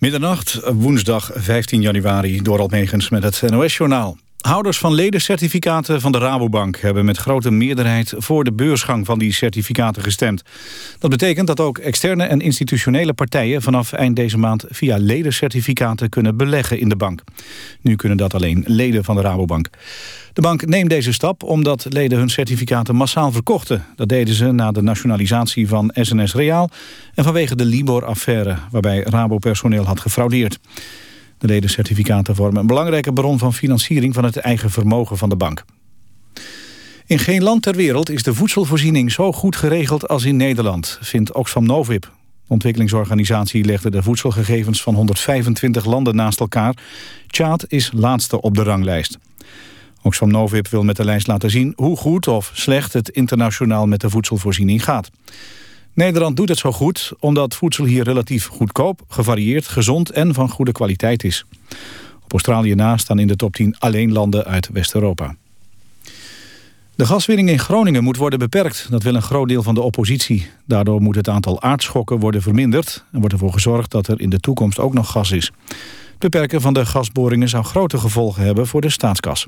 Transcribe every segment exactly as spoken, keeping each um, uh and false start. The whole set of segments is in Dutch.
Middernacht, woensdag vijftien januari, Dorald Megens met het N O S-journaal. Houders van ledencertificaten van de Rabobank hebben met grote meerderheid voor de beursgang van die certificaten gestemd. Dat betekent dat ook externe en institutionele partijen vanaf eind deze maand via ledencertificaten kunnen beleggen in de bank. Nu kunnen dat alleen leden van de Rabobank. De bank neemt deze stap omdat leden hun certificaten massaal verkochten. Dat deden ze na de nationalisatie van S N S Reaal en vanwege de Libor-affaire, waarbij Rabo-personeel had gefraudeerd. De ledencertificaten vormen een belangrijke bron van financiering van het eigen vermogen van de bank. In geen land ter wereld is de voedselvoorziening zo goed geregeld als in Nederland, vindt Oxfam Novib. De ontwikkelingsorganisatie legde de voedselgegevens van honderdvijfentwintig landen naast elkaar. Tjaad is laatste op de ranglijst. Oxfam Novib wil met de lijst laten zien hoe goed of slecht het internationaal met de voedselvoorziening gaat. Nederland doet het zo goed omdat voedsel hier relatief goedkoop, gevarieerd, gezond en van goede kwaliteit is. Op Australië na staan in de top tien alleen landen uit West-Europa. De gaswinning in Groningen moet worden beperkt. Dat wil een groot deel van de oppositie. Daardoor moet het aantal aardschokken worden verminderd en wordt ervoor gezorgd dat er in de toekomst ook nog gas is. Het beperken van de gasboringen zou grote gevolgen hebben voor de staatskas.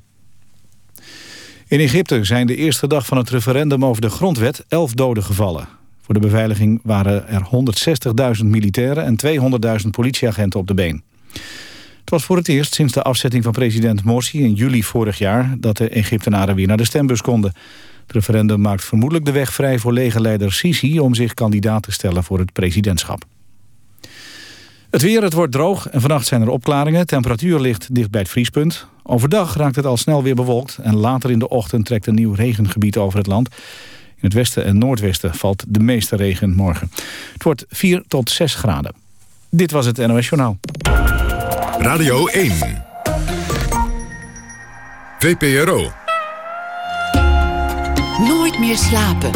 In Egypte zijn de eerste dag van het referendum over de grondwet elf doden gevallen. Voor de beveiliging waren er honderdzestigduizend militairen en tweehonderdduizend politieagenten op de been. Het was voor het eerst sinds de afzetting van president Morsi in juli vorig jaar dat de Egyptenaren weer naar de stembus konden. Het referendum maakt vermoedelijk de weg vrij voor legerleider Sisi om zich kandidaat te stellen voor het presidentschap. Het weer, het wordt droog en vannacht zijn er opklaringen. Temperatuur ligt dicht bij het vriespunt. Overdag raakt het al snel weer bewolkt en later in de ochtend trekt een nieuw regengebied over het land. In het westen en noordwesten valt de meeste regen morgen. Het wordt vier tot zes graden. Dit was het N O S-journaal. Radio één. V P R O. Nooit meer slapen.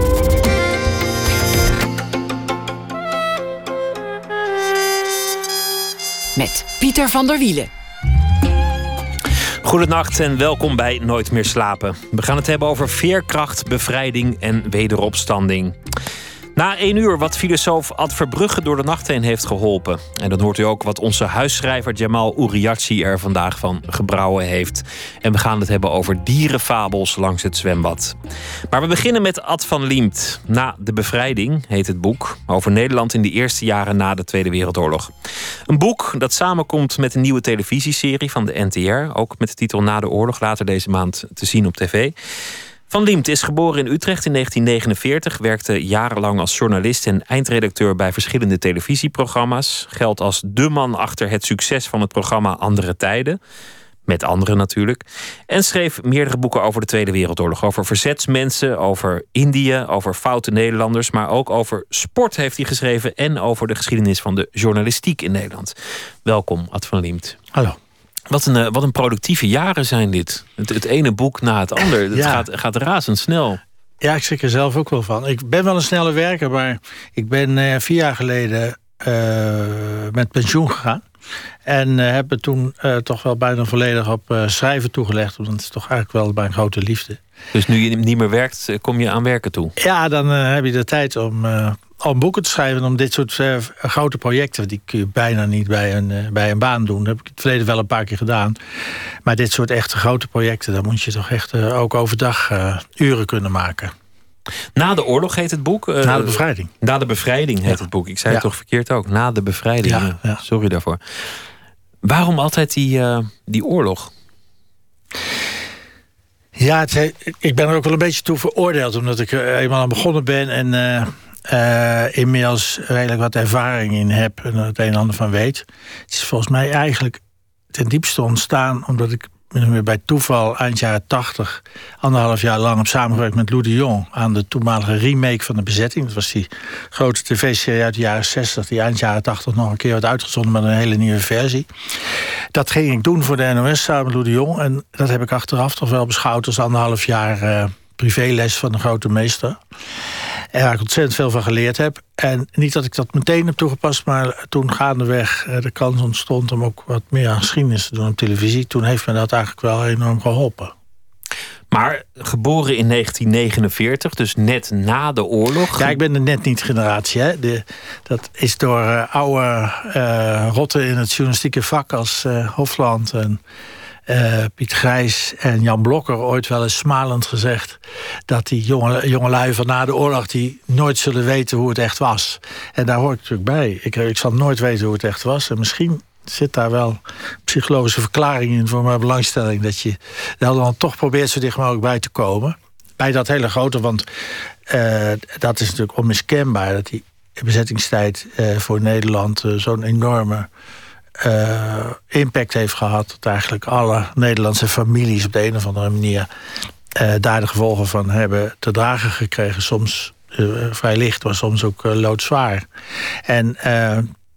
Met Pieter van der Wielen. Goedenacht en welkom bij Nooit meer slapen. We gaan het hebben over veerkracht, bevrijding en wederopstanding. Na één uur wat filosoof Ad Verbrugge door de nacht heen heeft geholpen. En dan hoort u ook wat onze huisschrijver Jamal Uriachi er vandaag van gebrouwen heeft. En we gaan het hebben over dierenfabels langs het zwembad. Maar we beginnen met Ad van Liemt. Na de bevrijding heet het boek. Over Nederland in de eerste jaren na de Tweede Wereldoorlog. Een boek dat samenkomt met een nieuwe televisieserie van de N T R. Ook met de titel Na de Oorlog, later deze maand te zien op tv. Van Liemt is geboren in Utrecht in negentien negenenveertig... werkte jarenlang als journalist en eindredacteur bij verschillende televisieprogramma's. Geldt als de man achter het succes van het programma Andere Tijden. Met anderen natuurlijk. En schreef meerdere boeken over de Tweede Wereldoorlog. Over verzetsmensen, over Indië, over foute Nederlanders. Maar ook over sport heeft hij geschreven. En over de geschiedenis van de journalistiek in Nederland. Welkom, Ad van Liemt. Hallo. Wat een, wat een productieve jaren zijn dit. Het, het ene boek na het andere. Het ja. gaat, gaat razendsnel. Ja, ik schrik er zelf ook wel van. Ik ben wel een snelle werker, maar ik ben uh, vier jaar geleden uh, met pensioen gegaan. En uh, heb me toen uh, toch wel bijna volledig op uh, schrijven toegelegd. Want het is toch eigenlijk wel mijn grote liefde. Dus nu je niet meer werkt, kom je aan werken toe? Ja, dan uh, heb je de tijd om... Uh, om boeken te schrijven, om dit soort uh, grote projecten... die kun je bijna niet bij een, uh, bij een baan doen. Dat heb ik in het verleden wel een paar keer gedaan. Maar dit soort echte grote projecten... daar moet je toch echt uh, ook overdag uh, uren kunnen maken. Na de oorlog heet het boek? Uh, Na de bevrijding. Na de bevrijding heet ja. het boek. Ik zei het ja. toch verkeerd ook. Na de bevrijding. Ja, ja. Sorry daarvoor. Waarom altijd die, uh, die oorlog? Ja, het, ik ben er ook wel een beetje toe veroordeeld... omdat ik er eenmaal aan begonnen ben... en uh, uh, inmiddels redelijk wat ervaring in heb... en er het een en ander van weet. Het is volgens mij eigenlijk ten diepste ontstaan... omdat ik bij toeval eind jaren tachtig... anderhalf jaar lang heb samengewerkt met Lou de Jong... aan de toenmalige remake van de bezetting. Dat was die grote tv-serie uit de jaren zestig... die eind jaren tachtig nog een keer werd uitgezonden... met een hele nieuwe versie. Dat ging ik doen voor de N O S samen met Lou de Jong... en dat heb ik achteraf toch wel beschouwd... als anderhalf jaar uh, privéles van de grote meester... En waar ik ontzettend veel van geleerd heb. En niet dat ik dat meteen heb toegepast... maar toen gaandeweg de kans ontstond... om ook wat meer aan geschiedenis te doen op televisie... toen heeft me dat eigenlijk wel enorm geholpen. Maar geboren in negentien negenenveertig, dus net na de oorlog. Ja, ik ben de net niet generatie. Hè. De, dat is door uh, oude uh, rotten in het journalistieke vak als uh, Hofland en uh, Piet Grijs en Jan Blokker ooit wel eens smalend gezegd dat die jonge, jongelui van na de oorlog die nooit zullen weten hoe het echt was. En daar hoor ik natuurlijk bij. Ik, ik zal nooit weten hoe het echt was. En misschien zit daar wel psychologische verklaring in voor mijn belangstelling. Dat je dan toch probeert zo dicht mogelijk bij te komen. Bij dat hele grote, want uh, dat is natuurlijk onmiskenbaar. Dat die bezettingstijd uh, voor Nederland uh, zo'n enorme uh, impact heeft gehad. Dat eigenlijk alle Nederlandse families op de een of andere manier uh, daar de gevolgen van hebben te dragen gekregen. Soms uh, vrij licht, maar soms ook uh, loodzwaar. En uh,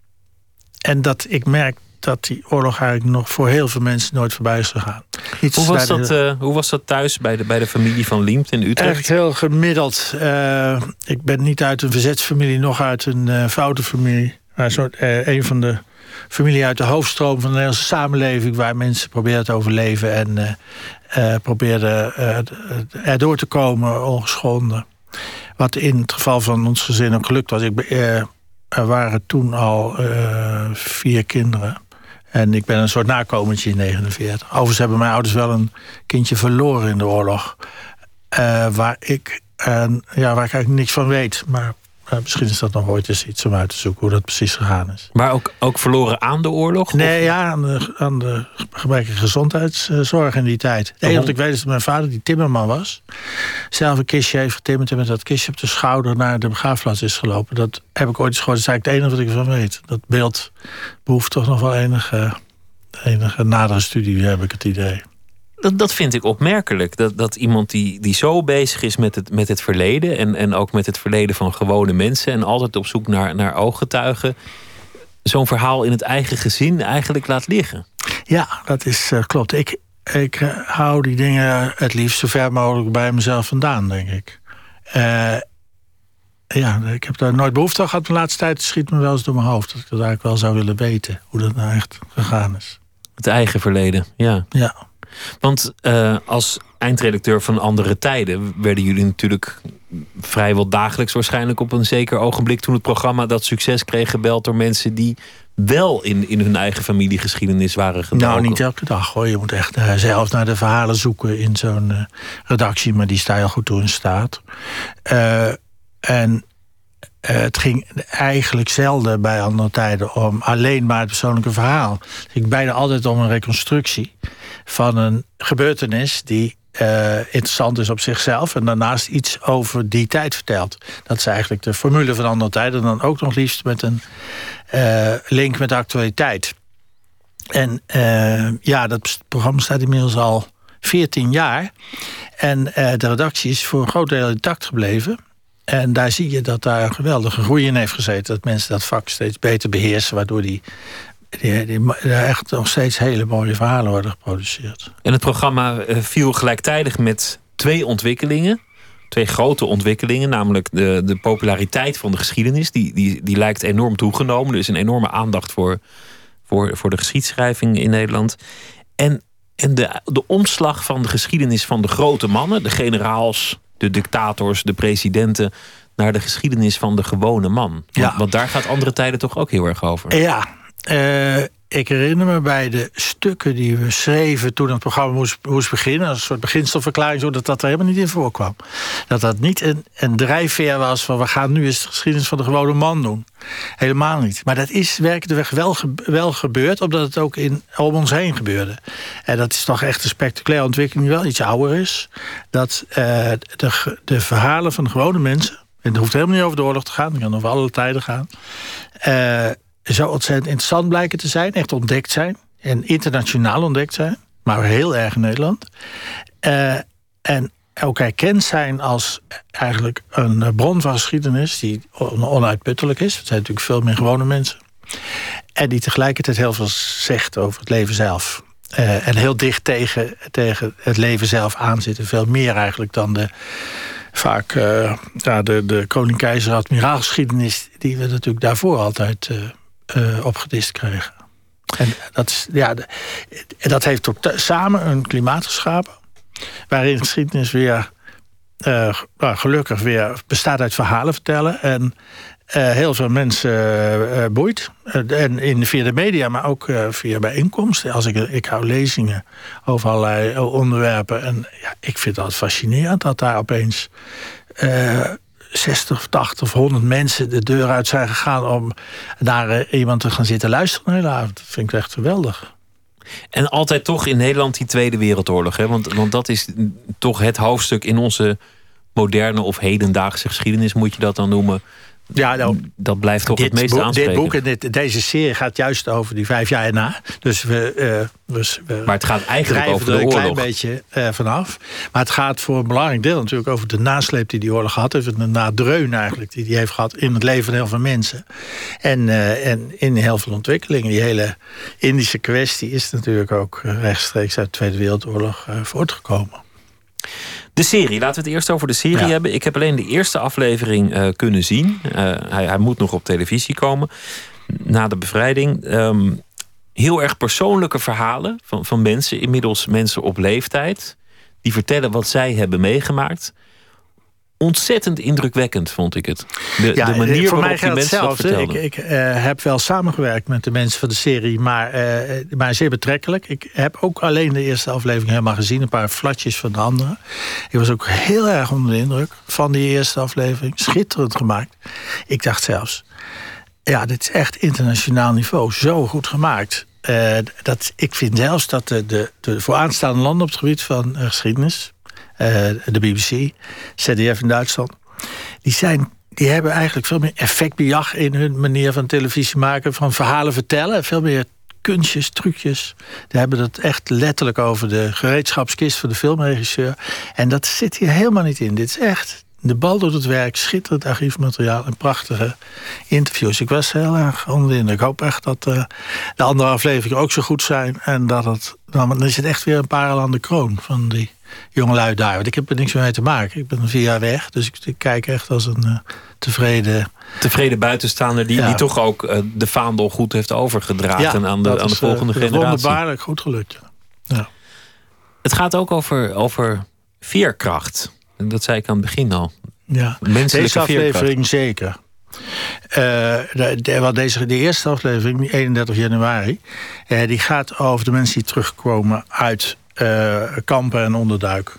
En dat ik merk dat die oorlog eigenlijk nog voor heel veel mensen nooit voorbij is gegaan. Iets hoe, was de, dat, uh, hoe was dat thuis bij de, bij de familie van Liemt in Utrecht? Echt heel gemiddeld. Uh, ik ben niet uit een verzetsfamilie, nog uit een uh, foute familie. Een soort, uh, een van de familie uit de hoofdstroom van de Nederlandse samenleving, waar mensen proberen te overleven en uh, uh, probeerden uh, erdoor te komen ongeschonden. Wat in het geval van ons gezin ook gelukt was. Ik, uh, er waren toen al uh, vier kinderen. En ik ben een soort nakomertje in negenenveertig. Overigens hebben mijn ouders wel een kindje verloren in de oorlog. Uh, waar, ik, uh, ja, waar ik eigenlijk niks van weet. Maar uh, misschien is dat nog ooit eens iets om uit te zoeken hoe dat precies gegaan is. Maar ook, ook verloren aan de oorlog? Nee, of? ja, aan de, aan de gebrekkige gezondheidszorg in die tijd. Het enige wat ik weet is dat mijn vader, die timmerman was, zelf een kistje heeft getimmerd en met dat kistje op de schouder naar de begraafplaats is gelopen. Dat heb ik ooit eens gehoord. Dat is eigenlijk het enige wat ik ervan weet. Dat beeld behoeft toch nog wel enige, enige nadere studie, heb ik het idee. Dat, dat vind ik opmerkelijk. Dat, dat iemand die, die zo bezig is met het, met het verleden en, en ook met het verleden van gewone mensen en altijd op zoek naar, naar ooggetuigen, zo'n verhaal in het eigen gezin eigenlijk laat liggen. Ja, dat is uh, klopt. Ik, ik uh, hou die dingen het liefst zo ver mogelijk bij mezelf vandaan, denk ik. Uh, ja, ik heb daar nooit behoefte aan gehad. De laatste tijd schiet me wel eens door mijn hoofd dat ik dat eigenlijk wel zou willen weten hoe dat nou echt gegaan is. Het eigen verleden, ja. Ja. Want uh, als eindredacteur van Andere Tijden werden jullie natuurlijk vrijwel dagelijks waarschijnlijk op een zeker ogenblik, toen het programma dat succes kreeg, gebeld door mensen die wel in, in hun eigen familiegeschiedenis waren gedoken. Nou, niet elke dag hoor. Je moet echt uh, zelf naar de verhalen zoeken in zo'n uh, redactie, maar die sta je al goed toe in staat. Uh, en Uh, het ging eigenlijk zelden bij Andere Tijden om alleen maar het persoonlijke verhaal. Het ging bijna altijd om een reconstructie van een gebeurtenis die uh, interessant is op zichzelf en daarnaast iets over die tijd vertelt. Dat is eigenlijk de formule van Andere Tijden, dan ook nog liefst met een uh, link met de actualiteit. En uh, ja, dat programma staat inmiddels al veertien jaar en uh, de redactie is voor een groot deel intact gebleven. En daar zie je dat daar een geweldige groei in heeft gezeten. Dat mensen dat vak steeds beter beheersen, waardoor die, die, die, die echt nog steeds hele mooie verhalen worden geproduceerd. En het programma viel gelijktijdig met twee ontwikkelingen. Twee grote ontwikkelingen, namelijk de, de populariteit van de geschiedenis. Die, die, die lijkt enorm toegenomen. Er is een enorme aandacht voor, voor, voor de geschiedschrijving in Nederland. En, en de, de omslag van de geschiedenis van de grote mannen, de generaals, de dictators, de presidenten, naar de geschiedenis van de gewone man. Want, ja. want daar gaat Andere Tijden toch ook heel erg over. Ja, uh, ik herinner me bij de stukken die we schreven toen het programma moest, moest beginnen, als een soort beginselverklaring, zodat dat er helemaal niet in voorkwam. Dat dat niet een, een drijfveer was van we gaan nu eens de geschiedenis van de gewone man doen. Helemaal niet. Maar dat is werkelijk wel, wel gebeurd, omdat het ook in, om ons heen gebeurde. En dat is toch echt een spectaculaire ontwikkeling die wel iets ouder is. Dat uh, de, de verhalen van de gewone mensen, en het hoeft helemaal niet over de oorlog te gaan, het kan over alle tijden gaan, uh, zo ontzettend interessant blijken te zijn, echt ontdekt zijn. En internationaal ontdekt zijn, maar heel erg in Nederland. Uh, en ook erkend zijn als eigenlijk een bron van geschiedenis die onuitputtelijk is. Het zijn natuurlijk veel meer gewone mensen. En die tegelijkertijd heel veel zegt over het leven zelf. Uh, en heel dicht tegen, tegen het leven zelf aanzitten. Veel meer eigenlijk dan de vaak uh, ja, de, de koning-keizer-admiraalgeschiedenis die we natuurlijk daarvoor altijd uh, uh, opgedist kregen. En dat, is, ja, de, dat heeft tot, samen een klimaat geschapen waarin geschiedenis weer uh, nou, gelukkig weer bestaat uit verhalen vertellen. En uh, heel veel mensen uh, boeit. Uh, en in, via de media, maar ook uh, via bijeenkomsten. Als ik, ik hou lezingen over allerlei onderwerpen. En ja, ik vind dat fascinerend dat daar opeens Uh, zestig, tachtig of honderd mensen de deur uit zijn gegaan om naar uh, iemand te gaan zitten luisteren de hele avond. Dat vind ik echt geweldig. En altijd toch in Nederland die Tweede Wereldoorlog. Hè? Want, want dat is toch het hoofdstuk in onze moderne of hedendaagse geschiedenis, moet je dat dan noemen. Ja, nou, dat blijft toch dit het meest boek, aanspreken. Dit boek en dit, deze serie gaat juist over die vijf jaar erna. Dus we, uh, we, we maar het gaat eigenlijk over de er een oorlog. klein beetje uh, vanaf. Maar het gaat voor een belangrijk deel natuurlijk over de nasleep die die oorlog gehad heeft. De nadreun eigenlijk die die heeft gehad in het leven van heel veel mensen. En, uh, en in heel veel ontwikkelingen. Die hele Indische kwestie is natuurlijk ook rechtstreeks uit de Tweede Wereldoorlog uh, voortgekomen. De serie, laten we het eerst over de serie ja. hebben. Ik heb alleen de eerste aflevering uh, kunnen zien. Uh, hij, hij moet nog op televisie komen. Na de bevrijding. Um, heel erg persoonlijke verhalen van, van mensen. Inmiddels mensen op leeftijd. Die vertellen wat zij hebben meegemaakt. Ontzettend indrukwekkend, vond ik het. De, ja, de manier voor waarop mij die mensen dat vertelden. Ik, ik uh, heb wel samengewerkt met de mensen van de serie, maar, uh, maar zeer betrekkelijk. Ik heb ook alleen de eerste aflevering helemaal gezien. Een paar flatjes van de andere. Ik was ook heel erg onder de indruk van die eerste aflevering. Schitterend gemaakt. Ik dacht zelfs, ja, dit is echt internationaal niveau. Zo goed gemaakt. Uh, dat, ik vind zelfs dat de, de, de vooraanstaande landen op het gebied van uh, geschiedenis, Uh, de B B C, Z D F in Duitsland, die, zijn, die hebben eigenlijk veel meer effectbejag in hun manier van televisie maken, van verhalen vertellen. Veel meer kunstjes, trucjes. Die hebben het echt letterlijk over de gereedschapskist van de filmregisseur. En dat zit hier helemaal niet in. Dit is echt de bal door het werk, schitterend archiefmateriaal en prachtige interviews. Ik was heel erg onder de indruk. Ik hoop echt dat uh, de andere afleveringen ook zo goed zijn. En dat het, nou, dan is het echt weer een parel aan de kroon van die jongelui daar. Want ik heb er niks mee te maken. Ik ben een vier jaar weg, dus ik, ik kijk echt als een uh, tevreden... Tevreden buitenstaander die, ja. die toch ook uh, de vaandel goed heeft overgedragen ja, aan de, aan de volgende uh, generatie. Wonderbaarlijk goed gelukt. Ja. Ja. Het gaat ook over, over veerkracht. En dat zei ik aan het begin al. Ja. Menselijke deze aflevering veerkracht. Zeker. Uh, de, de, deze, de eerste aflevering, eenendertig januari... Uh, die gaat over de mensen die terugkomen uit uh, kampen en onderduik.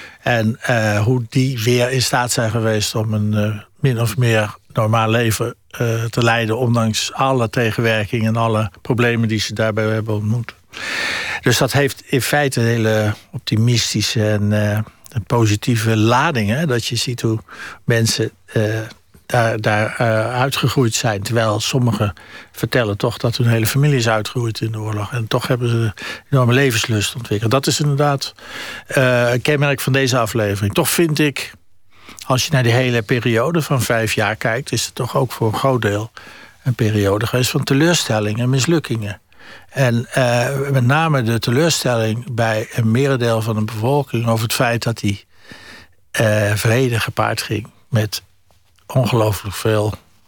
En uh, hoe die weer in staat zijn geweest om een uh, min of meer normaal leven uh, te leiden, ondanks alle tegenwerkingen en alle problemen die ze daarbij hebben ontmoet. Dus dat heeft in feite een hele optimistische en uh, een positieve lading. Hè? Dat je ziet hoe mensen uh, daar, daar uh, uitgegroeid zijn. Terwijl sommigen vertellen toch dat hun hele familie is uitgegroeid in de oorlog. En toch hebben ze een enorme levenslust ontwikkeld. Dat is inderdaad uh, een kenmerk van deze aflevering. Toch vind ik, als je naar die hele periode van vijf jaar kijkt, is het toch ook voor een groot deel een periode geweest van teleurstellingen en mislukkingen. En uh, met name de teleurstelling bij een merendeel van de bevolking over het feit dat die uh, vrede gepaard ging met ongelooflijk veel,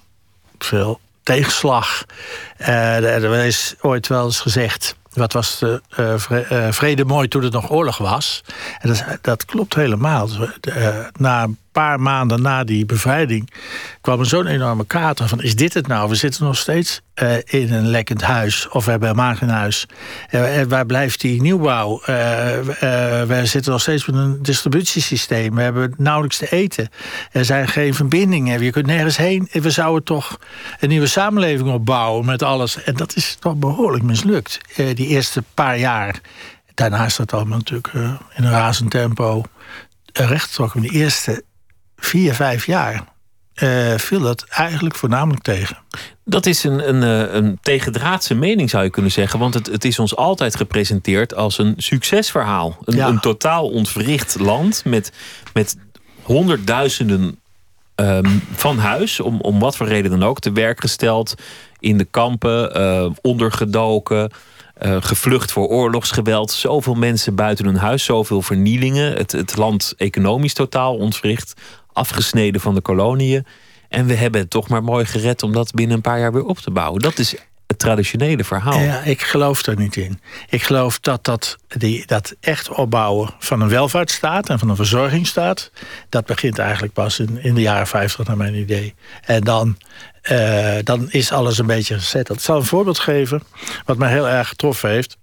veel tegenslag. Uh, er is ooit wel eens gezegd, wat was de uh, vrede mooi toen het nog oorlog was? En dat, dat klopt helemaal. Uh, na een paar maanden na die bevrijding kwam er zo'n enorme kater van, is dit het nou? We zitten nog steeds uh, in een lekkend huis, of we hebben helemaal geen huis. Uh, waar blijft die nieuwbouw? Uh, uh, we zitten nog steeds met een distributiesysteem. We hebben nauwelijks te eten. Er zijn geen verbindingen. Je kunt nergens heen. We zouden toch een nieuwe samenleving opbouwen met alles. En dat is toch behoorlijk mislukt. Uh, die eerste paar jaar. Daarna is dat allemaal natuurlijk uh, in een razend tempo uh, rechtgetrokken. De eerste vier, vijf jaar uh, viel dat eigenlijk voornamelijk tegen. Dat is een, een, een tegendraadse mening, zou je kunnen zeggen. Want het, het is ons altijd gepresenteerd als een succesverhaal. Een, ja. een totaal ontwricht land met, met honderdduizenden um, van huis, om, om wat voor reden dan ook, te werk gesteld, in de kampen, uh, ondergedoken, Uh, gevlucht voor oorlogsgeweld. Zoveel mensen buiten hun huis, zoveel vernielingen. Het, het land economisch totaal ontwricht, afgesneden van de koloniën. En we hebben het toch maar mooi gered om dat binnen een paar jaar weer op te bouwen. Dat is het het traditionele verhaal. Ja, ik geloof er niet in. Ik geloof dat dat, die, dat echt opbouwen van een welvaartsstaat en van een verzorgingsstaat, dat begint eigenlijk pas in, in de jaren vijftig, naar mijn idee. En dan, uh, dan is alles een beetje gezet. Ik zal een voorbeeld geven wat mij heel erg getroffen heeft.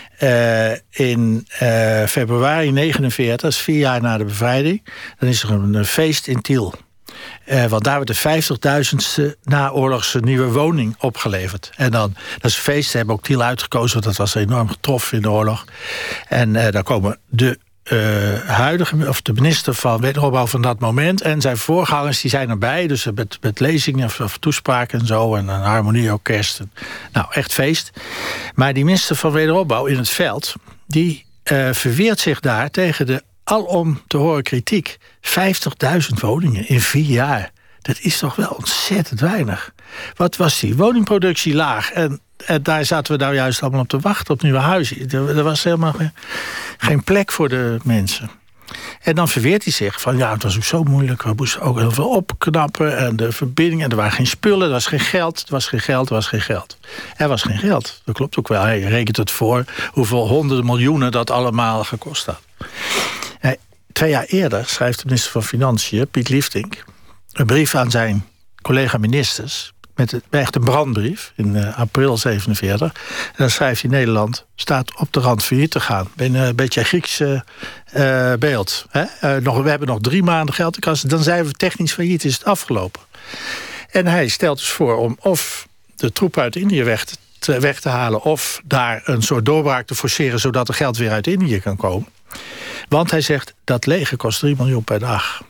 Uh, in uh, februari negenenveertig, dat is vier jaar na de bevrijding, dan is er een, een feest in Tiel. Uh, want daar werd de vijftigduizendste naoorlogse nieuwe woning opgeleverd. En dan, dat is een feest, ze hebben ook Tiel uitgekozen, want dat was enorm getroffen in de oorlog. En uh, daar komen de uh, huidige, of de minister van Wederopbouw van dat moment en zijn voorgangers, die zijn erbij. Dus met, met lezingen of, of toespraken en zo, en een harmonieorkest. En, nou, echt feest. Maar die minister van Wederopbouw in het veld, die uh, verweert zich daar tegen de alom te horen kritiek. vijftigduizend woningen in vier jaar. Dat is toch wel ontzettend weinig. Wat was die woningproductie laag? En, en daar zaten we nou juist allemaal op te wachten, op nieuwe huizen. Er, er was helemaal geen, geen plek voor de mensen. En dan verweert hij zich van, ja, het was ook zo moeilijk. We moesten ook heel veel opknappen. En de verbindingen, er waren geen spullen, er was geen geld. Er was geen geld, er was geen geld. Er was geen geld. Dat klopt ook wel. Hij rekent het voor hoeveel honderden miljoenen dat allemaal gekost had. Hij, twee jaar eerder schrijft de minister van Financiën, Piet Liefdink, een brief aan zijn collega-ministers, met het, echt een brandbrief in uh, april zevenenveertig. En dan schrijft hij: Nederland staat op de rand failliet te gaan. Ben een beetje een Grieks uh, uh, beeld. Hè? Uh, nog, we hebben nog drie maanden geld in kas. Dan zijn we technisch failliet, is het afgelopen. En hij stelt dus voor om of de troepen uit Indië weg te, weg te halen, of daar een soort doorbraak te forceren, zodat er geld weer uit Indië kan komen. Want hij zegt, dat leger kost drie miljoen per dag.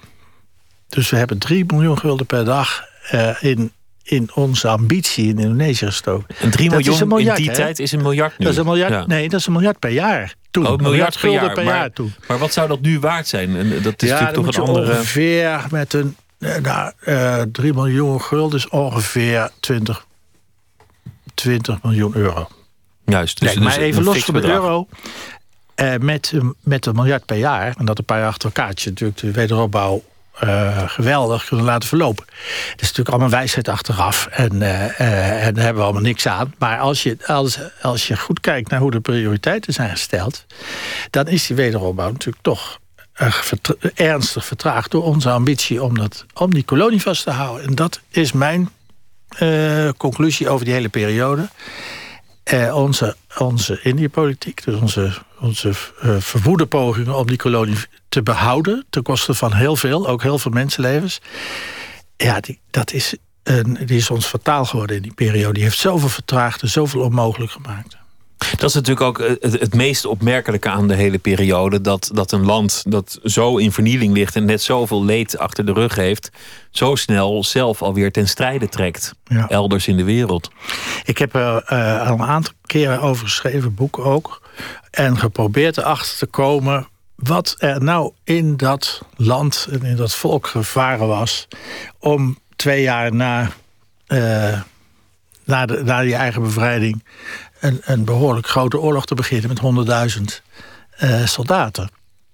Dus we hebben drie miljoen gulden per dag uh, in, in onze ambitie in Indonesië gestoken. En drie miljoen een miljard, in die hè? tijd is een miljard nu. Dat is een miljard, ja. Nee, dat is een miljard per jaar. Toen. Oh, een miljard per jaar, per maar, jaar toen. Maar wat zou dat nu waard zijn? En dat is ja, natuurlijk toch een andere. Ongeveer met een nou, uh, drie miljoen gulden is ongeveer twintig, twintig miljoen euro. Juist. Dus, nee, maar dus even los van de bedrag. euro. Uh, met, met een miljard per jaar, en dat een paar jaar achter elkaar, je natuurlijk de wederopbouw uh, geweldig kunnen laten verlopen. Dat is natuurlijk allemaal wijsheid achteraf. En, uh, uh, en daar hebben we allemaal niks aan. Maar als je, als, als je goed kijkt naar hoe de prioriteiten zijn gesteld, dan is die wederopbouw natuurlijk toch uh, vertra- ernstig vertraagd door onze ambitie om, dat, om die kolonie vast te houden. En dat is mijn uh, conclusie over die hele periode. Uh, onze, onze Indië-politiek, dus onze, onze uh, verwoede pogingen om die kolonie te behouden, ten koste van heel veel, ook heel veel mensenlevens. Ja, die, dat is, een, die is ons fataal geworden in die periode. Die heeft zoveel vertraagd en zoveel onmogelijk gemaakt. Dat is natuurlijk ook het, het meest opmerkelijke aan de hele periode. Dat, dat een land dat zo in vernieling ligt en net zoveel leed achter de rug heeft, zo snel zelf alweer ten strijde trekt. Ja. Elders in de wereld. Ik heb er uh, al een aantal keren over geschreven, boek ook. En geprobeerd erachter te komen wat er nou in dat land en in dat volk gevaren was om twee jaar na, uh, na, de, na die eigen bevrijding Een, een behoorlijk grote oorlog te beginnen met honderdduizend uh, soldaten.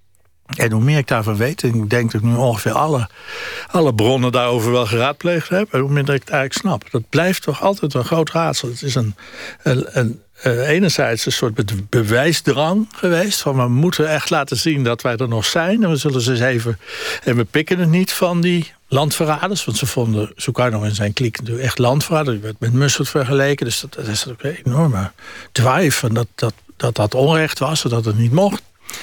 En hoe meer ik daarvan weet, en ik denk dat ik nu ongeveer alle, alle bronnen daarover wel geraadpleegd heb, en hoe minder ik het eigenlijk snap. Dat blijft toch altijd een groot raadsel. Het is een, een, een uh, enerzijds een soort bewijsdrang geweest, van we moeten echt laten zien dat wij er nog zijn. En we zullen ze eens even, en we pikken het niet van die landverraders, want ze vonden Sukarno en zijn kliek natuurlijk echt landverrader. Die werd met Mussert vergeleken, dus dat, dat is ook een enorme drive. En dat, dat, dat dat onrecht was, dat het niet mocht.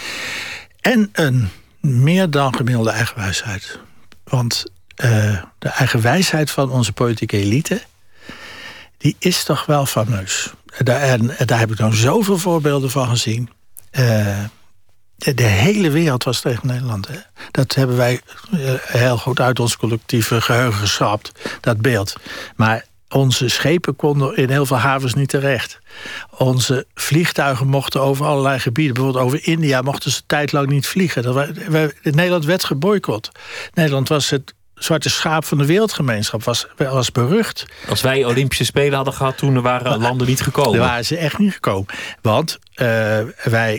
En een meer dan gemiddelde eigenwijsheid. Want uh, de eigenwijsheid van onze politieke elite, die is toch wel fameus. Daar, en, en daar heb ik dan zoveel voorbeelden van gezien. Uh, De, de hele wereld was tegen Nederland. Hè? Dat hebben wij heel goed uit ons collectieve geheugen geschrapt, dat beeld. Maar onze schepen konden in heel veel havens niet terecht. Onze vliegtuigen mochten over allerlei gebieden, bijvoorbeeld over India, mochten ze tijdlang niet vliegen. Dat wij, wij, Nederland werd geboycott. Nederland was het zwarte schaap van de wereldgemeenschap, was, was berucht. Als wij Olympische Spelen hadden gehad toen, waren landen niet gekomen. Er waren ze echt niet gekomen. Want uh, wij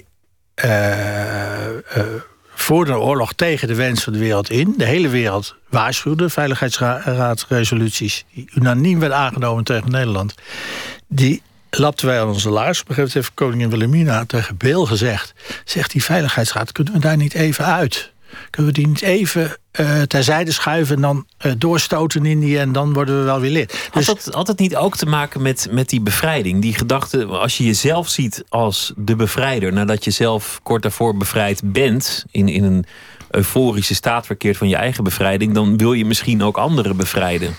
Uh, uh, voerden de oorlog tegen de wens van de wereld in. De hele wereld waarschuwde. Veiligheidsraadsresoluties die unaniem werden aangenomen tegen Nederland. die lapten wij aan onze laars. Op een gegeven moment heeft koningin Wilhelmina tegen Beel gezegd... zegt die Veiligheidsraad, kunnen we daar niet even uit? Kunnen we die niet even uh, terzijde schuiven... en dan uh, doorstoten in die en dan worden we wel weer lid. Dus... Had, dat, had het niet ook te maken met, met die bevrijding? Die gedachte, als je jezelf ziet als de bevrijder... nadat je zelf kort daarvoor bevrijd bent... in, in een euforische staat verkeerd van je eigen bevrijding... dan wil je misschien ook anderen bevrijden.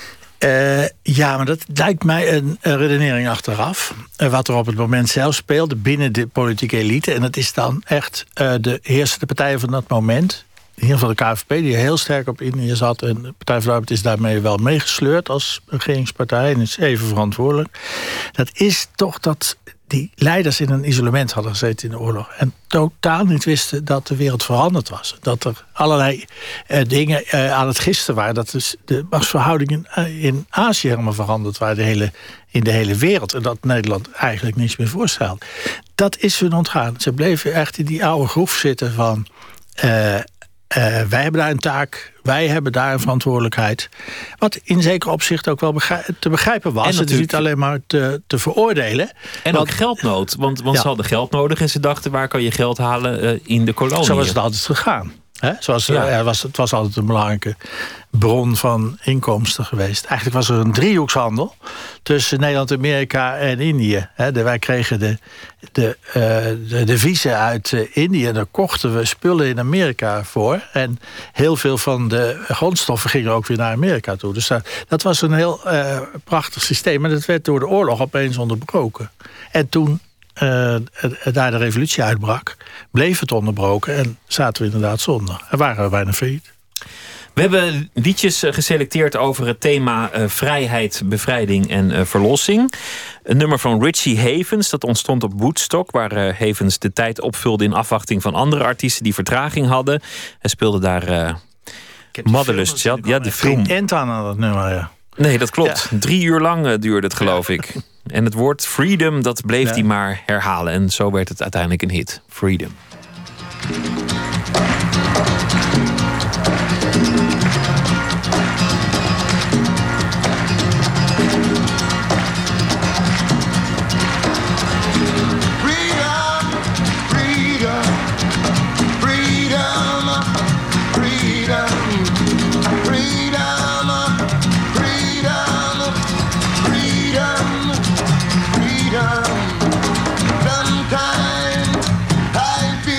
Uh, ja, maar dat lijkt mij een, een redenering achteraf. Uh, wat er op het moment zelf speelde binnen de politieke elite. En dat is dan echt uh, de heersende partijen van dat moment. In ieder geval de K V P, die heel sterk op Indië zat. En de Partij van de Arbeid is daarmee wel meegesleurd als regeringspartij. En is even verantwoordelijk. Dat is toch dat die leiders in een isolement hadden gezeten in de oorlog. En totaal niet wisten dat de wereld veranderd was. Dat er allerlei uh, dingen uh, aan het gisten waren. Dat dus de machtsverhoudingen in, uh, in Azië helemaal veranderd waren. De hele, in de hele wereld. En dat Nederland eigenlijk niets meer voorstelde. Dat is hun ontgaan. Ze bleven echt in die oude groef zitten van... Uh, Uh, wij hebben daar een taak, wij hebben daar een verantwoordelijkheid. Wat in zeker opzicht ook wel begrijp, te begrijpen was. Het is niet alleen maar te, te veroordelen. En want, ook geldnood, want, want ja. ze hadden geld nodig... en ze dachten, waar kan je geld halen uh, in de koloniën? Zo was het altijd gegaan. He? Zoals, ja. er was, het was altijd een belangrijke bron van inkomsten geweest. Eigenlijk was er een driehoekshandel tussen Nederland, Amerika en Indië. He, de, wij kregen de, de, uh, de deviezen uit uh, Indië. En daar kochten we spullen in Amerika voor. En heel veel van de grondstoffen gingen ook weer naar Amerika toe. Dus dat, dat was een heel uh, prachtig systeem. Maar dat werd door de oorlog opeens onderbroken. En toen... Uh, daar de revolutie uitbrak, bleef het onderbroken en zaten we inderdaad zonder. En waren we bijna failliet. We hebben liedjes geselecteerd over het thema uh, vrijheid, bevrijding en uh, verlossing. Een nummer van Richie Havens, dat ontstond op Woodstock... waar uh, Havens de tijd opvulde in afwachting van andere artiesten... die vertraging hadden. Hij speelde daar uh, Motherless Child. Ja, de film. Geen end aan dat nummer, ja. Nee, dat klopt. Ja. Drie uur lang uh, duurde het, geloof ja. ik. En het woord freedom, dat bleef ja. hij maar herhalen. En zo werd het uiteindelijk een hit. Freedom. Sometimes I feel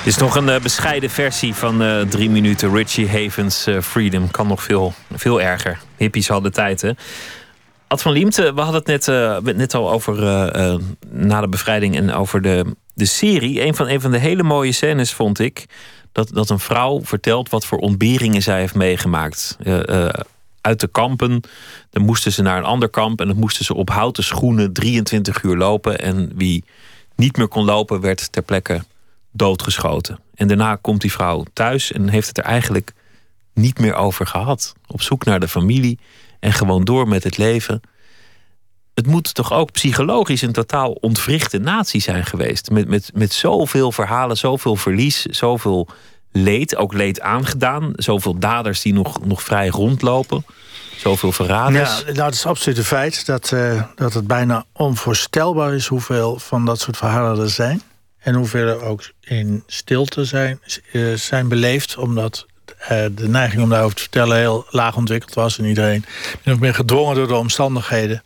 is nog een uh, bescheiden versie van uh, drie minuten. Richie Havens uh, Freedom. Kan nog veel, veel erger. Hippies hadden tijd, hè? Ad van Liemt, we hadden het net, uh, net al over uh, uh, na de bevrijding en over de, de serie. Een van, een van de hele mooie scènes vond ik dat, dat een vrouw vertelt wat voor ontberingen zij heeft meegemaakt. Uh, uh, uit de kampen, dan moesten ze naar een ander kamp en dan moesten ze op houten schoenen drieëntwintig uur lopen. En wie niet meer kon lopen, werd ter plekke doodgeschoten. En daarna komt die vrouw thuis en heeft het er eigenlijk niet meer over gehad. Op zoek naar de familie en gewoon door met het leven. Het moet toch ook psychologisch een totaal ontwrichte natie zijn geweest. Met, met, met zoveel verhalen, zoveel verlies, zoveel leed. Ook leed aangedaan. Zoveel daders die nog, nog vrij rondlopen. Zoveel verraders. Ja, nou, het is absoluut een feit dat, uh, dat het bijna onvoorstelbaar is hoeveel van dat soort verhalen er zijn. En hoeveel er ook in stilte zijn, uh, zijn beleefd. Omdat uh, de neiging om daarover te vertellen heel laag ontwikkeld was. En iedereen min of meer gedwongen door de omstandigheden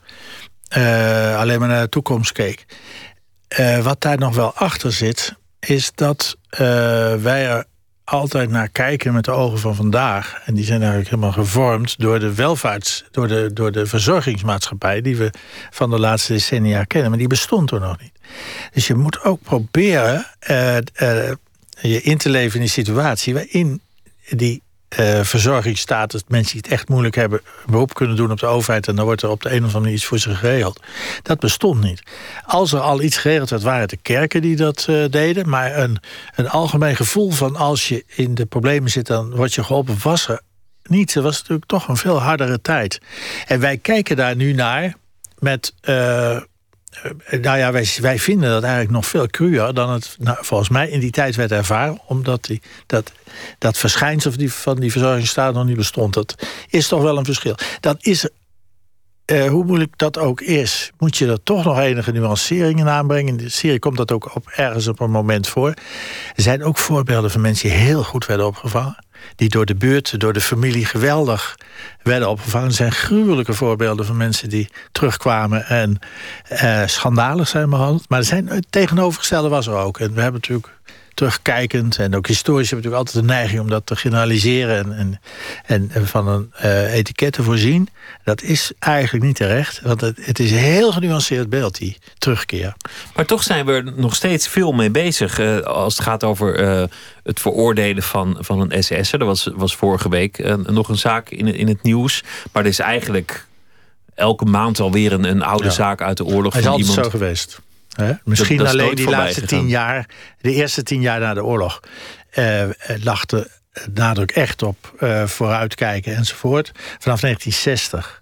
uh, alleen maar naar de toekomst keek. Uh, wat daar nog wel achter zit, is dat uh, wij er altijd naar kijken met de ogen van vandaag. En die zijn eigenlijk helemaal gevormd door de welvaarts, door de, door de verzorgingsmaatschappij die we van de laatste decennia kennen. Maar die bestond er nog niet. Dus je moet ook proberen uh, uh, je in te leven in die situatie waarin die uh, verzorgingsstatus, mensen die het echt moeilijk hebben, beroep kunnen doen op de overheid en dan wordt er op de een of andere manier iets voor ze geregeld. Dat bestond niet. Als er al iets geregeld werd, waren het de kerken die dat uh, deden. Maar een, een algemeen gevoel van als je in de problemen zit, dan word je geholpen, was er niet. Het was natuurlijk toch een veel hardere tijd. En wij kijken daar nu naar met Uh, Nou ja, wij, wij vinden dat eigenlijk nog veel cruwer dan het nou, volgens mij in die tijd werd ervaren. Omdat die, dat, dat verschijnsel van die, van die verzorgingsstaat nog niet bestond. Dat is toch wel een verschil. Dat is, uh, hoe moeilijk dat ook is, moet je er toch nog enige nuanceringen aanbrengen. In de serie komt dat ook op, ergens op een moment voor. Er zijn ook voorbeelden van mensen die heel goed werden opgevangen. Die door de buurt, door de familie geweldig werden opgevangen. Er zijn gruwelijke voorbeelden van mensen die terugkwamen en uh, schandalig zijn behandeld. Maar er zijn, het tegenovergestelde was er ook. En we hebben natuurlijk terugkijkend en ook historisch hebben we natuurlijk altijd de neiging om dat te generaliseren en, en, en van een uh, etiket te voorzien. Dat is eigenlijk niet terecht, want het, het is een heel genuanceerd beeld, die terugkeer. Maar toch zijn we er nog steeds veel mee bezig uh, als het gaat over uh, het veroordelen van, van een S S'er. Er was, was vorige week uh, nog een zaak in, in het nieuws, maar er is eigenlijk elke maand alweer een, een oude ja. zaak uit de oorlog. Hij is van altijd iemand zo geweest. He? Misschien dat, dat alleen die laatste gegaan. tien jaar, de eerste tien jaar na de oorlog, uh, lag de nadruk echt op uh, vooruitkijken enzovoort. Vanaf negentien zestig.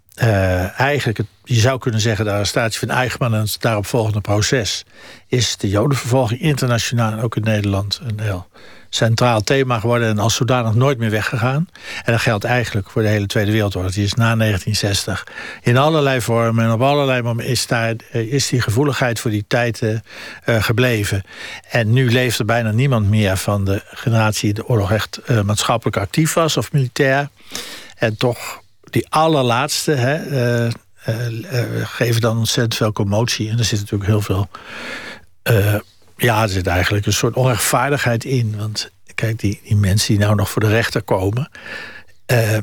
Uh, eigenlijk, het, je zou kunnen zeggen, de arrestatie van Eichmann en het daaropvolgende proces is de Jodenvervolging internationaal en ook in Nederland een heel centraal thema geworden en als zodanig nooit meer weggegaan. En dat geldt eigenlijk voor de hele Tweede Wereldoorlog. Die is na negentien zestig in allerlei vormen en op allerlei momenten is, daar, is die gevoeligheid voor die tijd uh, gebleven. En nu leeft er bijna niemand meer van de generatie die de oorlog echt uh, maatschappelijk actief was of militair. En toch die allerlaatste hè, uh, uh, uh, geven dan ontzettend veel commotie. En er zit natuurlijk heel veel Uh, ja, er zit eigenlijk een soort onrechtvaardigheid in. Want kijk, die, die mensen die nou nog voor de rechter komen, Uh,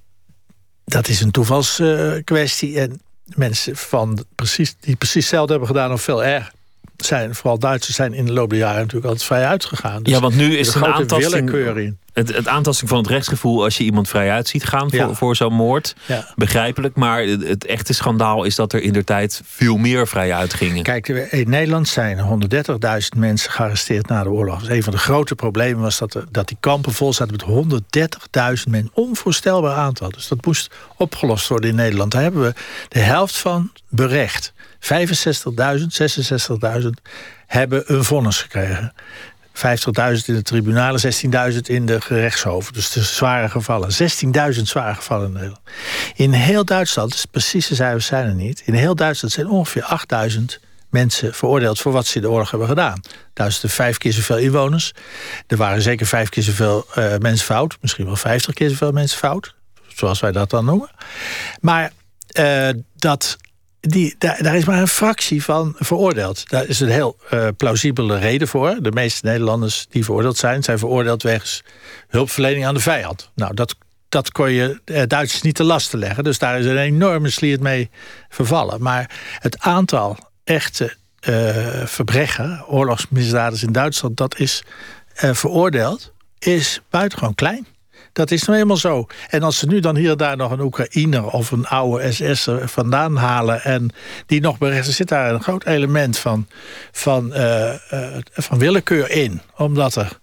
dat is een toevalskwestie. Uh, en mensen van precies, die precies hetzelfde hebben gedaan of veel erger zijn, vooral Duitsers, zijn in de loop der jaren natuurlijk altijd vrij uitgegaan. Dus ja, want nu is er een aantasting, in. Het, het aantasting van het rechtsgevoel als je iemand vrij uit ziet gaan voor, ja. voor zo'n moord. Ja. Begrijpelijk, maar het, het echte schandaal is dat er indertijd veel meer vrij uitgingen. Kijk, in Nederland zijn honderddertigduizend mensen gearresteerd na de oorlog. Dus een van de grote problemen was dat, er, dat die kampen vol zaten met honderddertigduizend mensen. Onvoorstelbaar aantal. Dus dat moest opgelost worden in Nederland. Daar hebben we de helft van berecht. vijfenzestigduizend, zesenzestigduizend hebben een vonnis gekregen. vijftigduizend in de tribunalen, zestienduizend in de gerechtshoven. Dus de zware gevallen. zestienduizend zware gevallen in Nederland. In heel Duitsland, dus precieze cijfers zijn er niet, in heel Duitsland zijn ongeveer achtduizend mensen veroordeeld voor wat ze in de oorlog hebben gedaan. Duitsland vijf keer zoveel inwoners. Er waren zeker vijf keer zoveel uh, mensen fout. Misschien wel vijftig keer zoveel mensen fout. Zoals wij dat dan noemen. Maar uh, dat die, daar, daar is maar een fractie van veroordeeld. Daar is een heel uh, plausibele reden voor. De meeste Nederlanders die veroordeeld zijn, zijn veroordeeld wegens hulpverlening aan de vijand. Nou, dat, dat kon je uh, Duitsers niet te lasten leggen. Dus daar is een enorme sliert mee vervallen. Maar het aantal echte uh, verbrechen, oorlogsmisdadigers in Duitsland, dat is uh, veroordeeld, is buitengewoon klein. Dat is nou eenmaal zo. En als ze nu dan hier en daar nog een Oekraïner of een oude S S'er vandaan halen en die nog berechten, zit daar een groot element van, van, uh, uh, van willekeur in. Omdat er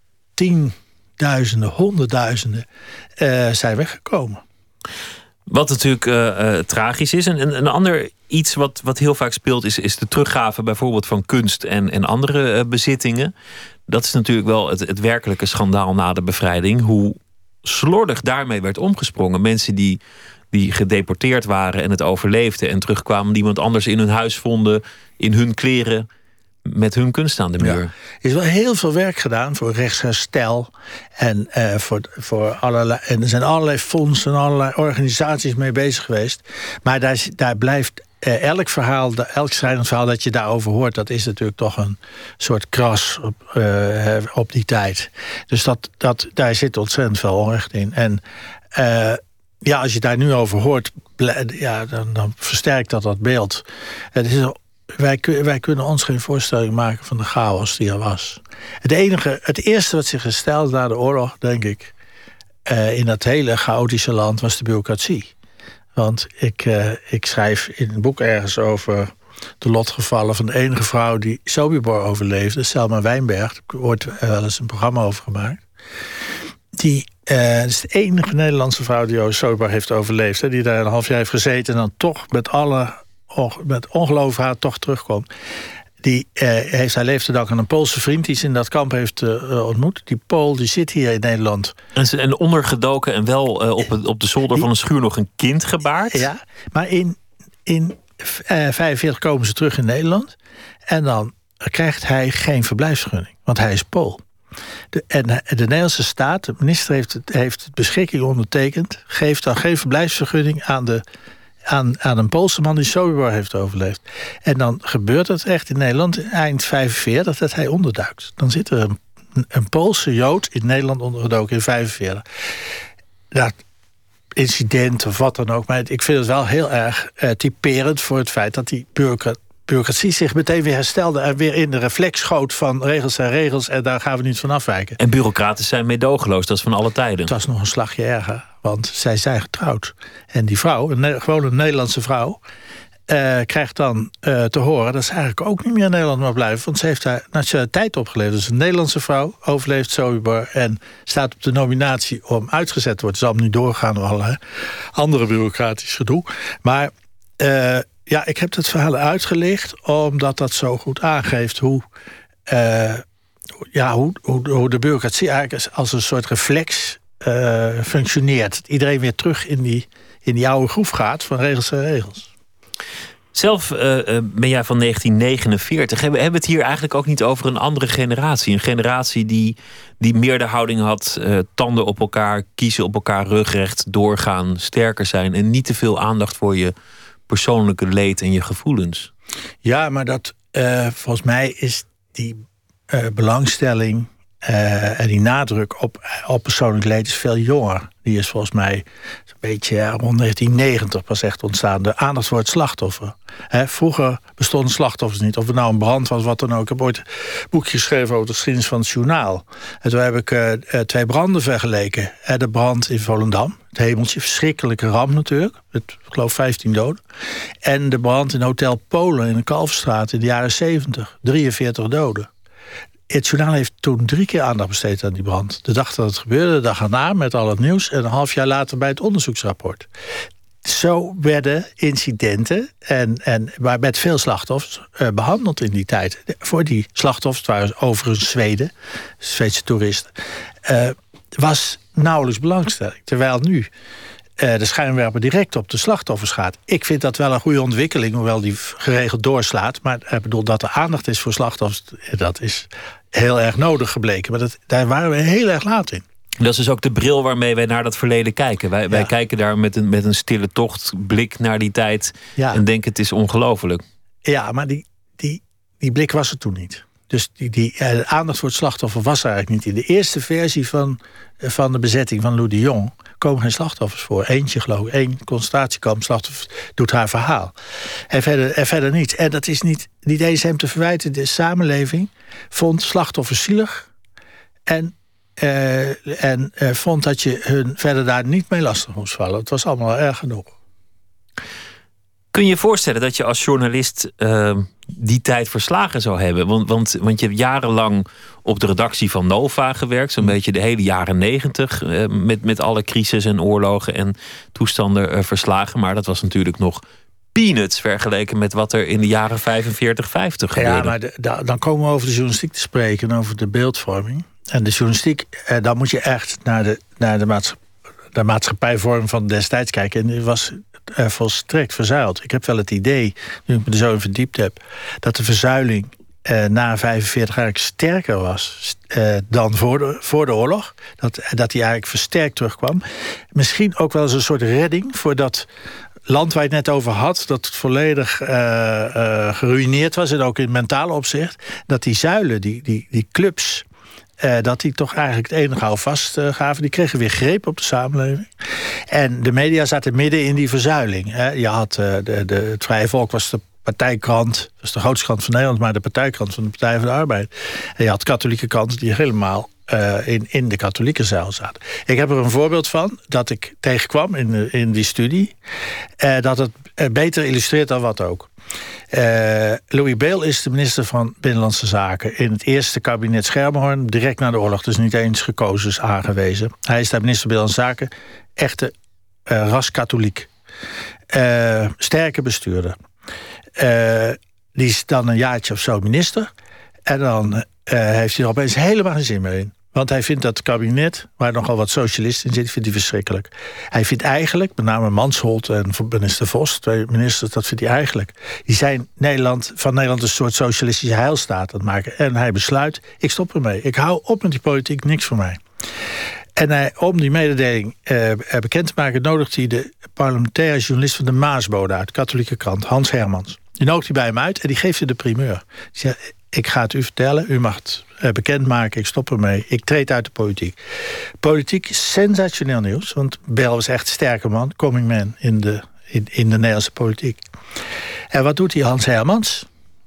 tienduizenden, honderdduizenden uh, zijn weggekomen. Wat natuurlijk uh, uh, tragisch is. En een, een ander iets wat, wat heel vaak speelt is, is de teruggave bijvoorbeeld van kunst en, en andere uh, bezittingen. Dat is natuurlijk wel het, het werkelijke schandaal na de bevrijding. Hoe slordig daarmee werd omgesprongen. Mensen die, die gedeporteerd waren en het overleefden en terugkwamen, die iemand anders in hun huis vonden, in hun kleren, met hun kunst aan de muur. Ja, er is wel heel veel werk gedaan voor rechtsherstel. En, uh, voor, voor allerlei, en er zijn allerlei fondsen en allerlei organisaties mee bezig geweest. Maar daar, daar blijft uh, elk verhaal, elk schrijnend verhaal dat je daarover hoort, dat is natuurlijk toch een soort kras op, uh, op die tijd. Dus dat, dat, daar zit ontzettend veel onrecht in. En uh, ja, als je daar nu over hoort, ja, dan, dan versterkt dat dat beeld. Het is Wij, wij kunnen ons geen voorstelling maken van de chaos die er was. Het enige, het eerste wat zich gesteld na de oorlog, denk ik, uh, in dat hele chaotische land, was de bureaucratie. Want ik, uh, ik schrijf in een boek ergens over de lotgevallen van de enige vrouw die Sobibor overleefde, Selma Wijnberg. Er wordt wel eens een programma over gemaakt. Die uh, is de enige Nederlandse vrouw die Sobibor heeft overleefd. Hè, die daar een half jaar heeft gezeten en dan toch met alle met ongeloof haar toch terugkomt. Die uh, heeft haar leven te danken aan een Poolse vriend die ze in dat kamp heeft uh, ontmoet. Die Pool die zit hier in Nederland. En, ze, en ondergedoken en wel uh, op, het, op de zolder van een schuur nog een kind gebaard. Ja, maar in, in vijfenveertig komen ze terug in Nederland. En dan krijgt hij geen verblijfsvergunning. Want hij is Pool. De, en de Nederlandse staat, de minister heeft het, heeft het beschikking ondertekend, geeft dan geen verblijfsvergunning aan de Aan, aan een Poolse man die Sobibor heeft overleefd. En dan gebeurt het echt in Nederland eind vijfenveertig dat hij onderduikt. Dan zit er een, een Poolse Jood in Nederland ondergedoken in vijfenveertig. Dat incident of wat dan ook. Maar ik vind het wel heel erg uh, typerend voor het feit dat die bureaucratie bureaucratie zich meteen weer herstelde en weer in de reflex schoot van regels en regels en daar gaan we niet van afwijken. En bureaucraten zijn meedogenloos, dat is van alle tijden. Het was nog een slagje erger, want zij zijn getrouwd. En die vrouw, een, gewoon een Nederlandse vrouw, uh, krijgt dan uh, te horen dat ze eigenlijk ook niet meer in Nederland mag blijven, want ze heeft haar nationaliteit opgeleverd. Dus een Nederlandse vrouw overleeft Sobibor en staat op de nominatie om uitgezet te worden. Ze zal nu doorgaan door allerlei andere bureaucratisch gedoe. Maar uh, ja, ik heb het verhaal uitgelicht omdat dat zo goed aangeeft hoe, uh, ja, hoe, hoe, hoe de bureaucratie eigenlijk als een soort reflex uh, functioneert. Dat iedereen weer terug in die, in die oude groef gaat van regels en regels. Zelf uh, ben jij van negentien negenenveertig. Hebben we het hier eigenlijk ook niet over een andere generatie? Een generatie die, die meer de houding had, uh, tanden op elkaar, kiezen op elkaar, rugrecht, doorgaan, sterker zijn en niet te veel aandacht voor je persoonlijke leed en je gevoelens. Ja, maar dat uh, volgens mij is die uh, belangstelling uh, en die nadruk op, op persoonlijk leed is veel jonger. Die is volgens mij een beetje ja, rond negentien negentig pas echt ontstaan. De aandacht voor het slachtoffer. He, vroeger bestonden slachtoffers niet. Of het nou een brand was, wat dan ook. Ik heb ooit een boekje geschreven over de geschiedenis van het journaal. En toen heb ik uh, twee branden vergeleken. Uh, de brand in Volendam. Het Hemeltje, verschrikkelijke ramp natuurlijk. Met, ik geloof, vijftien doden. En de brand in Hotel Polen in de Kalverstraat in de jaren zeventig. drieënveertig doden. Het journaal heeft toen drie keer aandacht besteed aan die brand. De dag dat het gebeurde, de dag erna met al het nieuws en een half jaar later bij het onderzoeksrapport. Zo werden incidenten en, en maar met veel slachtoffers uh, behandeld in die tijd. Voor die slachtoffers, het waren overigens Zweden, Zweedse toeristen, uh, was nauwelijks belangstelling. Terwijl nu uh, de schijnwerper direct op de slachtoffers gaat. Ik vind dat wel een goede ontwikkeling, hoewel die geregeld doorslaat. Maar ik bedoel dat er aandacht is voor slachtoffers, dat is heel erg nodig gebleken. Maar dat, daar waren we heel erg laat in. Dat is dus ook de bril waarmee wij naar dat verleden kijken. Wij, ja. wij kijken daar met een, met een stille tocht, blik naar die tijd. Ja. En denken het is ongelooflijk. Ja, maar die, die, die blik was er toen niet. Dus die, die eh, aandacht voor het slachtoffer was er eigenlijk niet. In de eerste versie van, van de bezetting van Lou de Jong komen geen slachtoffers voor. Eentje geloof ik, één concentratiekamp slachtoffer doet haar verhaal. En verder, en verder niets. En dat is niet, niet eens hem te verwijten. De samenleving vond slachtoffers zielig. En, uh, en uh, vond dat je hun verder daar niet mee lastig moest vallen. Het was allemaal erg genoeg. Kun je je voorstellen dat je als journalist uh, die tijd verslagen zou hebben? Want, want, want je hebt jarenlang op de redactie van Nova gewerkt. Zo'n beetje de hele jaren negentig. Uh, met, met alle crisis en oorlogen en toestanden uh, verslagen. Maar dat was natuurlijk nog peanuts vergeleken met wat er in de jaren vijfenveertig, vijftig gebeurde. Ja, maar de, da, dan komen we over de journalistiek te spreken. En over de beeldvorming. En de journalistiek, uh, dan moet je echt naar de, naar de, maatschappij, de maatschappijvorm van destijds kijken. En die was Uh, volstrekt verzuild. Ik heb wel het idee, nu ik me er zo in verdiept heb, dat de verzuiling uh, na vijfenveertig eigenlijk sterker was uh, dan voor de, voor de oorlog. Dat, dat die eigenlijk versterkt terugkwam. Misschien ook wel eens een soort redding voor dat land waar je het net over had, dat het volledig uh, uh, geruïneerd was en ook in mentale opzicht. Dat die zuilen, die, die, die clubs, Uh, dat die toch eigenlijk het enige houvast uh, gaven. Die kregen weer greep op de samenleving. En de media zaten midden in die verzuiling. Hè. Je had uh, de, de, het Vrije Volk was de partijkrant. Dat was de grootste krant van Nederland, maar de partijkrant van de Partij voor de Arbeid. En je had katholieke kranten die helemaal uh, in, in de katholieke zuil zaten. Ik heb er een voorbeeld van dat ik tegenkwam in, de, in die studie. Uh, dat het uh, beter illustreert dan wat ook. Uh, Louis Behl is de minister van Binnenlandse Zaken in het eerste kabinet Schermerhorn, direct na de oorlog, dus niet eens gekozen, is aangewezen. Hij is daar minister van Binnenlandse Zaken, echte uh, ras-katholiek. Uh, sterke bestuurder. Uh, die is dan een jaartje of zo minister. En dan uh, heeft hij er opeens helemaal geen zin meer in. Want hij vindt dat het kabinet, waar nogal wat socialisten in zitten, vindt hij verschrikkelijk. Hij vindt eigenlijk, met name Mansholt en minister Vos, twee ministers, dat vindt hij eigenlijk. Die zijn Nederland, van Nederland een soort socialistische heilstaat aan het maken. En hij besluit, ik stop ermee. Ik hou op met die politiek, niks voor mij. En hij, om die mededeling eh, bekend te maken, nodigt hij de parlementaire journalist van de Maasbode uit, katholieke krant, Hans Hermans. Die nodigt hij bij hem uit en die geeft hij de primeur. Die zegt, ik ga het u vertellen, u mag het uh, bekendmaken, ik stop ermee. Ik treed uit de politiek. Politiek is sensationeel nieuws, want Behl was echt een sterke man, coming man in de, in, in de Nederlandse politiek. En wat doet die Hans Hermans?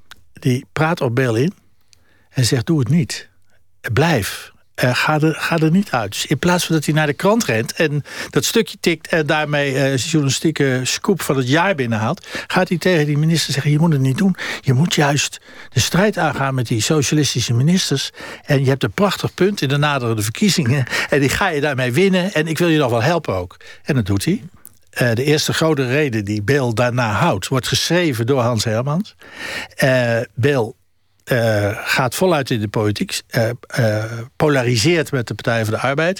Die praat op Behl in en zegt, doe het niet. Blijf. Uh, ga, er, ga er niet uit. Dus in plaats van dat hij naar de krant rent en dat stukje tikt en daarmee uh, journalistieke scoop van het jaar binnenhaalt, gaat hij tegen die minister zeggen, je moet het niet doen. Je moet juist de strijd aangaan met die socialistische ministers. En je hebt een prachtig punt in de naderende verkiezingen. En die ga je daarmee winnen. En ik wil je nog wel helpen ook. En dat doet hij. Uh, de eerste grote reden die Behl daarna houdt, wordt geschreven door Hans Hermans. Uh, Behl Uh, gaat voluit in de politiek, uh, uh, polariseert met de Partij voor de Arbeid,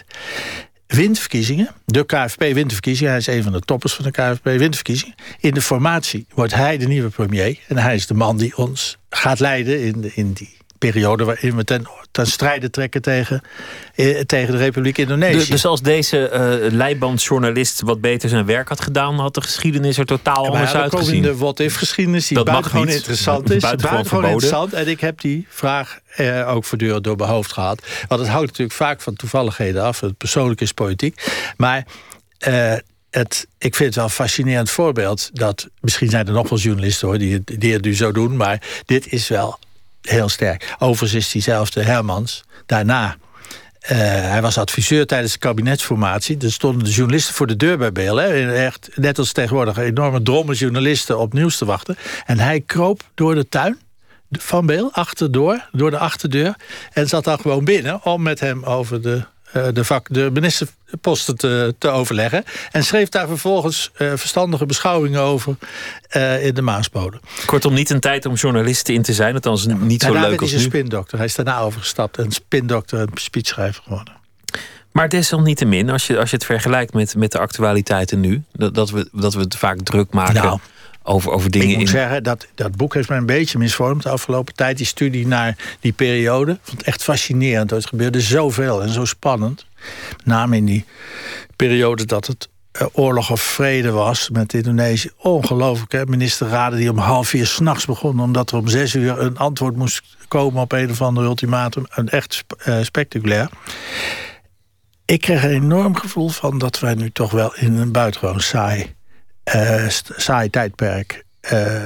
wint verkiezingen. De K F P wint de verkiezingen. Hij is een van de toppers van de K F P, wint de verkiezingen. In de formatie wordt hij de nieuwe premier. En hij is de man die ons gaat leiden in, de, in die periode waarin we ten, ten strijde trekken tegen, eh, tegen de Republiek Indonesië. Dus, dus als deze uh, leibandjournalist wat beter zijn werk had gedaan, had de geschiedenis er totaal ja, anders uitgezien. We komen in de what-if-geschiedenis die buitengewoon interessant is. Buitengewoon interessant. En ik heb die vraag eh, ook voortdurend door mijn hoofd gehad. Want het hangt natuurlijk vaak van toevalligheden af. Het persoonlijk is politiek. Maar Uh, Het, ik vind het wel een fascinerend voorbeeld. Dat, misschien zijn er nog wel journalisten hoor, die, die het nu zo doen. Maar dit is wel heel sterk. Overigens is diezelfde Hermans daarna. Uh, hij was adviseur tijdens de kabinetsformatie. Er stonden de journalisten voor de deur bij Behl. Hè. Echt, net als tegenwoordig enorme drommen journalisten op nieuws te wachten. En hij kroop door de tuin van Behl, achterdoor, door de achterdeur. En zat dan gewoon binnen om met hem over de, uh, de, vak, de ministerposten te, te overleggen. En schreef daar vervolgens uh, verstandige beschouwingen over uh, in de Maasbode. Kortom, niet een tijd om journalisten in te zijn. Althans, niet zo leuk als nu. Hij is een spindokter. Hij is daarna overgestapt. En spindokter en speechschrijver geworden. Maar desalniettemin, als je, als je het vergelijkt met, met de actualiteiten nu, dat, dat, we, dat we het vaak druk maken nou, over, over dingen. Ik moet in... zeggen, dat, dat boek heeft mij een beetje misvormd de afgelopen tijd. Die studie naar die periode. Ik vond het echt fascinerend. Het gebeurde zoveel en zo spannend. Met name in die periode dat het uh, oorlog of vrede was met Indonesië. Ongelooflijk, hè? Minister Raden die om half vier 's nachts begon, omdat er om zes uur een antwoord moest komen op een of ander ultimatum. Een echt uh, spectaculair. Ik kreeg een enorm gevoel van dat wij nu toch wel in een buitengewoon saai, uh, saai tijdperk uh,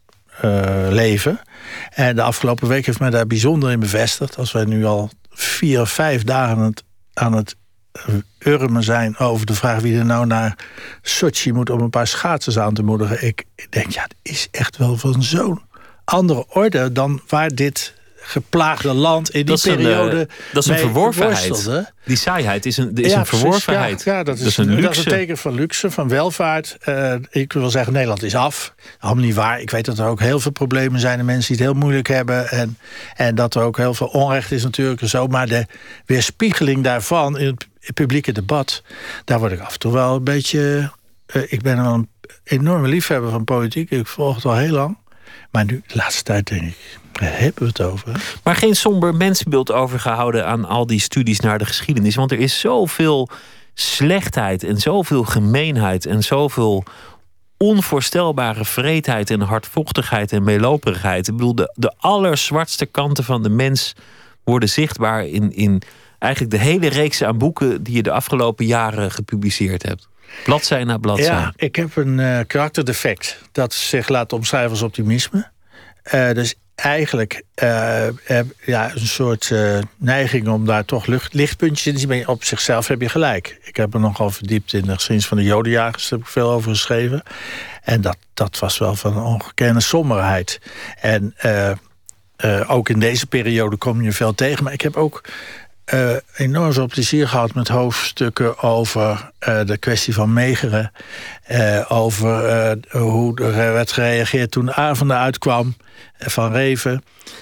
uh, leven. En de afgelopen week heeft mij daar bijzonder in bevestigd. Als wij nu al vier of vijf dagen aan het, aan het urmen zijn over de vraag wie er nou naar Sochi moet om een paar schaatsers aan te moedigen. Ik, ik denk, ja, het is echt wel van zo'n andere orde dan waar dit geplaagde land in die dat periode een, uh, dat is een verworvenheid. Worstelde. Die saaiheid is een, is ja, een verworvenheid. Ja, ja, dat, is, dat is een luxe. Dat is een teken van luxe, van welvaart. Uh, ik wil zeggen, Nederland is af. Allemaal niet waar. Ik weet dat er ook heel veel problemen zijn en mensen die het heel moeilijk hebben. En, en dat er ook heel veel onrecht is natuurlijk en zo. Maar de weerspiegeling daarvan in het publieke debat, daar word ik af en toe wel een beetje... Uh, ik ben wel een enorme liefhebber van politiek. Ik volg het al heel lang. Maar nu, de laatste tijd denk ik, daar hebben we het over. Hè? Maar geen somber mensbeeld overgehouden aan al die studies naar de geschiedenis. Want er is zoveel slechtheid en zoveel gemeenheid en zoveel onvoorstelbare vreedheid en hardvochtigheid en meeloperigheid. Ik bedoel, de, de allerzwartste kanten van de mens worden zichtbaar in, in eigenlijk de hele reeks aan boeken die je de afgelopen jaren gepubliceerd hebt. Bladzij na bladzij. Ja, ik heb een uh, karakterdefect dat zich laat omschrijven als optimisme. Uh, dus eigenlijk uh, heb, ja, een soort uh, neiging om daar toch lucht, lichtpuntjes in te zien. Maar op zichzelf heb je gelijk. Ik heb me nogal verdiept in de geschiedenis van de Jodenjagers. Daar heb ik veel over geschreven. En dat, dat was wel van een ongekende somberheid. En uh, uh, ook in deze periode kom je veel tegen. Maar ik heb ook Uh, enorm veel plezier gehad met hoofdstukken over uh, de kwestie van Megeren. Uh, over uh, hoe er werd gereageerd toen de avonden uitkwam uh, van Reven.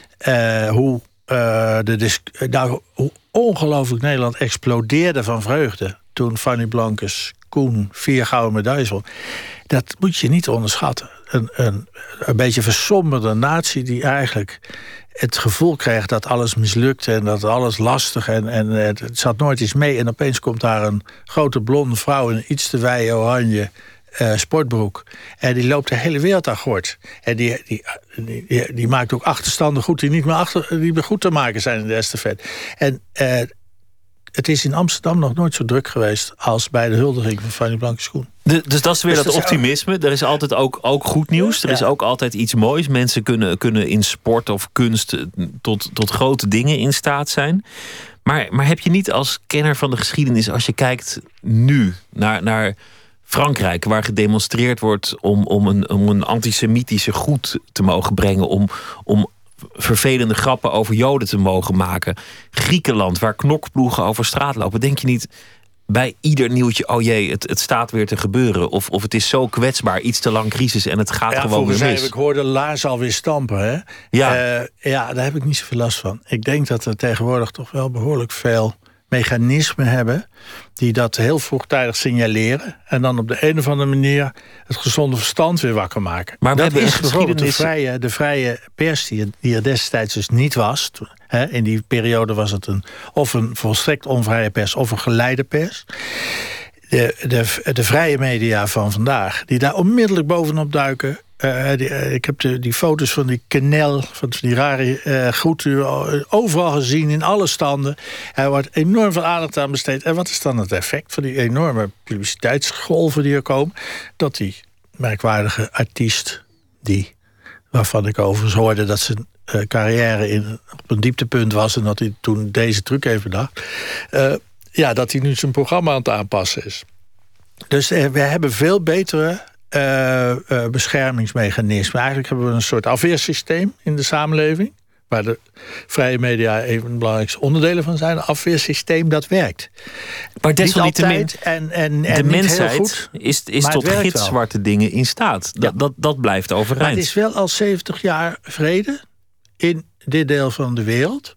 Uh, hoe, uh, de dis- nou, hoe ongelooflijk Nederland explodeerde van vreugde toen Fanny Blankers Koen vier gouden medailles won. Dat moet je niet onderschatten. Een, een, een beetje versomberde natie die eigenlijk het gevoel kreeg dat alles mislukte en dat alles lastig en, en het zat nooit iets mee. En opeens komt daar een grote blonde vrouw in een iets te wijde oranje uh, sportbroek. En die loopt de hele wereld aan gort. En die, die, die, die maakt ook achterstanden goed die niet meer, achter, die meer goed te maken zijn in de estafette. En uh, het is in Amsterdam nog nooit zo druk geweest als bij de huldiging van Fanny Blankers Koen. De, dus dat is weer dus dat, dat optimisme. Er is altijd ook, ook goed nieuws. Er is ja. ook altijd iets moois. Mensen kunnen, kunnen in sport of kunst tot, tot grote dingen in staat zijn. Maar, maar heb je niet als kenner van de geschiedenis, als je kijkt nu naar, naar Frankrijk, waar gedemonstreerd wordt om, om, een, om een antisemitische groet te mogen brengen, om, om vervelende grappen over Joden te mogen maken. Griekenland, waar knokploegen over straat lopen. Denk je niet bij ieder nieuwtje, oh jee, het, het staat weer te gebeuren. Of, of het is zo kwetsbaar, iets te lang crisis en het gaat ja, gewoon weer mis. Ik hoorde Laars alweer stampen. Hè? Ja. Uh, ja, daar heb ik niet zoveel last van. Ik denk dat er tegenwoordig toch wel behoorlijk veel mechanismen hebben die dat heel vroegtijdig signaleren en dan op de een of andere manier het gezonde verstand weer wakker maken. Maar we dat hebben is bijvoorbeeld de geschiedenis vrije, de vrije pers die, die er destijds dus niet was. Hè, in die periode was het een, of een volstrekt onvrije pers of een geleide pers. De, de, de vrije media van vandaag, die daar onmiddellijk bovenop duiken. Uh, die, uh, ik heb de, die foto's van die Kenel, van die rare uh, groet, overal gezien, in alle standen. Er wordt enorm veel aandacht aan besteed. En wat is dan het effect van die enorme publiciteitsgolven die er komen? Dat die merkwaardige artiest, die, waarvan ik overigens hoorde dat zijn uh, carrière in, op een dieptepunt was en dat hij toen deze truc heeft bedacht, uh, ja, dat hij nu zijn programma aan het aanpassen is. Dus uh, we hebben veel betere Uh, uh, beschermingsmechanismen. Eigenlijk hebben we een soort afweersysteem in de samenleving, waar de vrije media een van de belangrijkste onderdelen van zijn. Een afweersysteem dat werkt. Maar desalniettemin, niet altijd en, en, en de niet mensheid heel goed, is, is tot gitzwarte dingen in staat. Dat, ja. dat, dat blijft overeind. Maar het is wel al zeventig jaar vrede in dit deel van de wereld.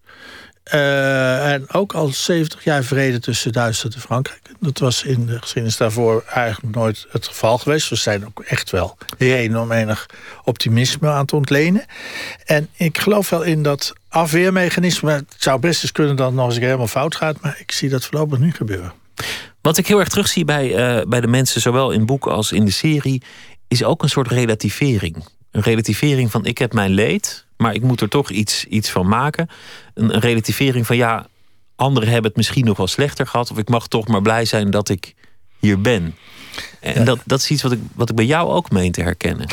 Uh, en ook al zeventig jaar vrede tussen Duitsland en Frankrijk. Dat was in de geschiedenis daarvoor eigenlijk nooit het geval geweest. We zijn ook echt wel reden om enig optimisme aan te ontlenen. En ik geloof wel in dat afweermechanisme. Het zou best eens kunnen dat het nog eens helemaal fout gaat. Maar ik zie dat voorlopig niet gebeuren. Wat ik heel erg terugzie bij, uh, bij de mensen, zowel in boeken als in de serie, is ook een soort relativering. Een relativering van ik heb mijn leed, maar ik moet er toch iets, iets van maken. Een, een relativering van ja, anderen hebben het misschien nog wel slechter gehad, of ik mag toch maar blij zijn dat ik hier ben. En ja. dat, dat is iets wat ik, wat ik bij jou ook meen te herkennen.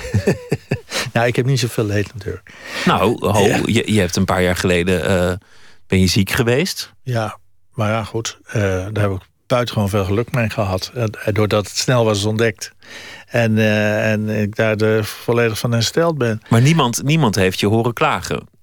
Nou, ik heb niet zoveel leed natuurlijk. Nou, ho, ja. je, je hebt een paar jaar geleden uh, ben je ziek geweest. Ja, maar ja, goed. Uh, daar heb ik buitengewoon veel geluk mee gehad. Uh, doordat het snel was ontdekt. En, uh, en ik daar de volledig van hersteld ben. Maar niemand, niemand heeft je horen klagen. Uh,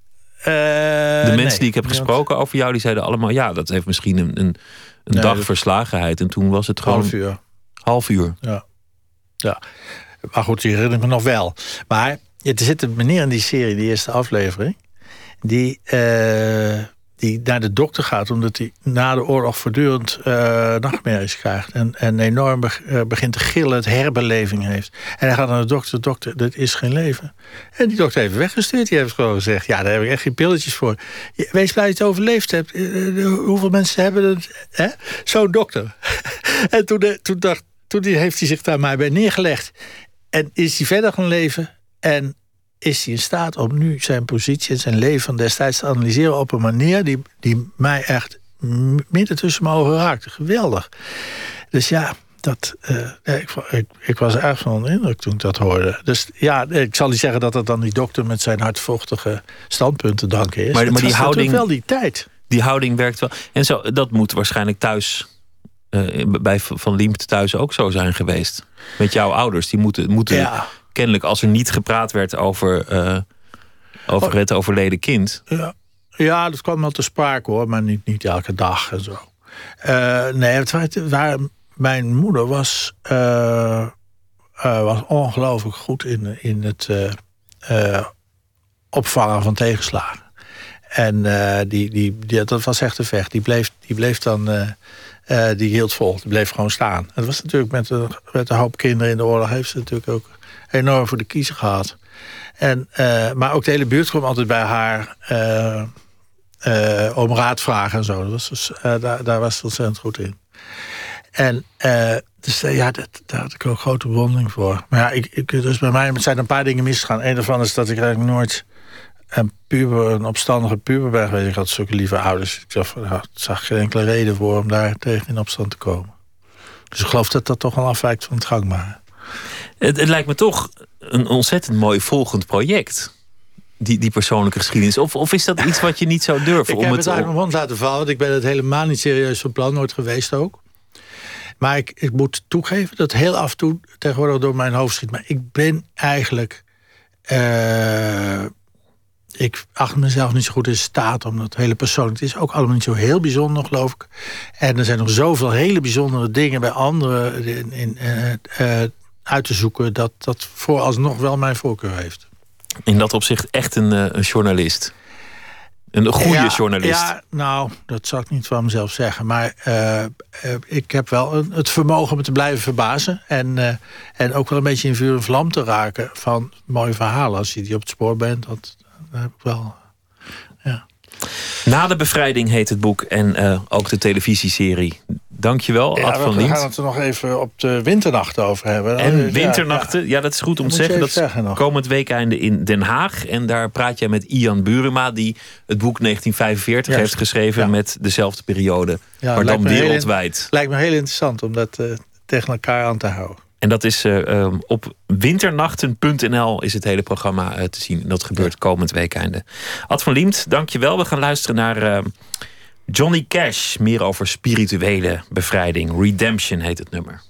de mensen nee, die ik heb gesproken over jou, die zeiden allemaal ja, dat heeft misschien een, een, een nee, dag dat... verslagenheid. En toen was het gewoon... Half uur. Half uur. Ja. Ja. Maar goed, die herinner ik me nog wel. Maar er zit een meneer in die serie, die eerste aflevering, die, uh, die naar de dokter gaat omdat hij na de oorlog voortdurend uh, nachtmerries krijgt. En, en enorm be, uh, begint te gillen, het herbeleving heeft. En hij gaat naar de dokter, dokter, dit is geen leven. En die dokter heeft weggestuurd. Die heeft gewoon gezegd, ja, daar heb ik echt geen pilletjes voor. Wees blij dat je het overleefd hebt. Uh, hoeveel mensen hebben het? Hè? Zo'n dokter. En toen, de, toen, dacht, toen heeft hij zich daar maar bij neergelegd. En is hij verder gaan leven en is hij in staat om nu zijn positie en zijn leven van destijds te analyseren op een manier die, die mij echt midden tussen mijn ogen raakte. Geweldig. Dus ja, dat, uh, ik, ik, ik was erg van onder indruk toen ik dat hoorde. Dus ja, ik zal niet zeggen dat het dan die dokter met zijn hardvochtige standpunten danken is. Maar, maar die houding, wel die tijd. Die houding werkt wel. En zo, dat moet waarschijnlijk thuis, uh, bij Van Liemt thuis ook zo zijn geweest. Met jouw ouders. Die moeten, moeten ja. kennelijk, als er niet gepraat werd over, uh, over het overleden kind. Ja. ja, dat kwam wel te sprake hoor, maar niet, niet elke dag en zo. Uh, nee, het waar, waar, mijn moeder was, uh, uh, was ongelooflijk goed in, in het uh, uh, opvangen van tegenslagen. En uh, die, die, die, dat was echt een vecht. Die bleef, die bleef dan... Uh, Uh, die hield vol, die bleef gewoon staan. En dat was natuurlijk met een, met een hoop kinderen in de oorlog... heeft ze natuurlijk ook enorm voor de kiezer gehad. En, uh, maar ook de hele buurt kwam altijd bij haar... Uh, uh, om raad vragen en zo. Dat was dus, uh, daar, daar was ze ontzettend goed in. En uh, dus uh, ja, dat, daar had ik ook grote bewondering voor. Maar ja, ik, ik, dus bij mij zijn er een paar dingen misgegaan. Een daarvan is dat ik eigenlijk nooit... een puber, een opstandige puber ben geweest. Ik had zulke lieve ouders. Ik zag, nou, zag geen enkele reden voor om daar tegen in opstand te komen. Dus ik geloof dat dat toch wel afwijkt van het gangbare. Het, het lijkt me toch een ontzettend mooi volgend project. Die, die persoonlijke geschiedenis. Of, of is dat iets wat je niet zou durven? Ik om heb het het uit mijn mond laten vallen. Want ik ben het helemaal niet serieus van plan. Nooit geweest ook. Maar ik, ik moet toegeven dat heel af en toe tegenwoordig door mijn hoofd schiet. Maar ik ben eigenlijk... Uh, Ik acht mezelf niet zo goed in staat om dat hele persoonlijk... Het is ook allemaal niet zo heel bijzonder, geloof ik. En er zijn nog zoveel hele bijzondere dingen bij anderen in, in, uh, uh, uit te zoeken... dat dat vooralsnog wel mijn voorkeur heeft. In dat opzicht echt een, uh, een journalist. Een goede ja, journalist. Ja, nou, dat zou ik niet van mezelf zeggen. Maar uh, uh, ik heb wel een, het vermogen me te blijven verbazen. En, uh, en ook wel een beetje in vuur en vlam te raken van mooie verhalen. Als je die op het spoor bent, dat... Dat heb ik wel, ja. Na de bevrijding heet het boek en uh, ook de televisieserie. Dankjewel, ja, Ad van Liemt. We gaan het er nog even op de winternachten over hebben. En ja, winternachten, ja, ja, dat is goed om te zeggen. Dat zeggen komend weekende in Den Haag. En daar praat jij met Ian Buruma, die het boek negentien vijfenveertig Juist. heeft geschreven... Ja. met dezelfde periode, ja, maar dan wereldwijd. Heel, lijkt me heel interessant om dat uh, tegen elkaar aan te houden. En dat is uh, um, op winternachten punt n l is het hele programma uh, te zien. En dat gebeurt ja. komend weekende. Ad van Liemt, dankjewel. We gaan luisteren naar uh, Johnny Cash. Meer over spirituele bevrijding. Redemption heet het nummer.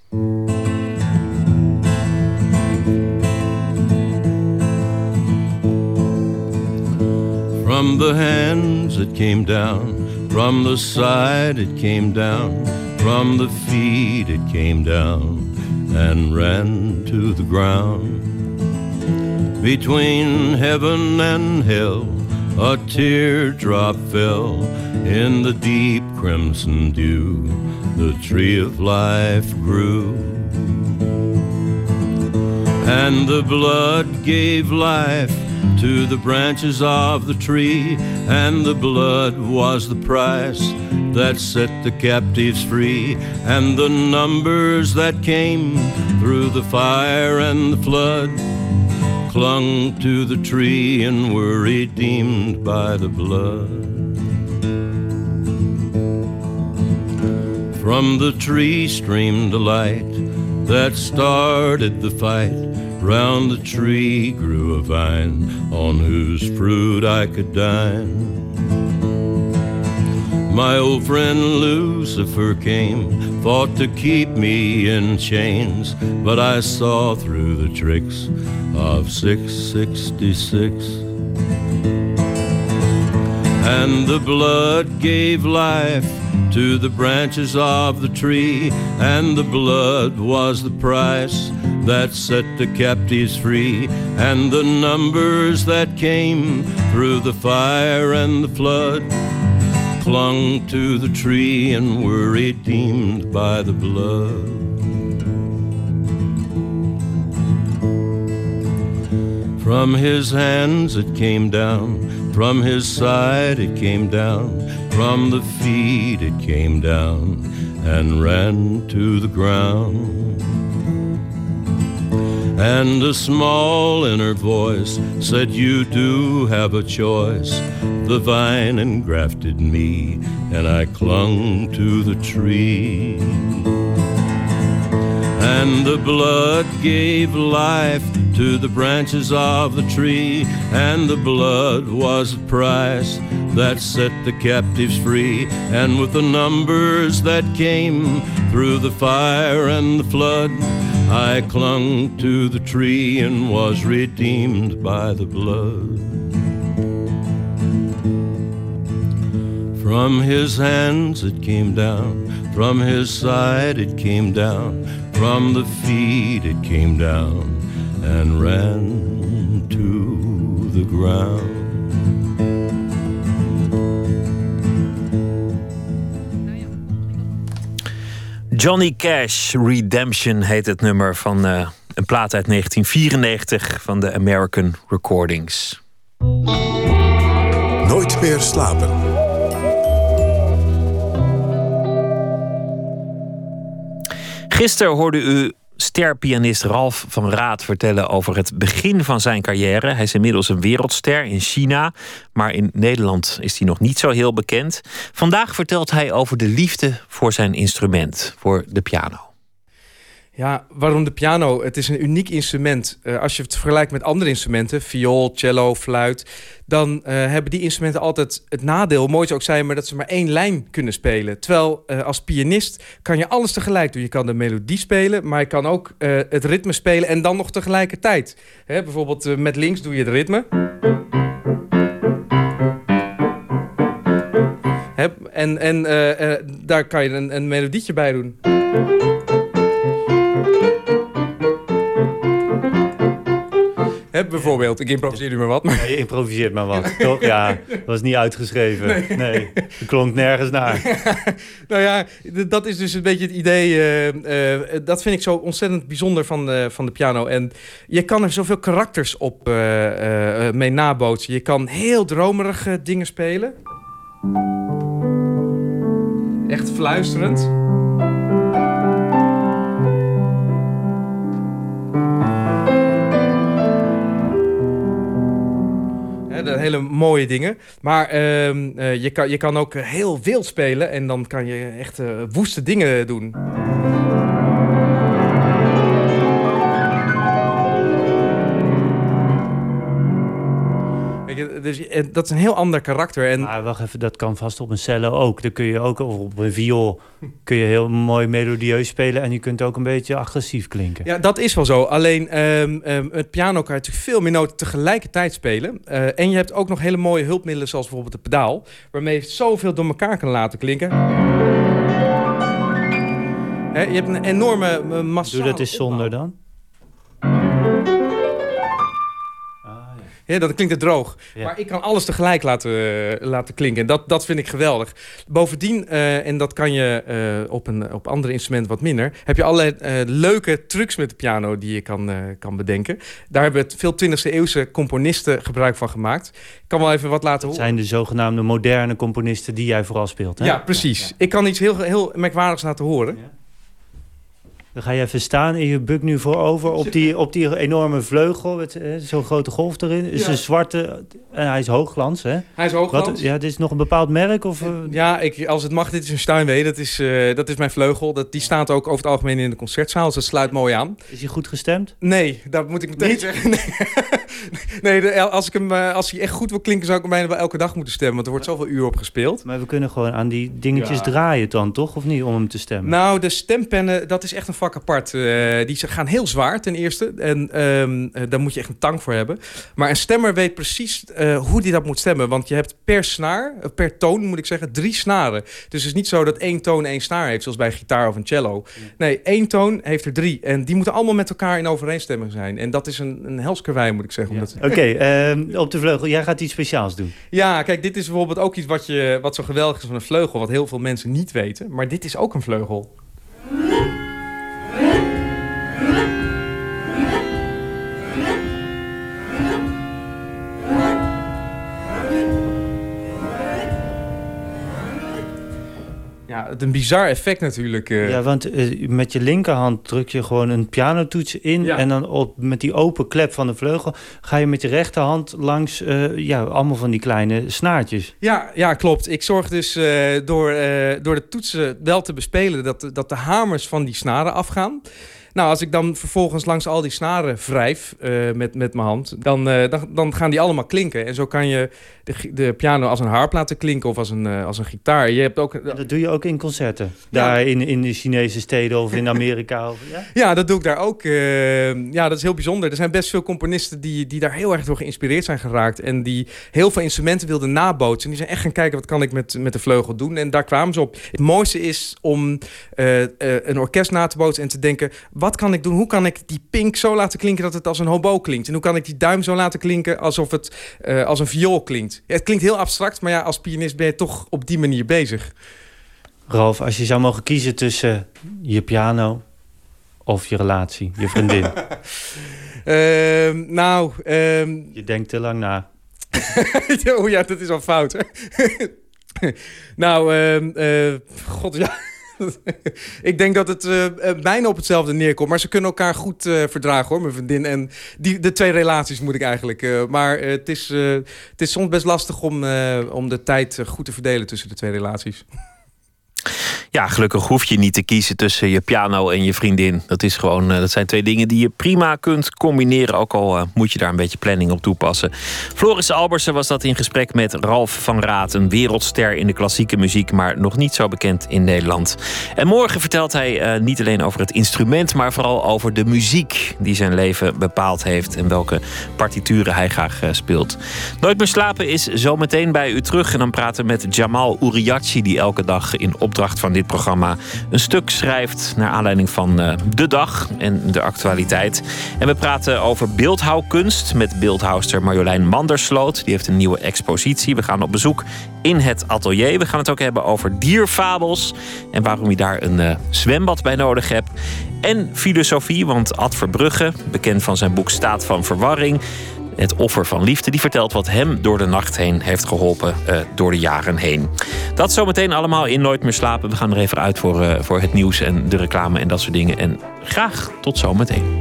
From the hands it came down. From the side it came down. From the feet it came down. And ran to the ground. Between heaven and hell, a teardrop fell in the deep crimson dew. The tree of life grew, and the blood gave life to the branches of the tree, and the blood was the price that set the captives free, and the numbers that came through the fire and the flood clung to the tree and were redeemed by the blood. From the tree streamed the light that started the fight. Round the tree grew a vine on whose fruit I could dine. My old friend Lucifer came, fought to keep me in chains, but I saw through the tricks of six sixty-six. And the blood gave life to the branches of the tree, and the blood was the price that set the captives free, and the numbers that came through the fire and the flood clung to the tree and were redeemed by the blood. From his hands it came down, from his side it came down, from the feet it came down and ran to the ground. And a small inner voice said, you do have a choice. The vine engrafted me, and I clung to the tree. And the blood gave life to the branches of the tree, and the blood was the price that set the captives free. And with the numbers that came through the fire and the flood, I clung to the tree and was redeemed by the blood. From his hands it came down, from his side it came down, from the feet it came down and ran to the ground. Johnny Cash, Redemption heet het nummer van uh, een plaat uit negentien vierennegentig van de American Recordings. Nooit meer slapen. Gisteren hoorde u sterpianist Ralf van Raat vertellen over het begin van zijn carrière. Hij is inmiddels een wereldster in China, maar in Nederland is hij nog niet zo heel bekend. Vandaag vertelt hij over de liefde voor zijn instrument, voor de piano. Ja, waarom de piano? Het is een uniek instrument. Uh, als je het vergelijkt met andere instrumenten, viool, cello, fluit, dan uh, hebben die instrumenten altijd het nadeel, mooi zou ook zijn, maar dat ze maar één lijn kunnen spelen. Terwijl uh, als pianist kan je alles tegelijk doen. Je kan de melodie spelen, maar je kan ook uh, het ritme spelen en dan nog tegelijkertijd. Hè, bijvoorbeeld uh, met links doe je het ritme. Hè, en en uh, uh, daar kan je een, een melodietje bij doen. He, bijvoorbeeld, ik improviseer nu maar wat. Maar... Ja, je improviseert maar wat, toch? Ja, dat was niet uitgeschreven. Nee, nee, het klonk nergens naar. Nou ja, dat is dus een beetje het idee. Uh, uh, dat vind ik zo ontzettend bijzonder van de, van de piano. En je kan er zoveel karakters op uh, uh, mee nabootsen. Je kan heel dromerige dingen spelen. Echt fluisterend. Hele mooie dingen. Maar uh, uh, je, kan, je kan ook heel wild spelen. En dan kan je echt uh, woeste dingen doen. Dus dat is een heel ander karakter. En... Maar wacht even, dat kan vast op een cello ook. Dan kun je ook, of op een viool kun je heel mooi melodieus spelen. En je kunt ook een beetje agressief klinken. Ja, dat is wel zo. Alleen um, um, het piano kan je natuurlijk veel meer noten tegelijkertijd spelen. Uh, en je hebt ook nog hele mooie hulpmiddelen, zoals bijvoorbeeld de pedaal, waarmee je zoveel door elkaar kan laten klinken. He, je hebt een enorme uh, massale Doe dat eens zonder dan. Ja, dan klinkt het droog. Ja. Maar ik kan alles tegelijk laten, uh, laten klinken. En dat, dat vind ik geweldig. Bovendien, uh, en dat kan je uh, op, een, op andere instrumenten wat minder... heb je allerlei uh, leuke trucs met de piano die je kan, uh, kan bedenken. Daar hebben veel twintigste eeuwse componisten gebruik van gemaakt. Ik kan wel even wat laten horen. Het zijn de zogenaamde moderne componisten die jij vooral speelt, hè? Ja, precies. Ja, ja. Ik kan iets heel, heel merkwaardigs laten horen. Ja. Dan ga je even staan en je bukt nu voorover op die, op die enorme vleugel met eh, zo'n grote golf erin. Het is ja. een zwarte, en uh, hij is hoogglans, hè? Hij is hoogglans. Wat, ja, dit is nog een bepaald merk? Of, uh... Ja, ik, als het mag, dit is een Steinway. Dat is, uh, dat is mijn vleugel. Dat, die staat ook over het algemeen in de concertzaal, dus dat sluit mooi aan. Is hij goed gestemd? Nee, dat moet ik meteen Niet? zeggen. Nee, nee de, als, ik hem, uh, als hij echt goed wil klinken, zou ik hem bijna wel elke dag moeten stemmen. Want er wordt zoveel uur op gespeeld. Maar we kunnen gewoon aan die dingetjes ja. draaien dan, toch? Of niet, om hem te stemmen? Nou, de stempennen, dat is echt een vak apart. Uh, die gaan heel zwaar ten eerste. En um, uh, daar moet je echt een tang voor hebben. Maar een stemmer weet precies uh, hoe die dat moet stemmen. Want je hebt per snaar, per toon moet ik zeggen, drie snaren. Dus het is niet zo dat één toon één snaar heeft, zoals bij een gitaar of een cello. Nee, één toon heeft er drie. En die moeten allemaal met elkaar in overeenstemming zijn. En dat is een, een helskerwei, moet ik zeggen. Ja. Dat... Oké, okay, uh, op de vleugel. Jij gaat iets speciaals doen. Ja, kijk, dit is bijvoorbeeld ook iets wat, je, wat zo geweldig is van een vleugel. Wat heel veel mensen niet weten. Maar dit is ook een vleugel. Ja, het een bizar effect natuurlijk. Uh. Ja, want uh, met je linkerhand druk je gewoon een pianotoets in... Ja. En dan op, met die open klep van de vleugel... ga je met je rechterhand langs uh, ja, allemaal van die kleine snaartjes. Ja, ja klopt. Ik zorg dus uh, door, uh, door de toetsen wel te bespelen... Dat, dat de hamers van die snaren afgaan. Nou, als ik dan vervolgens langs al die snaren wrijf uh, met, met mijn hand... Dan, uh, dan, dan gaan die allemaal klinken. En zo kan je de, de piano als een harp laten klinken of als een, uh, als een gitaar. Je hebt ook, dat doe je ook in concerten? Daar ja. in, in de Chinese steden of in Amerika? Of, ja? ja, dat doe ik daar ook. Uh, ja, dat is heel bijzonder. Er zijn best veel componisten die, die daar heel erg door geïnspireerd zijn geraakt... en die heel veel instrumenten wilden nabootsen. En die zijn echt gaan kijken, wat kan ik met, met de vleugel doen? En daar kwamen ze op. Het mooiste is om uh, uh, een orkest na te bootsen en te denken... wat kan ik doen? Hoe kan ik die pink zo laten klinken dat het als een hobo klinkt? En hoe kan ik die duim zo laten klinken alsof het uh, als een viool klinkt? Ja, het klinkt heel abstract, maar ja, als pianist ben je toch op die manier bezig. Ralf, als je zou mogen kiezen tussen je piano of je relatie, je vriendin? uh, nou... Uh... Je denkt te lang na. oh ja, dat is al fout, hè? nou, uh, uh, god ja... ik denk dat het uh, bijna op hetzelfde neerkomt. Maar ze kunnen elkaar goed uh, verdragen, hoor, mijn vriendin. En die, de twee relaties moet ik eigenlijk. Uh, maar uh, het, is, uh, het is soms best lastig om, uh, om de tijd goed te verdelen tussen de twee relaties. Ja, gelukkig hoef je niet te kiezen tussen je piano en je vriendin. Dat is gewoon, uh, dat zijn twee dingen die je prima kunt combineren. Ook al uh, moet je daar een beetje planning op toepassen. Floris Albersen was dat in gesprek met Ralf van Raat. Een wereldster in de klassieke muziek, maar nog niet zo bekend in Nederland. En morgen vertelt hij uh, niet alleen over het instrument, maar vooral over de muziek die zijn leven bepaald heeft. En welke partituren hij graag uh, speelt. Nooit meer slapen is zo meteen bij u terug. En dan praten we met Jamal Uriachi, die elke dag in opdracht van dit programma een stuk schrijft naar aanleiding van uh, de dag en de actualiteit. En we praten over beeldhouwkunst met beeldhouwster Marjolein Mandersloot. Die heeft een nieuwe expositie. We gaan op bezoek in het atelier. We gaan het ook hebben over dierfabels en waarom je daar een uh, zwembad bij nodig hebt. En filosofie, want Ad Verbrugge, bekend van zijn boek Staat van Verwarring, Het offer van liefde, die vertelt wat hem door de nacht heen heeft geholpen, uh, door de jaren heen. Dat zometeen allemaal in Nooit meer slapen. We gaan er even uit voor, uh, voor het nieuws en de reclame en dat soort dingen. En graag tot zometeen.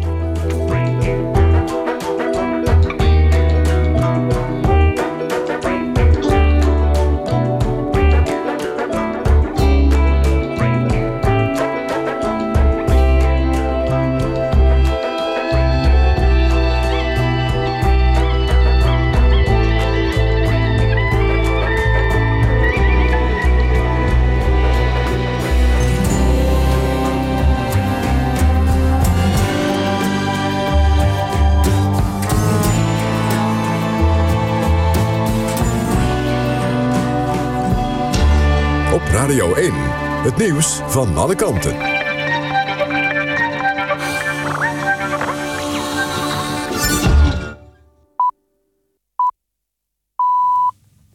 Radio één, het nieuws van alle kanten.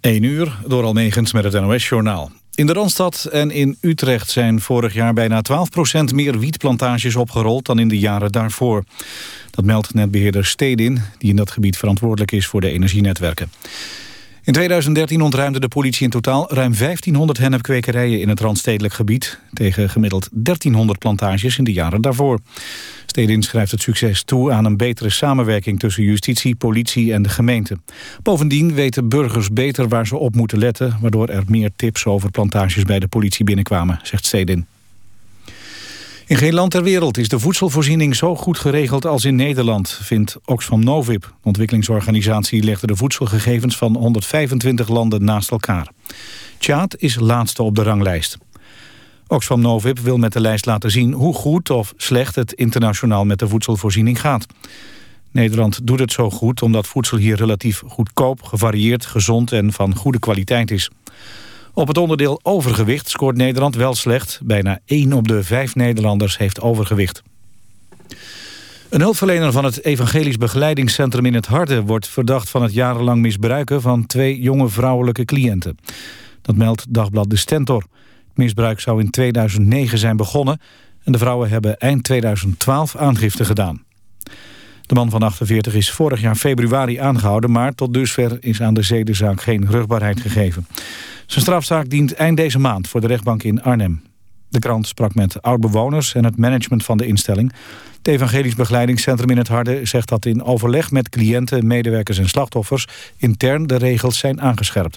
één uur, door Almegens met het N O S-journaal. In de Randstad en in Utrecht zijn vorig jaar bijna twaalf procent meer wietplantages opgerold dan in de jaren daarvoor. Dat meldt netbeheerder Stedin, die in dat gebied verantwoordelijk is voor de energienetwerken. In tweeduizend dertien ontruimde de politie in totaal ruim vijftienhonderd hennepkwekerijen in het randstedelijk gebied, tegen gemiddeld dertienhonderd plantages in de jaren daarvoor. Stedin schrijft het succes toe aan een betere samenwerking tussen justitie, politie en de gemeente. Bovendien weten burgers beter waar ze op moeten letten, waardoor er meer tips over plantages bij de politie binnenkwamen, zegt Stedin. In geen land ter wereld is de voedselvoorziening zo goed geregeld als in Nederland, vindt Oxfam Novib. De ontwikkelingsorganisatie legde de voedselgegevens van honderdvijfentwintig landen naast elkaar. Tjaad is laatste op de ranglijst. Oxfam Novib wil met de lijst laten zien hoe goed of slecht het internationaal met de voedselvoorziening gaat. Nederland doet het zo goed omdat voedsel hier relatief goedkoop, gevarieerd, gezond en van goede kwaliteit is. Op het onderdeel overgewicht scoort Nederland wel slecht. Bijna één op de vijf Nederlanders heeft overgewicht. Een hulpverlener van het Evangelisch Begeleidingscentrum in het Harde wordt verdacht van het jarenlang misbruiken van twee jonge vrouwelijke cliënten. Dat meldt dagblad De Stentor. Het misbruik zou in tweeduizend negen zijn begonnen en de vrouwen hebben eind tweeduizend twaalf aangifte gedaan. De man van achtenveertig is vorig jaar februari aangehouden, maar tot dusver is aan de zedenzaak geen rugbaarheid gegeven. Zijn strafzaak dient eind deze maand voor de rechtbank in Arnhem. De krant sprak met oud-bewoners en het management van de instelling. Het Evangelisch Begeleidingscentrum in het Harde zegt dat in overleg met cliënten, medewerkers en slachtoffers intern de regels zijn aangescherpt.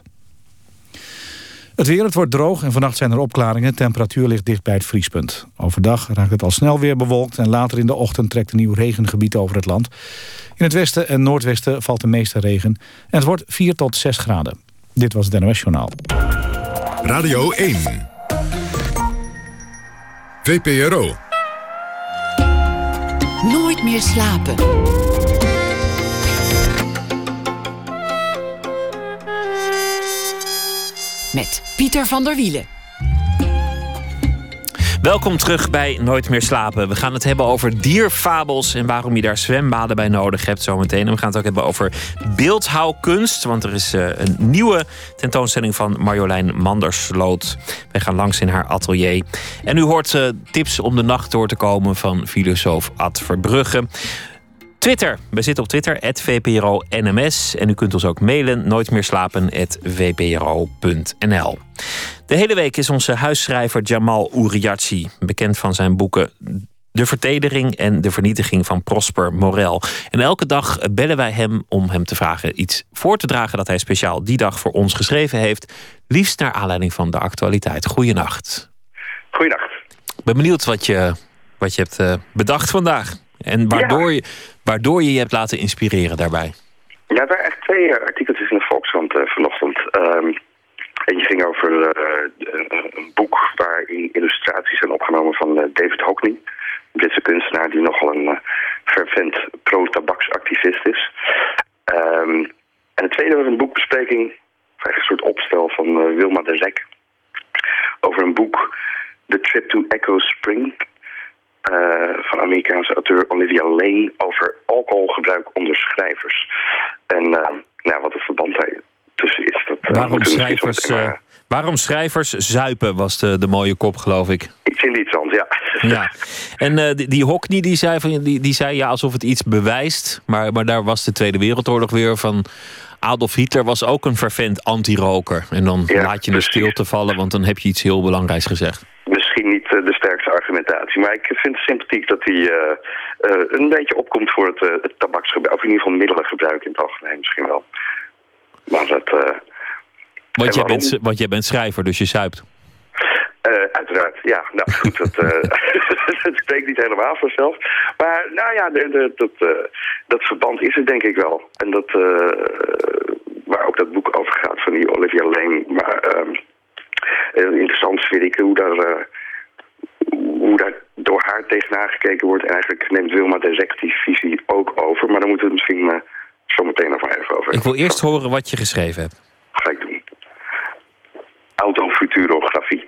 Het weer, het wordt droog en vannacht zijn er opklaringen. Temperatuur ligt dicht bij het vriespunt. Overdag raakt het al snel weer bewolkt en later in de ochtend trekt een nieuw regengebied over het land. In het westen en noordwesten valt de meeste regen en het wordt vier tot zes graden. Dit was het N O S-journaal. Radio één. V P R O. Nooit meer slapen. Met Pieter van der Wielen. Welkom terug bij Nooit meer slapen. We gaan het hebben over dierfabels en waarom je daar zwembaden bij nodig hebt zometeen. En we gaan het ook hebben over beeldhouwkunst. Want er is uh, een nieuwe tentoonstelling van Marjolein Mandersloot. Wij gaan langs in haar atelier. En u hoort uh, tips om de nacht door te komen van filosoof Ad Verbrugge. Twitter. We zitten op Twitter, at V P R O N M S. En u kunt ons ook mailen, nooitmeerslapen at v p r o punt n l. De hele week is onze huisschrijver Jamal Ouriachi, bekend van zijn boeken De Vertedering en De Vernietiging van Prosper Morel. En elke dag bellen wij hem om hem te vragen iets voor te dragen dat hij speciaal die dag voor ons geschreven heeft. Liefst naar aanleiding van de actualiteit. Goeienacht. Goeienacht. Ik ben benieuwd wat je, wat je hebt uh, bedacht vandaag. En waardoor, ja. je, waardoor je je hebt laten inspireren daarbij. Ja, er waren echt twee uh, artikeltjes in de Volkskrant uh, vanochtend. Um, eentje ging over uh, een boek waarin illustraties zijn opgenomen van uh, David Hockney. Een Britse kunstenaar die nogal een uh, fervent pro-tabaksactivist is. Um, en het tweede was een boekbespreking, eigenlijk een soort opstel van uh, Wilma de Rek. Over een boek, The Trip to Echo Spring. Uh, van Amerikaanse auteur Olivia Lane over alcoholgebruik onder schrijvers. En uh, nou, wat het verband daar tussen is. Dat, uh, waarom, schrijvers, uh, waarom schrijvers zuipen was de, de mooie kop, geloof ik. Iets in die trant, ja. ja. En uh, die, die Hockney die zei, van, die, die zei ja, alsof het iets bewijst. Maar, maar daar was de Tweede Wereldoorlog weer van. Adolf Hitler was ook een fervent anti-roker. En dan ja, laat je de stilte vallen, want dan heb je iets heel belangrijks gezegd. Misschien niet uh, de sterkste argumentatie, maar ik vind het sympathiek dat hij uh, uh, een beetje opkomt voor het, uh, het tabaksgebruik. Of in ieder geval middelengebruik in het algemeen misschien wel. Maar dat... Uh, want, jij bent, want jij bent schrijver, dus je zuipt. Uh, uiteraard, ja. Nou goed, dat, uh, dat spreekt niet helemaal vanzelf. Maar nou ja, de, de, dat, uh, dat verband is er denk ik wel. En dat, uh, waar ook dat boek over gaat van die Olivia Lane. Maar uh, interessant vind ik hoe daar, uh, hoe daar door haar tegenaan gekeken wordt. En eigenlijk neemt Wilma de Rek die visie ook over. Maar dan moeten we het misschien uh, zo meteen nog maar even over. Ik wil eerst horen wat je geschreven hebt. Ga ik doen. Autofuturografie.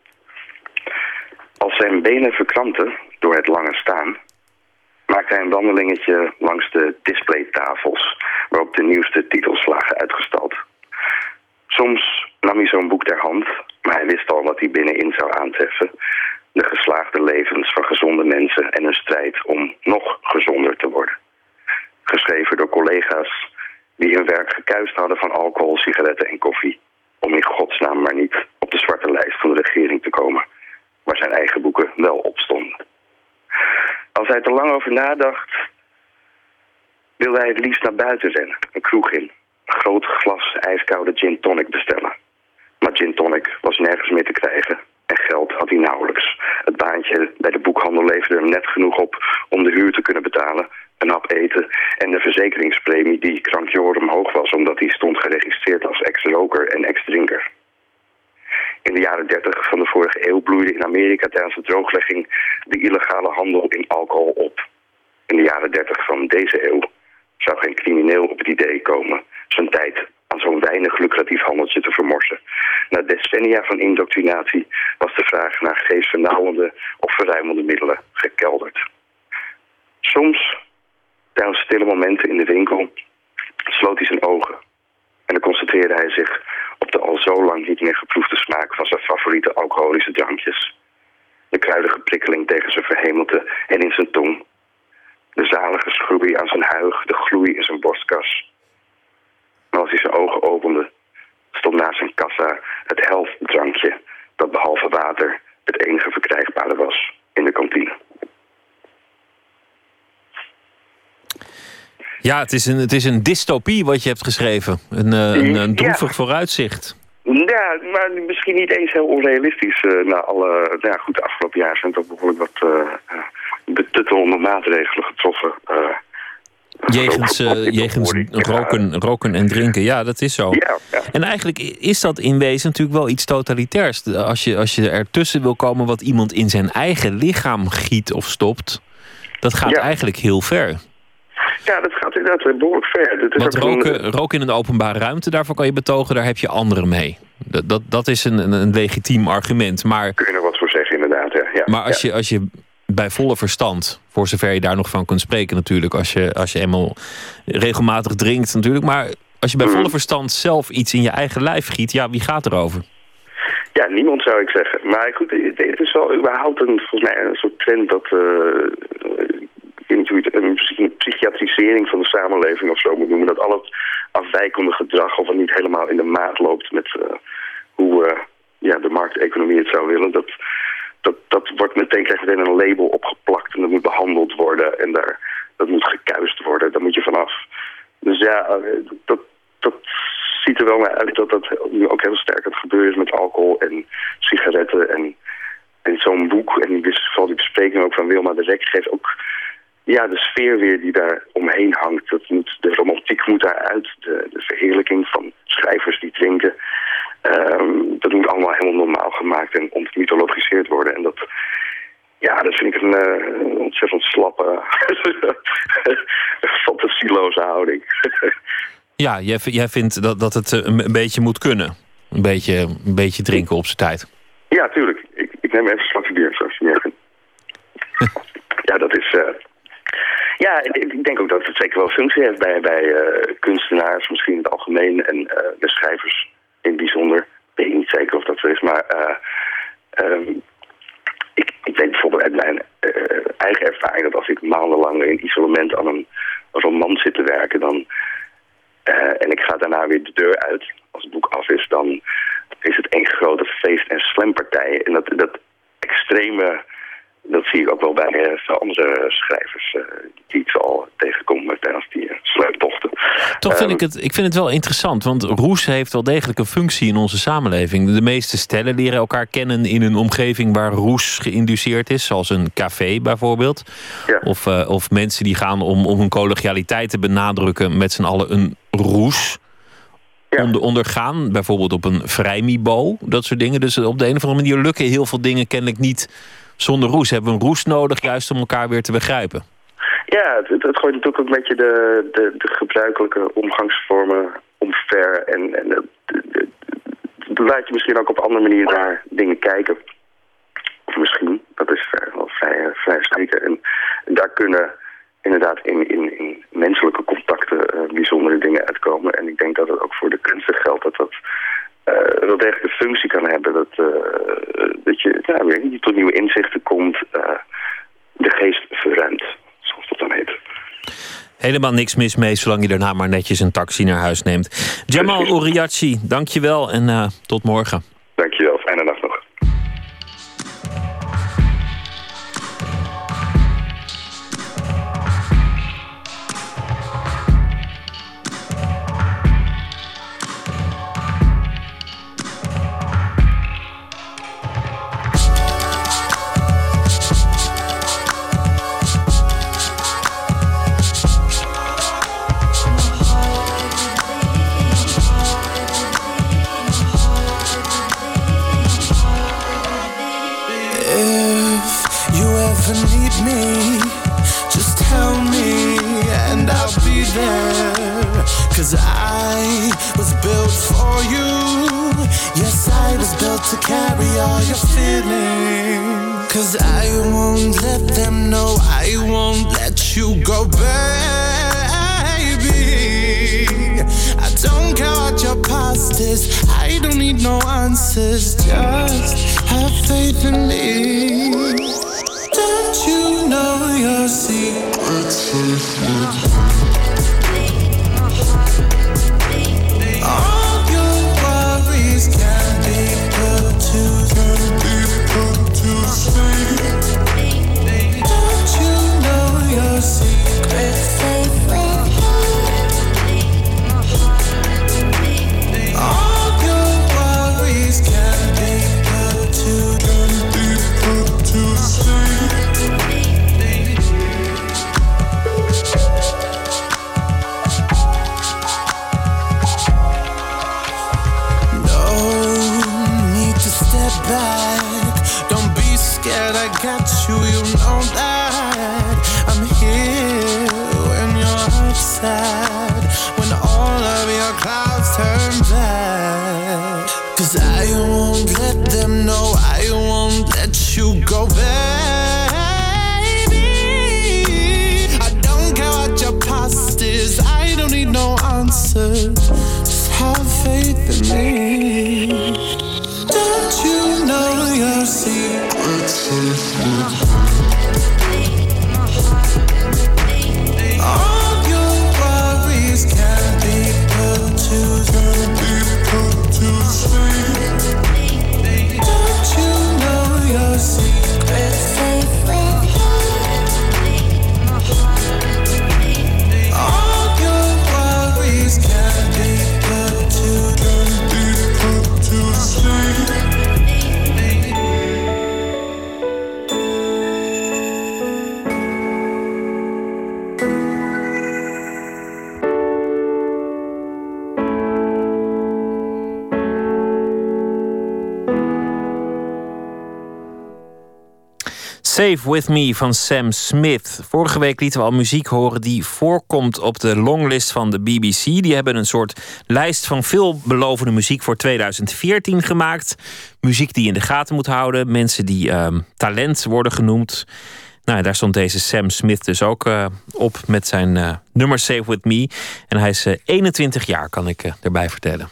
Als zijn benen verkrampten door het lange staan, maakte hij een wandelingetje langs de displaytafels waarop de nieuwste titels lagen uitgestald. Soms nam hij zo'n boek ter hand, maar hij wist al wat hij binnenin zou aantreffen. De geslaagde levens van gezonde mensen en hun strijd om nog gezonder te worden. Geschreven door collega's die hun werk gekuist hadden van alcohol, sigaretten en koffie. Om in godsnaam maar niet op de zwarte lijst van de regering te komen, waar zijn eigen boeken wel op stonden. Als hij er lang over nadacht, wilde hij het liefst naar buiten rennen, een kroeg in. Een groot glas ijskoude gin tonic bestellen. Maar gin tonic was nergens meer te krijgen en geld had hij nauwelijks. Het baantje bij de boekhandel leverde hem net genoeg op om de huur te kunnen betalen, een hap eten en de verzekeringspremie die krankjorum hoog was omdat hij stond geregistreerd als ex-roker en ex-drinker. In de jaren dertig van de vorige eeuw bloeide in Amerika tijdens de drooglegging de illegale handel in alcohol op. In de jaren dertig van deze eeuw zou geen crimineel op het idee komen zijn tijd aan zo'n weinig lucratief handeltje te vermorsen. Na decennia van indoctrinatie was de vraag naar geestvernauwende of verruimende middelen gekelderd. Soms, tijdens stille momenten in de winkel, sloot hij zijn ogen en dan concentreerde hij zich op de al zo lang niet meer geproefde smaak van zijn favoriete alcoholische drankjes. De kruidige prikkeling tegen zijn verhemelte en in zijn tong. De zalige schroei aan zijn huig, de gloei in zijn borstkas. Maar als hij zijn ogen opende, stond naast zijn kassa het helftdrankje dat behalve water het enige verkrijgbare was in de kantine. Ja, het is een, het is een dystopie wat je hebt geschreven. Een, uh, een, een droevig ja. vooruitzicht. Ja, maar misschien niet eens heel onrealistisch. Uh, na alle, nou ja, goed, de afgelopen jaar zijn toch behoorlijk wat uh, betuttelende maatregelen getroffen. Uh, Jegens, uh, jegens roken, roken en drinken, ja, dat is zo. Ja, ja. En eigenlijk is dat in wezen natuurlijk wel iets totalitairs. Als je, als je ertussen wil komen wat iemand in zijn eigen lichaam giet of stopt, dat gaat ja. eigenlijk heel ver. Ja, dat gaat inderdaad behoorlijk ver. Dat is Want ook roken, een... roken in een openbare ruimte, daarvoor kan je betogen, daar heb je anderen mee. Dat, dat, dat is een, een, een legitiem argument. Maar, kun je er wat voor zeggen, inderdaad. Ja. Ja. Maar als, ja. je, als je bij volle verstand, voor zover je daar nog van kunt spreken natuurlijk, als je, als je eenmaal regelmatig drinkt natuurlijk, maar als je bij volle verstand zelf iets in je eigen lijf giet, ja, wie gaat erover? Ja, niemand zou ik zeggen. Maar goed, het is wel überhaupt een, volgens mij een soort trend dat uh, een psychiatrisering van de samenleving of zo moet noemen. Dat al het afwijkende gedrag of het niet helemaal in de maat loopt met uh, hoe uh, ja, de markteconomie het zou willen. Dat, dat, dat wordt meteen, krijgt meteen een label opgeplakt en dat moet behandeld worden en daar, dat moet gekuist worden. Daar moet je vanaf. Dus ja, uh, dat, dat ziet er wel naar uit dat dat nu ook heel sterk het gebeuren is met alcohol en sigaretten en, en zo'n boek. En vooral die bespreking ook van Wilma de Rek geeft ook ja, de sfeer weer die daar omheen hangt. Dat moet, de romantiek moet daaruit, de, de verheerlijking van schrijvers die drinken. Um, dat moet allemaal helemaal normaal gemaakt en ontmythologiseerd worden. En dat, ja, dat vind ik een, uh, een ontzettend slappe, fantasieloze houding. Ja, jij, jij vindt dat, dat het een, een beetje moet kunnen. Een beetje, een beetje drinken op zijn tijd. Ja, tuurlijk. Ik, ik neem even een slokje bier, zoals je niet vindt. Ja, dat is... Uh, ja, ik denk ook dat het zeker wel functie heeft bij, bij uh, kunstenaars, misschien in het algemeen, en uh, de schrijvers in het bijzonder. Ik weet niet zeker of dat zo is, maar uh, um, ik, ik weet bijvoorbeeld uit mijn uh, eigen ervaring dat als ik maandenlang in isolement aan een, een roman zit te werken, dan... Uh, en ik ga daarna weer de deur uit, als het boek af is, dan is het één grote feest- en slampartij. En dat, dat extreme, dat zie ik ook wel bij uh, veel andere schrijvers uh, die ik al tegenkom tijdens die uh, slamtochten. Toch vind um, ik het, ik vind het wel interessant, want roes heeft wel degelijk een functie in onze samenleving. De meeste stellen leren elkaar kennen in een omgeving waar roes geïnduceerd is, zoals een café bijvoorbeeld. Ja. Of, uh, of mensen die gaan om, om hun collegialiteit te benadrukken met z'n allen een roes ja. onder, ondergaan. Bijvoorbeeld op een vrijmibo, dat soort dingen. Dus op de een of andere manier lukken heel veel dingen kennelijk niet zonder roes. Hebben we een roes nodig juist om elkaar weer te begrijpen? Ja, het, het gooit natuurlijk ook een beetje de, de, de gebruikelijke omgangsvormen omver. En, en de, de, de, de, laat je misschien ook op andere manieren naar dingen kijken. Of misschien, dat is wel vrij, vrij zeker. En, en daar kunnen inderdaad in, in, in menselijke contacten uh, bijzondere dingen uitkomen. En ik denk dat het ook voor de kunsten geldt dat dat degelijke functie kan hebben. Dat, uh, dat je nou, weet je, tot nieuwe inzichten komt, uh, de geest verruimt, zoals dat dan heet. Helemaal niks mis mee, zolang je daarna maar netjes een taxi naar huis neemt. Jamal Ouriachi, dank je wel en uh, tot morgen. Dank je wel, fijne nacht nog. To carry all your feelings, 'cause I won't let them know, I won't let you go, baby. I don't care what your past is, I don't need no answers, just have faith in me. Don't you know your secrets? All your worries can be to them, people to sleep. Don't you know your secret? Safe with all your worries can be put to them, people to sleep. Back. Don't be scared, I got you, you know that. I'm here when your heart's sad, when all of your clouds turn black. 'Cause I won't let them know, I won't let you go, baby. I don't care what your past is, I don't need no answers, just have faith in me. Don't you know your secrets? All your worries can be put to them, be put to sleep. Don't you know your secrets? All your worries can be put to them, be put to sleep. Save With Me van Sam Smith. Vorige week lieten we al muziek horen die voorkomt op de longlist van de B B C. Die hebben een soort lijst van veelbelovende muziek voor tweeduizend veertien gemaakt. Muziek die je in de gaten moet houden. Mensen die uh, talent worden genoemd. Nou, daar stond deze Sam Smith dus ook uh, op met zijn uh, nummer Save With Me. En hij is uh, eenentwintig jaar, kan ik uh, erbij vertellen.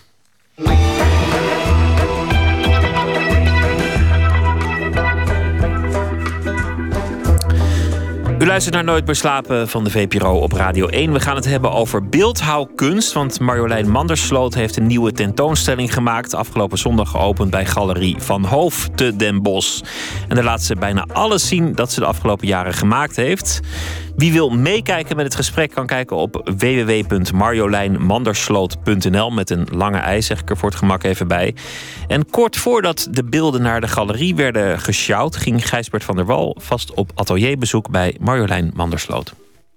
U luistert naar Nooit meer slapen van de V P R O op Radio één. We gaan het hebben over beeldhouwkunst. Want Marjolein Mandersloot heeft een nieuwe tentoonstelling gemaakt. Afgelopen zondag geopend bij Galerie Van Hoof te Den Bosch. En daar laat ze bijna alles zien dat ze de afgelopen jaren gemaakt heeft. Wie wil meekijken met het gesprek kan kijken op w w w punt marjolein mandersloot punt n l. Met een lange ei, zeg ik er voor het gemak even bij. En kort voordat de beelden naar de galerie werden gesjouwd, ging Gijsbert van der Wal vast op atelierbezoek bij Marjolein Mandersloot.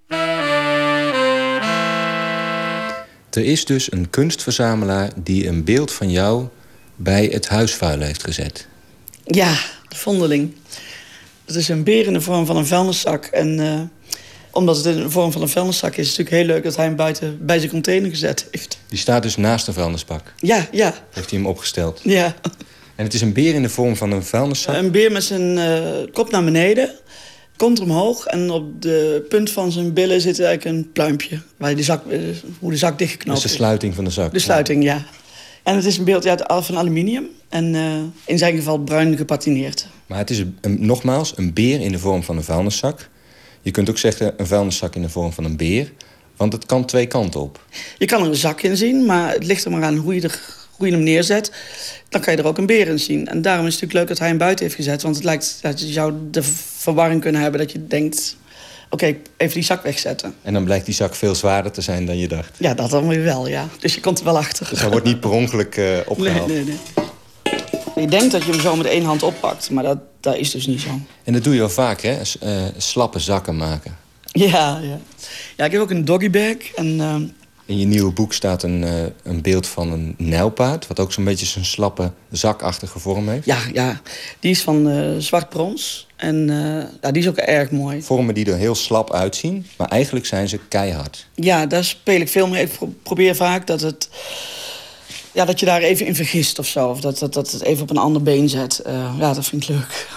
Er is dus een kunstverzamelaar die een beeld van jou bij het huisvuilen heeft gezet. Ja, de vondeling. Het is een beer in de vorm van een vuilniszak. En uh, omdat het in de vorm van een vuilniszak is, is het natuurlijk heel leuk dat hij hem buiten bij zijn container gezet heeft. Die staat dus naast de vuilnisbak? Ja, ja. Heeft hij hem opgesteld? Ja. En het is een beer in de vorm van een vuilniszak? Een beer met zijn uh, kop naar beneden, kont omhoog. En op de punt van zijn billen zit eigenlijk een pluimpje. Waar die zak, uh, hoe de zak dichtgeknoopt is. Dus de sluiting van de zak? De sluiting, ja. En het is een beeld ja, van aluminium. En uh, in zijn geval bruin gepatineerd. Maar het is een, een, nogmaals een beer in de vorm van een vuilniszak. Je kunt ook zeggen een vuilniszak in de vorm van een beer. Want het kan twee kanten op. Je kan er een zak in zien, maar het ligt er maar aan hoe je, er, hoe je hem neerzet. Dan kan je er ook een beer in zien. En daarom is het natuurlijk leuk dat hij hem buiten heeft gezet. Want het lijkt dat je zou de verwarring kunnen hebben dat je denkt... Oké, okay, even die zak wegzetten. En dan blijkt die zak veel zwaarder te zijn dan je dacht. Ja, dat dan weer wel, ja. Dus je komt er wel achter. Dus hij wordt niet per ongeluk uh, opgehaald. Nee, nee, nee. Je denkt dat je hem zo met één hand oppakt, maar dat, dat is dus niet zo. En dat doe je wel vaak, hè? Uh, slappe zakken maken. Ja, ja. Ja, ik heb ook een doggybag. En, uh... in je nieuwe boek staat een, uh, een beeld van een nijlpaard... wat ook zo'n beetje zo'n slappe, zakachtige vorm heeft. Ja, ja. Die is van uh, zwart brons. En uh, ja, die is ook erg mooi. Vormen die er heel slap uitzien, maar eigenlijk zijn ze keihard. Ja, daar speel ik veel mee. Ik probeer vaak dat het... Ja, dat je daar even in vergist of zo. Of dat, dat, dat het even op een ander been zet. Uh, ja, dat vind ik leuk.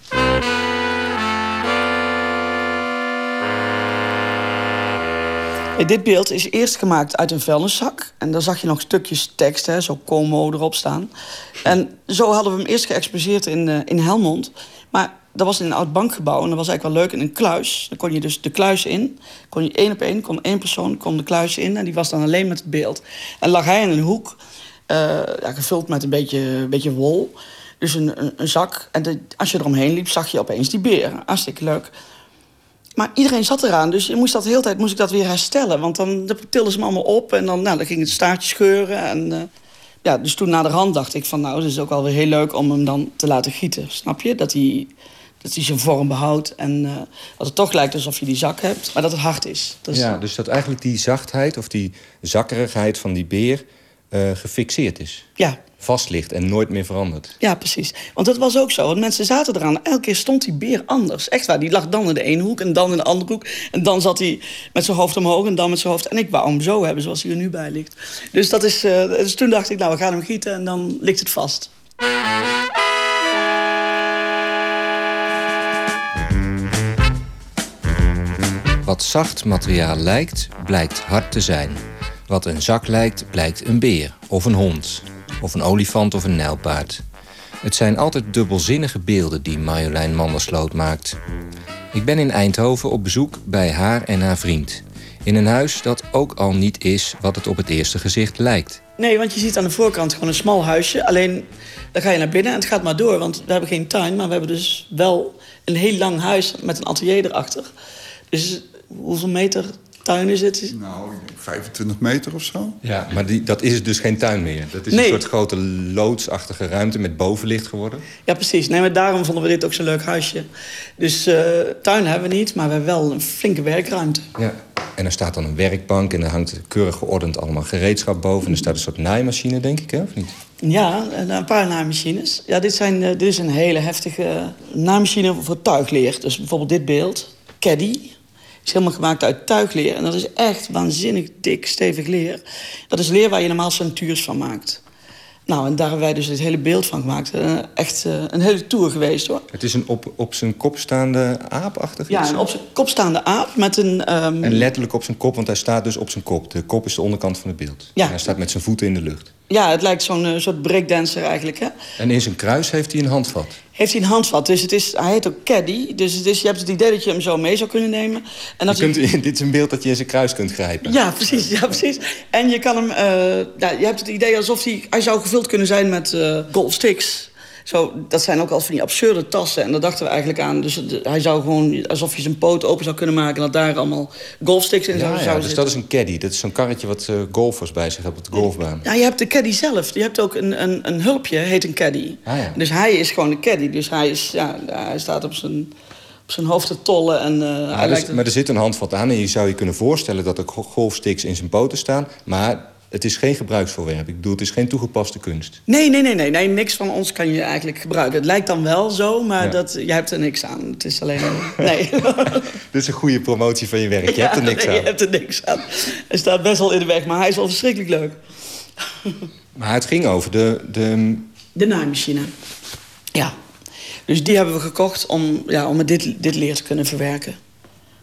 Dit beeld is eerst gemaakt uit een vuilniszak. En daar zag je nog stukjes tekst, hè, zo Como erop staan. En zo hadden we hem eerst geëxposeerd in, uh, in Helmond. Maar dat was in een oud bankgebouw en dat was eigenlijk wel leuk in een kluis. Dan kon je dus de kluis in, kon je één op één, kon één persoon kon de kluis in... en die was dan alleen met het beeld. En lag hij in een hoek, uh, ja, gevuld met een beetje, een beetje wol. Dus een, een, een zak. En de, als je eromheen liep, zag je opeens die beer. Hartstikke leuk. Maar iedereen zat eraan, dus je moest dat de hele tijd moest ik dat weer herstellen. Want dan tilden ze hem allemaal op en dan, nou, dan ging het staartje scheuren. En, uh, ja, dus toen naderhand dacht ik van, nou, het is ook wel weer heel leuk om hem dan te laten gieten. Snap je? Dat hij, dat hij zijn vorm behoudt en uh, dat het toch lijkt alsof je die zak hebt, maar dat het hard is. Dus, ja, dus dat eigenlijk die zachtheid of die zakkerigheid van die beer uh, gefixeerd is. Ja. Vast ligt en nooit meer verandert. Ja, precies. Want dat was ook zo. Want mensen zaten eraan. Elke keer stond die beer anders. Echt waar. Die lag dan in de ene hoek en dan in de andere hoek. En dan zat hij met zijn hoofd omhoog en dan met zijn hoofd. En ik wou hem zo hebben zoals hij er nu bij ligt. Dus, dat is, uh, dus toen dacht ik, nou, we gaan hem gieten en dan ligt het vast. Wat zacht materiaal lijkt, blijkt hard te zijn. Wat een zak lijkt, blijkt een beer of een hond. Of een olifant of een nijlpaard. Het zijn altijd dubbelzinnige beelden die Marjolein Mandersloot maakt. Ik ben in Eindhoven op bezoek bij haar en haar vriend. In een huis dat ook al niet is wat het op het eerste gezicht lijkt. Nee, want je ziet aan de voorkant gewoon een smal huisje. Alleen, dan ga je naar binnen en het gaat maar door. Want we hebben geen tuin, maar we hebben dus wel een heel lang huis met een atelier erachter. Dus hoeveel meter tuin is het? Nou, ik denk vijfentwintig meter of zo. Ja, maar die, dat is dus geen tuin meer. Dat is nee. een soort grote loodsachtige ruimte met bovenlicht geworden. Ja, precies. Nee, maar daarom vonden we dit ook zo'n leuk huisje. Dus uh, tuin hebben we niet, maar we hebben wel een flinke werkruimte. Ja. En er staat dan een werkbank en er hangt keurig geordend allemaal gereedschap boven. En er staat een soort naaimachine, denk ik, hè, of niet? Ja, een paar naaimachines. Ja, dit, zijn, dit is een hele heftige naaimachine voor tuigleer. Dus bijvoorbeeld dit beeld, Caddy. Is helemaal gemaakt uit tuigleer. En dat is echt waanzinnig dik, stevig leer. Dat is leer waar je normaal centuurs van maakt. Nou, en daar hebben wij dus dit hele beeld van gemaakt. Uh, echt uh, een hele tour geweest, hoor. Het is een op, op zijn kop staande aapachtig Ja, iets? een op zijn kop staande aap met een... Um... En letterlijk op zijn kop, want hij staat dus op zijn kop. De kop is de onderkant van het beeld. Ja. En hij staat met zijn voeten in de lucht. Ja, het lijkt zo'n uh, soort breakdancer eigenlijk, hè. En in zijn kruis heeft hij een handvat. Heeft hij een handvat, dus het is, hij heet ook Caddy. Dus het is, je hebt het idee dat je hem zo mee zou kunnen nemen. En dat je kunt, hij... Dit is een beeld dat je in zijn kruis kunt grijpen. Ja, precies. Ja, precies. En je kan hem... Uh, ja, je hebt het idee alsof hij... Hij zou gevuld kunnen zijn met uh, golfsticks. Zo, dat zijn ook al van die absurde tassen. En daar dachten we eigenlijk aan. Dus het, hij zou gewoon... Alsof je zijn poot open zou kunnen maken... en dat daar allemaal golfsticks in ja, zouden ja, zitten. Dus dat is een caddy. Dat is zo'n karretje wat uh, golfers bij zich hebben op de golfbaan. Ja, je hebt de caddy zelf. Je hebt ook een, een, een hulpje, heet een caddy. Ah, ja. Dus hij is gewoon de caddy. Dus hij, is, ja, hij staat op zijn... op zijn hoofd te tollen. En, uh, ja, hij dus, lijkt... Maar er zit een handvat aan en je zou je kunnen voorstellen... dat er golfsticks in zijn poten staan. Maar het is geen gebruiksvoorwerp. Ik bedoel, het is geen toegepaste kunst. Nee, nee, nee, nee, nee. Niks van ons kan je eigenlijk gebruiken. Het lijkt dan wel zo, maar ja. dat, je hebt er niks aan. Het is alleen... Nee. Dit is een goede promotie van je werk. Je ja, hebt er niks nee, aan. je hebt er niks aan. Hij staat best wel in de weg, maar hij is wel verschrikkelijk leuk. Maar het ging over de... De, de naaimachine. Ja. Dus die hebben we gekocht om, ja, om dit, dit leer te kunnen verwerken.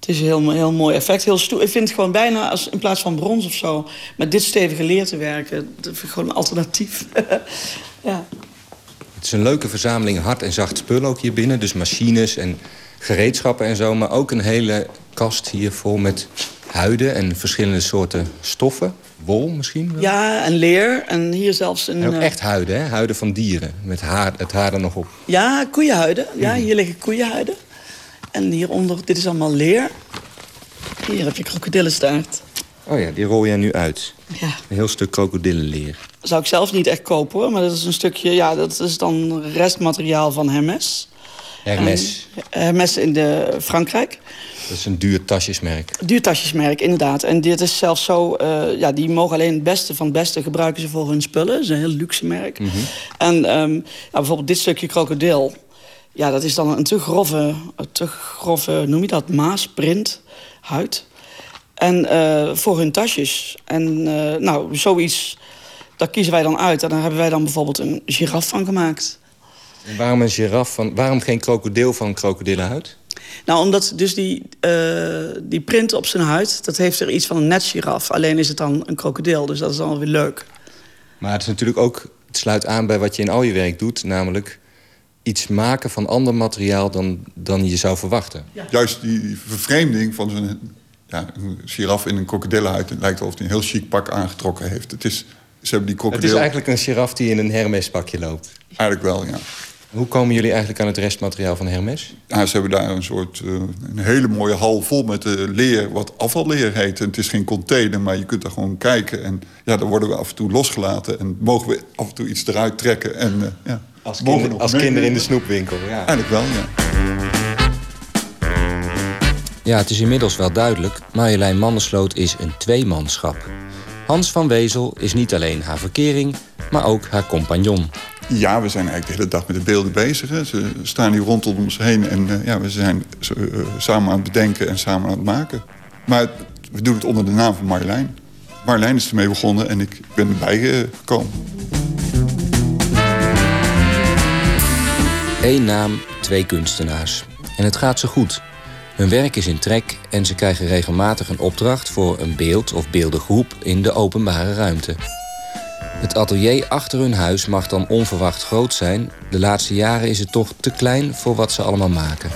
Het is een heel, heel mooi effect. Heel stoer. Ik vind het gewoon bijna als in plaats van brons of zo... met dit stevige leer te werken. Dat vind ik gewoon een alternatief. Ja. Het is een leuke verzameling hard en zacht spul ook hier binnen. Dus machines en gereedschappen en zo. Maar ook een hele kast hier vol met huiden en verschillende soorten stoffen. Wol misschien wel? Ja, en leer. En hier zelfs een... En ook uh... echt huiden, hè? Huiden van dieren. Met haar, het haar er nog op. Ja, koeienhuiden. Ja, hier liggen koeienhuiden. En hieronder, dit is allemaal leer. Hier heb je krokodillenstaart. Oh ja, die rol jij nu uit. Ja. Een heel stuk krokodillenleer. Dat zou ik zelf niet echt kopen, hoor. Maar dat is een stukje, ja, dat is dan restmateriaal van Hermès. Hermès. En Hermès in de Frankrijk. Dat is een duur tasjesmerk. Duur tasjesmerk, inderdaad. En dit is zelfs zo, uh, ja, die mogen alleen het beste van het beste gebruiken ze voor hun spullen. Dat is een heel luxe merk. Mm-hmm. En um, ja, bijvoorbeeld dit stukje krokodil. Ja, dat is dan een te grove, te grove, noem je dat, maasprint, huid. En uh, voor hun tasjes. En uh, nou, zoiets, daar kiezen wij dan uit. En daar hebben wij dan bijvoorbeeld een giraf van gemaakt. En waarom een giraf van, waarom geen krokodil van krokodillenhuid? Nou, omdat dus die, uh, die print op zijn huid, dat heeft er iets van een net giraf. Alleen is het dan een krokodil, dus dat is dan wel weer leuk. Maar het is natuurlijk ook, het sluit aan bij wat je in al je werk doet, namelijk iets maken van ander materiaal dan, dan je zou verwachten. Ja. Juist die vervreemding van zo'n ja, een giraf in een krokodillenhuid, het lijkt wel of hij een heel chic pak aangetrokken heeft. Het is, ze hebben die krokodil... Het is eigenlijk een giraf die in een Hermès-pakje loopt. Eigenlijk wel, ja. Hoe komen jullie eigenlijk aan het restmateriaal van Hermès? Ja, ze hebben daar een soort uh, een hele mooie hal vol met uh, leer, wat afvalleer heet. En het is geen container, maar je kunt daar gewoon kijken. En ja, dan worden we af en toe losgelaten en mogen we af en toe iets eruit trekken. En, uh, ja, als kinder, als kinderen in de snoepwinkel, ja. Eigenlijk wel, ja. Ja, het is inmiddels wel duidelijk. Marjolein Mandersloot is een tweemanschap. Hans van Wezel is niet alleen haar verkering, maar ook haar compagnon. Ja, we zijn eigenlijk de hele dag met de beelden bezig. Hè. Ze staan hier rondom ons heen en uh, ja, we zijn uh, samen aan het bedenken en samen aan het maken. Maar we doen het onder de naam van Marjolein. Marjolein is ermee begonnen en ik ben erbij uh, gekomen. Eén naam, twee kunstenaars. En het gaat ze goed. Hun werk is in trek en ze krijgen regelmatig een opdracht voor een beeld of beeldengroep in de openbare ruimte. Het atelier achter hun huis mag dan onverwacht groot zijn. De laatste jaren is het toch te klein voor wat ze allemaal maken.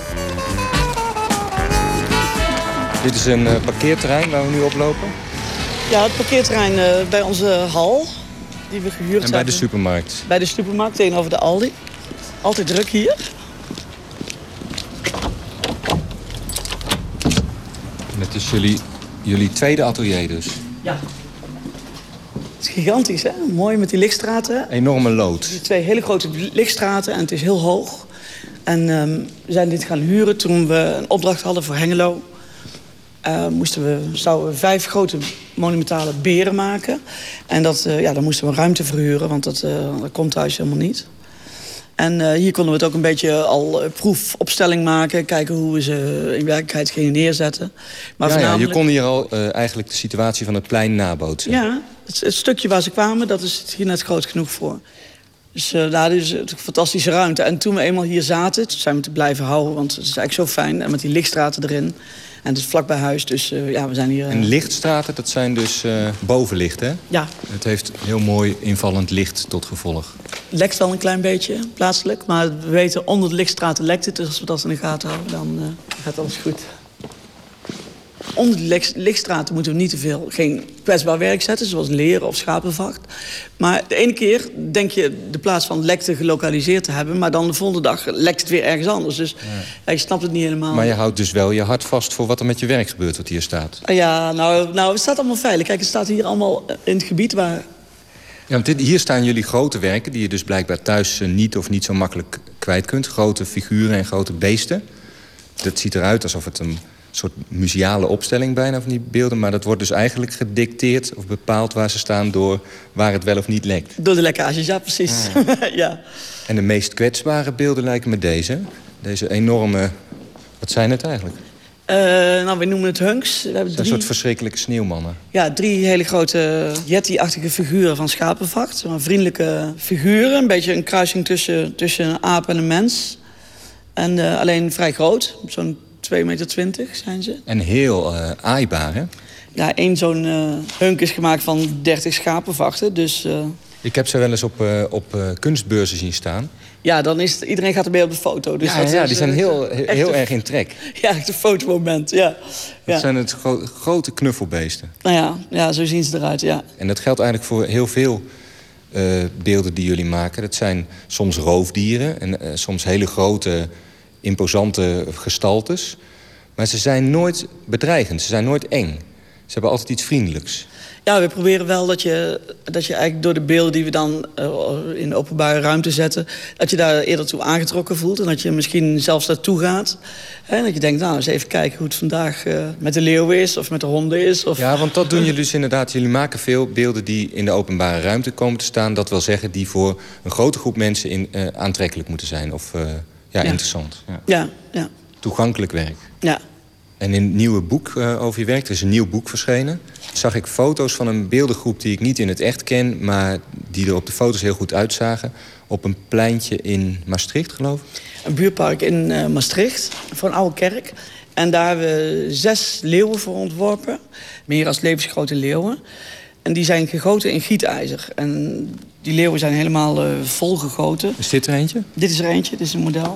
Dit is een uh, parkeerterrein waar we nu oplopen? Ja, het parkeerterrein uh, bij onze hal, die we gehuurd hebben. En bij de supermarkt? Bij de supermarkt tegenover de Aldi. Altijd druk hier. En het is jullie, jullie tweede atelier dus? Ja. Het is gigantisch, hè? Mooi met die lichtstraten. Enorme lood. Die twee hele grote lichtstraten en het is heel hoog. En um, we zijn dit gaan huren toen we een opdracht hadden voor Hengelo. Uh, moesten we, zouden we vijf grote monumentale beren maken. En dat, uh, ja, dan moesten we ruimte verhuren, want dat, uh, dat komt thuis helemaal niet. En uh, hier konden we het ook een beetje al uh, proefopstelling maken. Kijken hoe we ze in werkelijkheid gingen neerzetten. Maar ja, voornamelijk... ja, je kon hier al uh, eigenlijk de situatie van het plein nabootsen. Ja, het, het stukje waar ze kwamen, dat is hier net groot genoeg voor. Dus uh, daar is het een fantastische ruimte. En toen we eenmaal hier zaten, zijn we te blijven houden. Want het is eigenlijk zo fijn. En met die lichtstraten erin. En het is vlakbij huis, dus uh, ja, we zijn hier... Uh... En lichtstraten, dat zijn dus uh, bovenlicht, hè? Ja. Het heeft heel mooi invallend licht tot gevolg. Het lekt wel een klein beetje, plaatselijk. Maar we weten, onder de lichtstraten lekt het. Dus als we dat in de gaten houden, dan uh, gaat alles goed. Onder de lichtstraten moeten we niet te veel, geen kwetsbaar werk zetten, zoals leren of schapenvacht. Maar de ene keer denk je de plaats van lekte gelokaliseerd te hebben, maar dan de volgende dag lekt het weer ergens anders. Dus ja. Ja, je snapt het niet helemaal. Maar je houdt dus wel je hart vast voor wat er met je werk gebeurt, wat hier staat. Ja, nou, nou het staat allemaal veilig. Kijk, het staat hier allemaal in het gebied waar... Ja, want dit, hier staan jullie grote werken, die je dus blijkbaar thuis niet of niet zo makkelijk kwijt kunt. Grote figuren en grote beesten. Dat ziet eruit alsof het een soort museale opstelling bijna van die beelden. Maar dat wordt dus eigenlijk gedicteerd of bepaald waar ze staan door waar het wel of niet lekt. Door de lekkages, ja precies. Ja. Ja. En de meest kwetsbare beelden lijken me deze. Deze enorme... Wat zijn het eigenlijk? Uh, nou, we noemen het hunks. We hebben drie... Een soort verschrikkelijke sneeuwmannen. Ja, drie hele grote yeti-achtige figuren van schapenvacht. Vriendelijke figuren. Een beetje een kruising tussen, tussen een aap en een mens. En uh, alleen vrij groot. Zo'n twee meter twintig zijn ze. En heel uh, aaibaar, hè? Ja, één zo'n uh, hunk is gemaakt van dertig schapenvachten, dus... Uh... Ik heb ze wel eens op, uh, op uh, kunstbeurzen zien staan. Ja, dan is het, iedereen gaat ermee op de foto. Dus ja, dat ja is, die zijn heel, heel, heel een, erg in trek. Ja, echt een fotomoment, ja. Dat ja. zijn het gro- grote knuffelbeesten. Nou ja, ja, zo zien ze eruit, ja. En dat geldt eigenlijk voor heel veel uh, beelden die jullie maken. Dat zijn soms roofdieren en uh, soms hele grote, imposante gestaltes. Maar ze zijn nooit bedreigend, ze zijn nooit eng. Ze hebben altijd iets vriendelijks. Ja, we proberen wel dat je, dat je eigenlijk door de beelden die we dan uh, in de openbare ruimte zetten... dat je daar eerder toe aangetrokken voelt en dat je misschien zelfs naartoe gaat. En dat je denkt, nou, eens even kijken hoe het vandaag uh, met de leeuwen is of met de honden is. Of... Ja, want dat doen jullie dus inderdaad. Jullie maken veel beelden die in de openbare ruimte komen te staan. Dat wil zeggen die voor een grote groep mensen in, uh, aantrekkelijk moeten zijn. Of uh, ja, ja, interessant. Ja. Ja, ja. Toegankelijk werk. Ja. En in het nieuwe boek uh, over je werk, er is een nieuw boek verschenen... zag ik foto's van een beeldengroep die ik niet in het echt ken... maar die er op de foto's heel goed uitzagen... op een pleintje in Maastricht, geloof ik? Een buurpark in uh, Maastricht, voor een oude kerk. En daar hebben we zes leeuwen voor ontworpen. Meer als levensgrote leeuwen. En die zijn gegoten in gietijzer. En die leeuwen zijn helemaal uh, vol gegoten. Is dit er eentje? Dit is er eentje, dit is een model.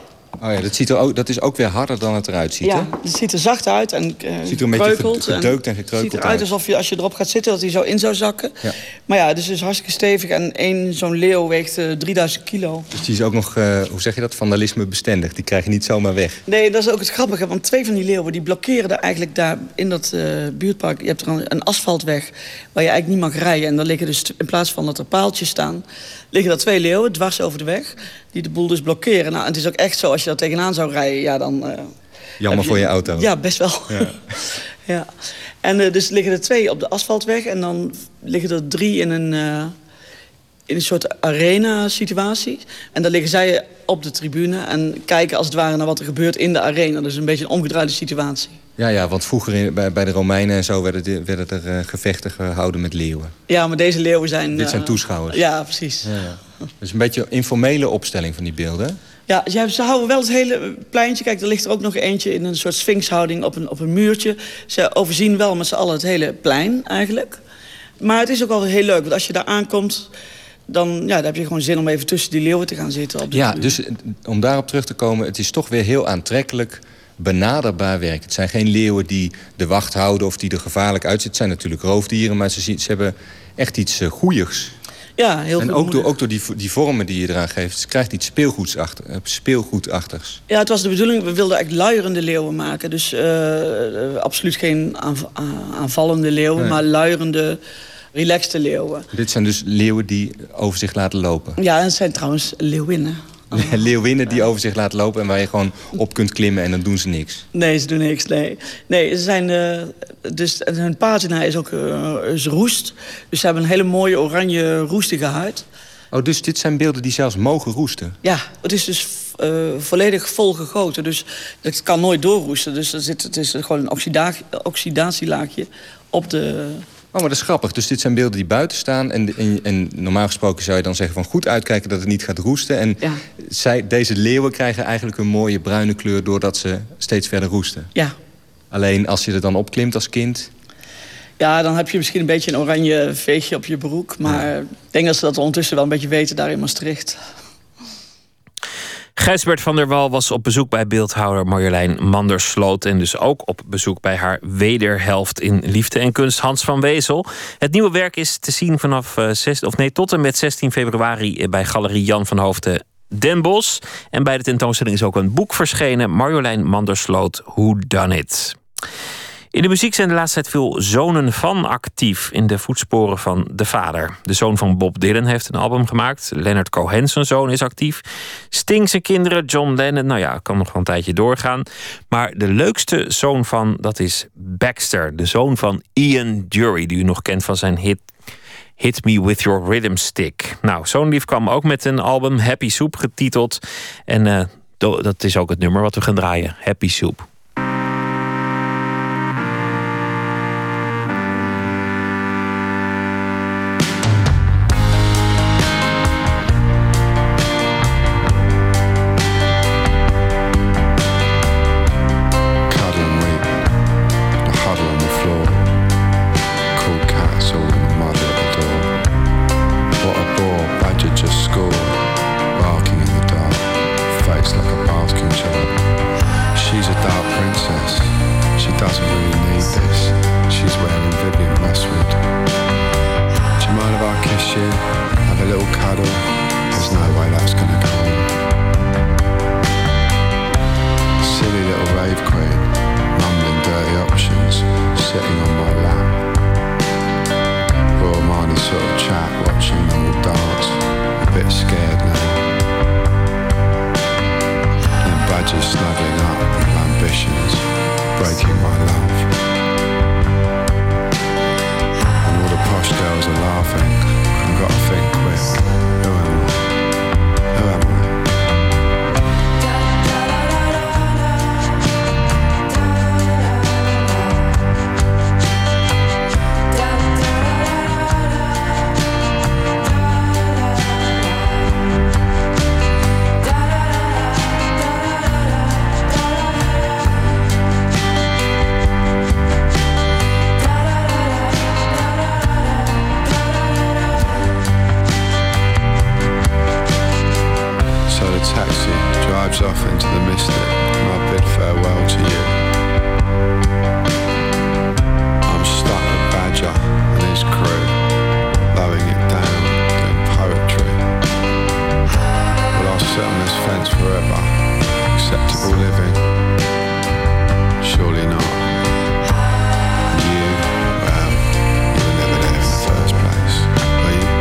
Oh ja, dat, ziet er ook, dat is ook weer harder dan het eruit ziet, ja, hè? Het ziet er zacht uit en uh, ziet er een beetje gedeukt en gekreukeld uit. Het ziet eruit alsof je als je erop gaat zitten dat hij zo in zou zakken. Ja. Maar ja, het is dus hartstikke stevig en één zo'n leeuw weegt uh, drieduizend kilo. Dus die is ook nog, uh, hoe zeg je dat, vandalisme bestendig. Die krijg je niet zomaar weg. Nee, dat is ook het grappige, want twee van die leeuwen die blokkeren er eigenlijk daar in dat uh, buurtpark. Je hebt er een, een asfaltweg waar je eigenlijk niet mag rijden. En dan liggen dus in plaats van dat er paaltjes staan, liggen er twee leeuwen dwars over de weg die de boel dus blokkeren. Nou, het is ook echt zo, als je daar tegenaan zou rijden, ja, dan... Uh, Jammer je, voor je auto. Ja, best wel. Ja. ja. En uh, dus liggen er twee op de asfaltweg en dan liggen er drie in een, uh, in een soort arena-situatie. En dan liggen zij op de tribune en kijken als het ware naar wat er gebeurt in de arena. Dus een beetje een omgedraaide situatie. Ja, ja, want vroeger in, bij, bij de Romeinen en zo werden, de, werden er uh, gevechten gehouden met leeuwen. Ja, maar deze leeuwen zijn... Dit zijn uh, toeschouwers. Ja, precies. Ja, ja. Dus een beetje een informele opstelling van die beelden. Ja, ze houden wel het hele pleintje. Kijk, er ligt er ook nog eentje in een soort sphinxhouding op een, op een muurtje. Ze overzien wel met z'n allen het hele plein eigenlijk. Maar het is ook wel heel leuk, want als je daar aankomt... dan, ja, dan heb je gewoon zin om even tussen die leeuwen te gaan zitten. Op de ja, tribune. dus om daarop terug te komen... het is toch weer heel aantrekkelijk, benaderbaar werk. Het zijn geen leeuwen die de wacht houden of die er gevaarlijk uitzien. Het zijn natuurlijk roofdieren, maar ze, zien, ze hebben echt iets uh, goeigs. Ja, heel en ook door, ook door die, die vormen die je eraan geeft... het krijgt iets speelgoedachtig, speelgoedachtigs. Ja, het was de bedoeling, we wilden echt luierende leeuwen maken. Dus uh, absoluut geen aanv aanvallende leeuwen, nee. maar luierende, relaxte leeuwen. Dit zijn dus leeuwen die over zich laten lopen? Ja, en het zijn trouwens leeuwinnen. Leeuwinnen die over zich laten lopen en waar je gewoon op kunt klimmen en dan doen ze niks. Nee, ze doen niks, nee. Nee, ze zijn, uh, dus hun patina is ook uh, is roest. Dus ze hebben een hele mooie oranje roestige huid. Oh, dus dit zijn beelden die zelfs mogen roesten? Ja, het is dus uh, volledig vol gegoten. Dus het kan nooit doorroesten. Dus er zit, het is gewoon een oxida oxidatielaagje op de... Oh, maar dat is grappig. Dus dit zijn beelden die buiten staan. En, en, en normaal gesproken zou je dan zeggen van goed uitkijken dat het niet gaat roesten. En ja. zij, deze leeuwen krijgen eigenlijk een mooie bruine kleur doordat ze steeds verder roesten. Ja. Alleen als je er dan opklimt als kind... Ja, dan heb je misschien een beetje een oranje veegje op je broek. Maar ja. ik denk dat ze dat ondertussen wel een beetje weten daar in Maastricht. Gijsbert van der Wal was op bezoek bij beeldhouwer Marjolein Mandersloot... en dus ook op bezoek bij haar wederhelft in Liefde en Kunst, Hans van Wezel. Het nieuwe werk is te zien vanaf uh, zes, of nee, tot en met zestien februari... bij Galerie Jan van Hoofden Den Bosch. En bij de tentoonstelling is ook een boek verschenen... Marjolein Mandersloot, Who Done It? In de muziek zijn de laatste tijd veel zonen van actief... in de voetsporen van de vader. De zoon van Bob Dylan heeft een album gemaakt. Leonard Cohen, zijn zoon, is actief. Sting zijn kinderen, John Lennon... nou ja, kan nog wel een tijdje doorgaan. Maar de leukste zoon van, dat is Baxter. De zoon van Ian Dury, die u nog kent van zijn hit... Hit Me With Your Rhythm Stick. Nou, zo'n lief kwam ook met een album, Happy Soup, getiteld. En uh, dat is ook het nummer wat we gaan draaien, Happy Soup. chin, have a little cuddle. There's no way that's gonna go on. Silly little rave queen, mumbling dirty options, sitting on my lap. Royal Marnie sort of chat, watching them all dance, a bit scared now. And badgers snuggling up with ambitions, breaking my love. And all the posh girls are laughing, I've got to think quick, who am I? Who am I? Drives off into the mystic, and I bid farewell to you. I'm stuck with Badger and his crew, lowing it down, doing poetry. Will I sit on this fence forever? Acceptable living? Surely not. You, well, you were never there in the first place, were you?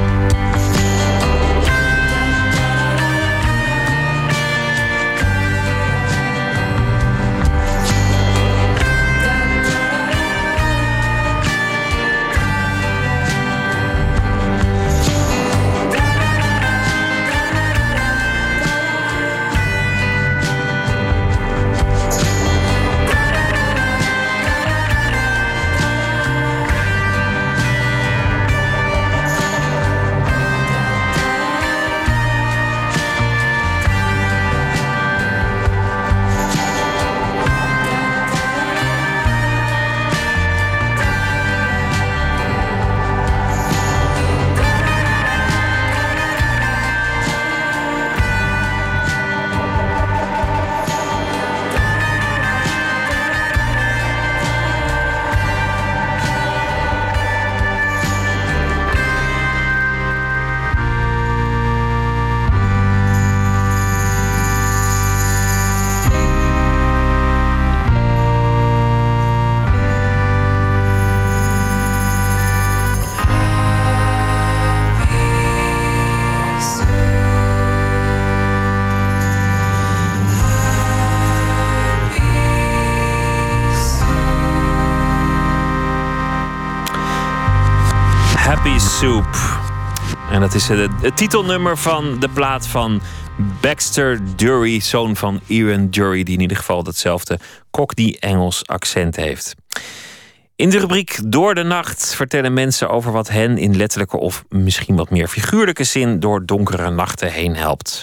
Happy Soup. En dat is het, het titelnummer van de plaat van Baxter Dury, zoon van Ian Dury, die in ieder geval datzelfde Cockney-Engels accent heeft. In de rubriek Door de Nacht vertellen mensen over wat hen in letterlijke of misschien wat meer figuurlijke zin door donkere nachten heen helpt.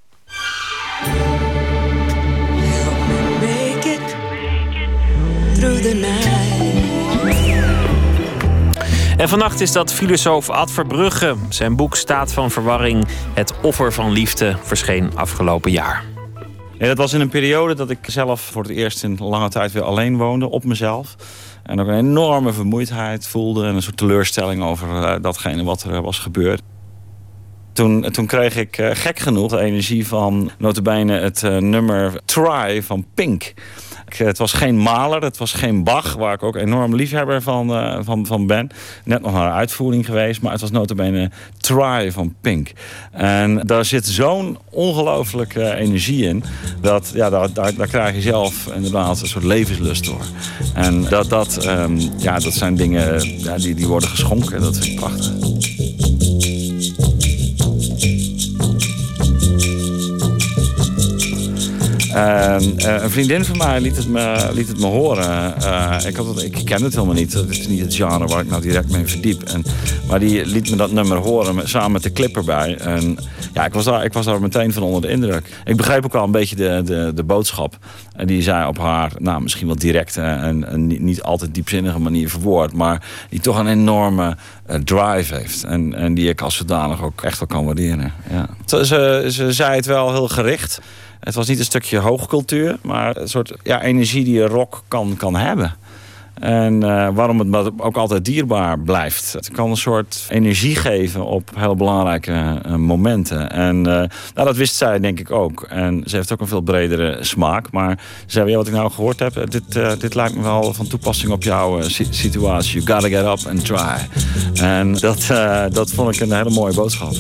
Make it through the night. En vannacht is dat filosoof Ad Verbrugge. Zijn boek Staat van Verwarring, het offer van liefde, verscheen afgelopen jaar. Ja, dat was in een periode dat ik zelf voor het eerst in lange tijd weer alleen woonde, op mezelf. En ook een enorme vermoeidheid voelde en een soort teleurstelling over uh, datgene wat er uh, was gebeurd. Toen, toen kreeg ik uh, gek genoeg de energie van nota bene het uh, nummer Try van Pink. Het was geen Mahler, het was geen Bach, waar ik ook enorm liefhebber van, uh, van, van ben. Net nog naar een uitvoering geweest, maar het was nota bene Try van Pink. En daar zit zo'n ongelooflijke energie in, dat ja, daar, daar, daar krijg je zelf inderdaad een soort levenslust door. En dat, dat, um, ja, dat zijn dingen ja, die, die worden geschonken, dat vind ik prachtig. Uh, uh, een vriendin van mij liet het me, liet het me horen. Uh, ik, had het, ik ken het helemaal niet. Het is niet het genre waar ik nou direct mee verdiep. En, maar die liet me dat nummer horen met, samen met de clip erbij. En ja, ik was, daar, ik was daar meteen van onder de indruk. Ik begreep ook wel een beetje de, de, de boodschap. En die zij op haar, nou, misschien wel directe en, en niet, niet altijd diepzinnige manier verwoord. Maar die toch een enorme uh, drive heeft. En, en die ik als zodanig ook echt wel kan waarderen. Ja. Ze, ze, ze zei het wel heel gericht. Het was niet een stukje hoogcultuur, maar een soort ja, energie die je rock kan, kan hebben. En uh, waarom het ook altijd dierbaar blijft. Het kan een soort energie geven op heel belangrijke uh, momenten. En uh, nou, dat wist zij denk ik ook. En ze heeft ook een veel bredere smaak. Maar ze zei, ja, wat ik nou gehoord heb, dit, uh, dit lijkt me wel van toepassing op jouw uh, situatie. You gotta get up and try. En dat, uh, dat vond ik een hele mooie boodschap.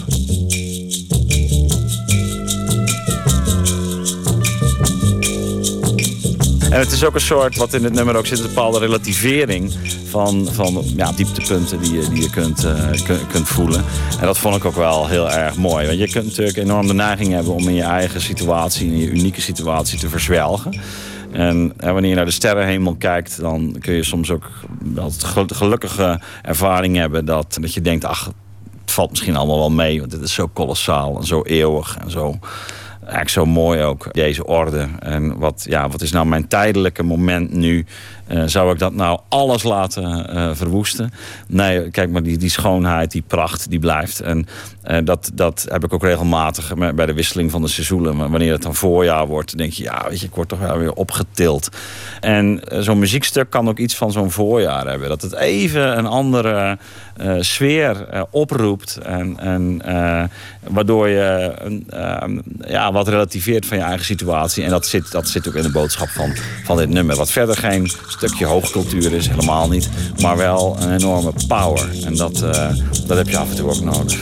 En het is ook een soort, wat in het nummer ook zit, een bepaalde relativering van, van ja, dieptepunten die je, die je kunt, uh, kunt, kunt voelen. En dat vond ik ook wel heel erg mooi. Want je kunt natuurlijk enorm de neiging hebben om in je eigen situatie, in je unieke situatie te verzwelgen. En uh, wanneer je naar de sterrenhemel kijkt, dan kun je soms ook wel de gelukkige ervaring hebben dat, dat je denkt, ach, het valt misschien allemaal wel mee. Want het is zo kolossaal en zo eeuwig en zo... Eigenlijk zo mooi ook, deze orde. En wat, ja, wat is nou mijn tijdelijke moment nu? Uh, zou ik dat nou alles laten uh, verwoesten? Nee, kijk maar, die, die schoonheid, die pracht, die blijft. En uh, dat, dat heb ik ook regelmatig bij de wisseling van de seizoenen. Maar wanneer het dan voorjaar wordt, denk je, ja, weet je, ik word toch wel weer opgetild. En uh, zo'n muziekstuk kan ook iets van zo'n voorjaar hebben. Dat het even een andere uh, sfeer uh, oproept. En, en uh, waardoor je uh, ja, wat relativeert van je eigen situatie. En dat zit, dat zit ook in de boodschap van, van dit nummer. Wat verder geen stukje hoogcultuur is, helemaal niet. Maar wel een enorme power. En dat, uh, dat heb je af en toe ook nodig.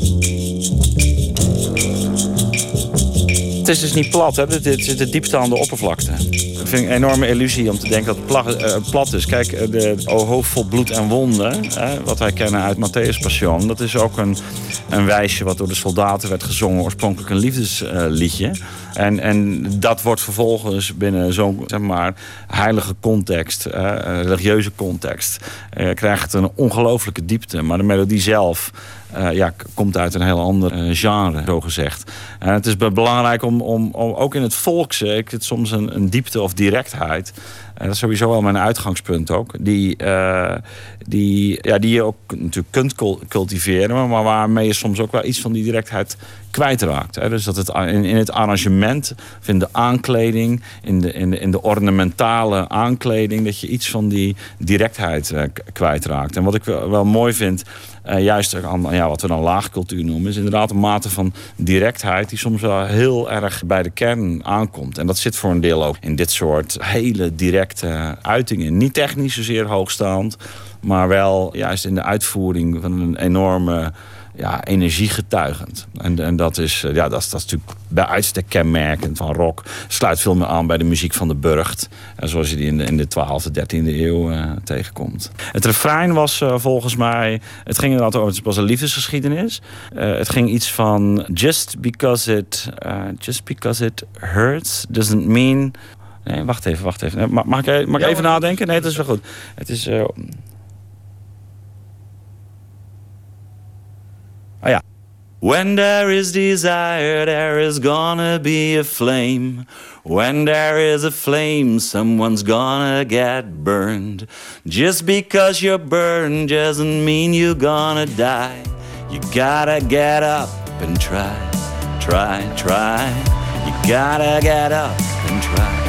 Het is dus niet plat, hè? Dit is de diepte aan de oppervlakte. Dat vind ik een enorme illusie om te denken dat het plat, uh, plat is. Kijk, de O hoofd vol bloed en wonden, hè, wat wij kennen uit Matthäus Passion, dat is ook een, een wijsje wat door de soldaten werd gezongen, oorspronkelijk een liefdesliedje. Uh, en, en dat wordt vervolgens binnen zo'n, zeg maar, heilige context, uh, religieuze context, uh, krijgt een ongelooflijke diepte. Maar de melodie zelf Uh, ja, komt uit een heel ander uh, genre, zo gezegd. Uh, het is belangrijk om, om, om ook in het volkse, ik het soms een, een diepte of directheid. Uh, dat is sowieso wel mijn uitgangspunt ook. Die, uh, die, ja, die je ook natuurlijk kunt cultiveren, maar waarmee je soms ook wel iets van die directheid kwijtraakt. Hè? Dus dat het in, in het arrangement, of in de aankleding, in de, in, de, in de ornamentale aankleding, dat je iets van die directheid uh, kwijtraakt. En wat ik wel, wel mooi vind, Uh, juist aan ja, wat we dan laagcultuur noemen, is inderdaad een mate van directheid die soms wel heel erg bij de kern aankomt. En dat zit voor een deel ook in dit soort hele directe uitingen. Niet technisch zozeer hoogstaand, maar wel juist in de uitvoering van een enorme ja, energiegetuigend. En, en dat, is, ja, dat, is, dat is natuurlijk bij uitstek kenmerkend van rock. Sluit veel meer aan bij de muziek van de burcht. Zoals je die in de, in de twaalfde, dertiende eeuw uh, tegenkomt. Het refrein was uh, volgens mij, het ging inderdaad over, het was een liefdesgeschiedenis. Uh, het ging iets van just because it, uh, just because it hurts doesn't mean... Nee, wacht even, wacht even. Mag, mag ik, mag ik even nadenken? Nee, dat is wel goed. Het is... Uh, Ah ja. When there is desire, there is gonna be a flame. When there is a flame, someone's gonna get burned. Just because you're burned doesn't mean you're gonna die. You gotta get up and try, try, try. You gotta get up and try.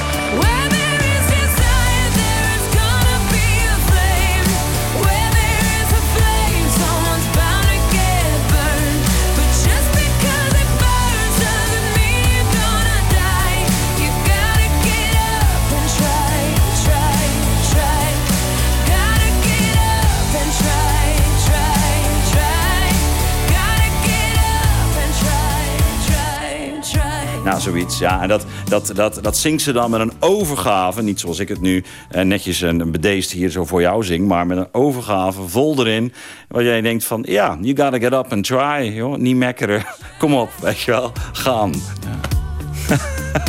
Nou, zoiets, ja. En dat, dat, dat, dat zingt ze dan met een overgave. Niet zoals ik het nu eh, netjes een bedeesd hier zo voor jou zing. Maar met een overgave, vol erin. Waar jij denkt van, ja, you gotta get up and try. Joh. Niet mekkeren. Kom op, weet je wel. Gaan. Ja.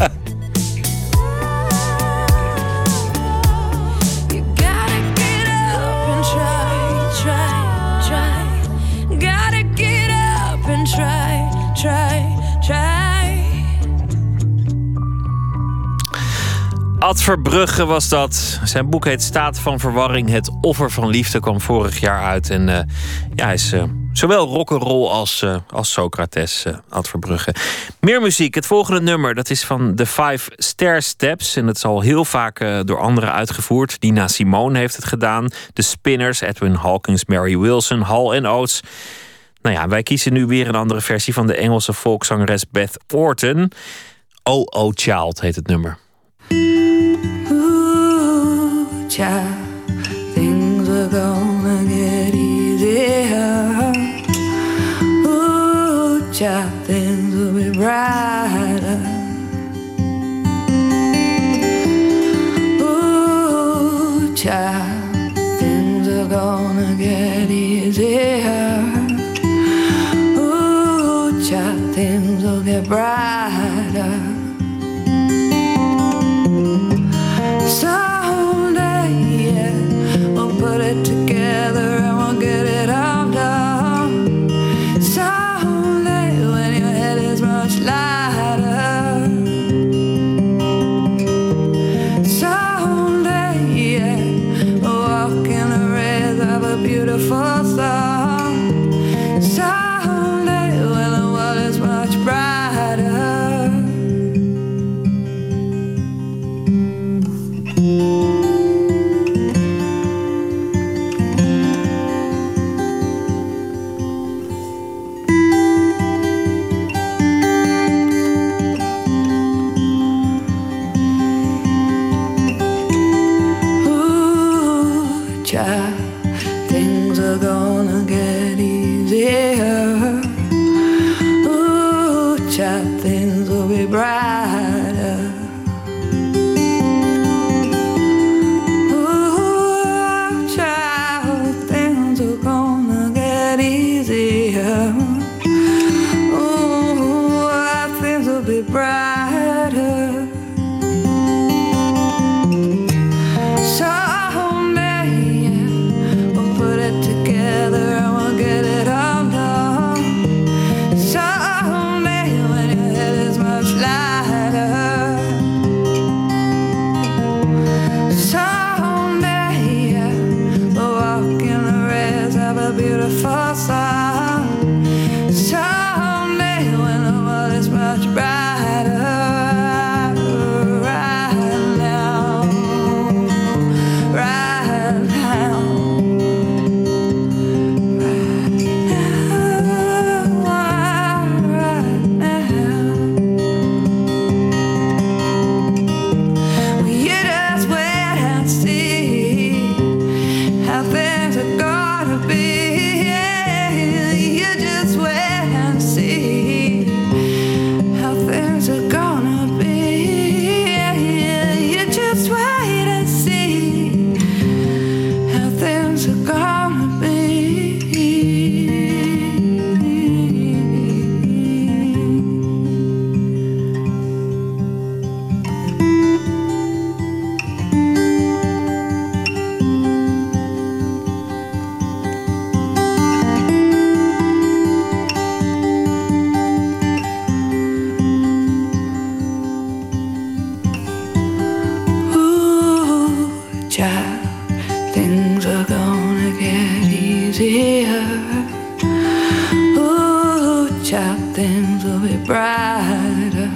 Ad Verbrugge was dat. Zijn boek heet Staat van Verwarring. Het offer van liefde kwam vorig jaar uit. En uh, ja, hij is uh, Zowel rock'n'roll als, uh, als Socrates, uh, Ad Verbrugge. Meer muziek. Het volgende nummer dat is van The Five Stair Steps. En dat is al heel vaak uh, door anderen uitgevoerd. Nina Simone heeft het gedaan. The Spinners, Edwin Hawkins, Mary Wilson, Hall and Oates. Nou ja, wij kiezen nu weer een andere versie van de Engelse volkszangeres Beth Orton. Oh, oh, Child heet het nummer. Ooh, child, things are gonna get easier. Ooh, child, things will be brighter. Ooh, child, things are gonna get easier. Ooh, child, things will get brighter. Someday, yeah, we'll put it together and we'll get it all done. Someday, when your head is much lighter. Someday, yeah, we'll walk in the rays of a beautiful song. Someday, when the world is much brighter. Child, things are gonna get easier. Ooh, child, things will be brighter. Ooh, child, things are gonna get easier. Ooh, things will be brighter. Beautiful song. Someday when the world is much brighter. Right now, right now, right now, right now. Well, you just wait and see how things are gonna be. Brighter.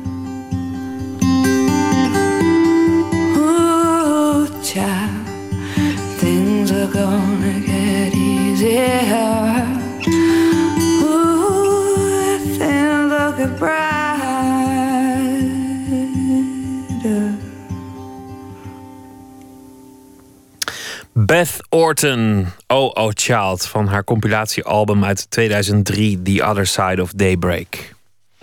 Ooh, child, things are gonna get easier. Ooh, things will get brighter. Beth Orton, Oh Oh Child, van haar compilatiealbum uit tweeduizend drie, The Other Side of Daybreak.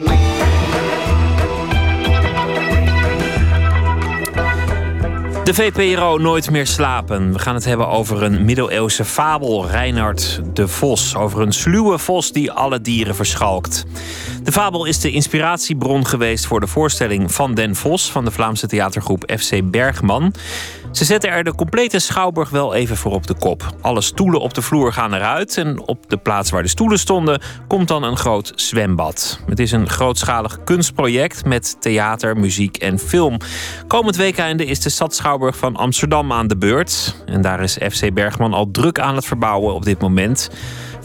De V P R O Nooit meer slapen. We gaan het hebben over een middeleeuwse fabel, Reinhard de Vos. Over een sluwe vos die alle dieren verschalkt. De fabel is de inspiratiebron geweest voor de voorstelling Van den Vos van de Vlaamse theatergroep F C Bergman. Ze zetten er de complete schouwburg wel even voor op de kop. Alle stoelen op de vloer gaan eruit en op de plaats waar de stoelen stonden komt dan een groot zwembad. Het is een grootschalig kunstproject met theater, muziek en film. Komend weekende is de Stadsschouwburg van Amsterdam aan de beurt. En daar is F C Bergman al druk aan het verbouwen op dit moment.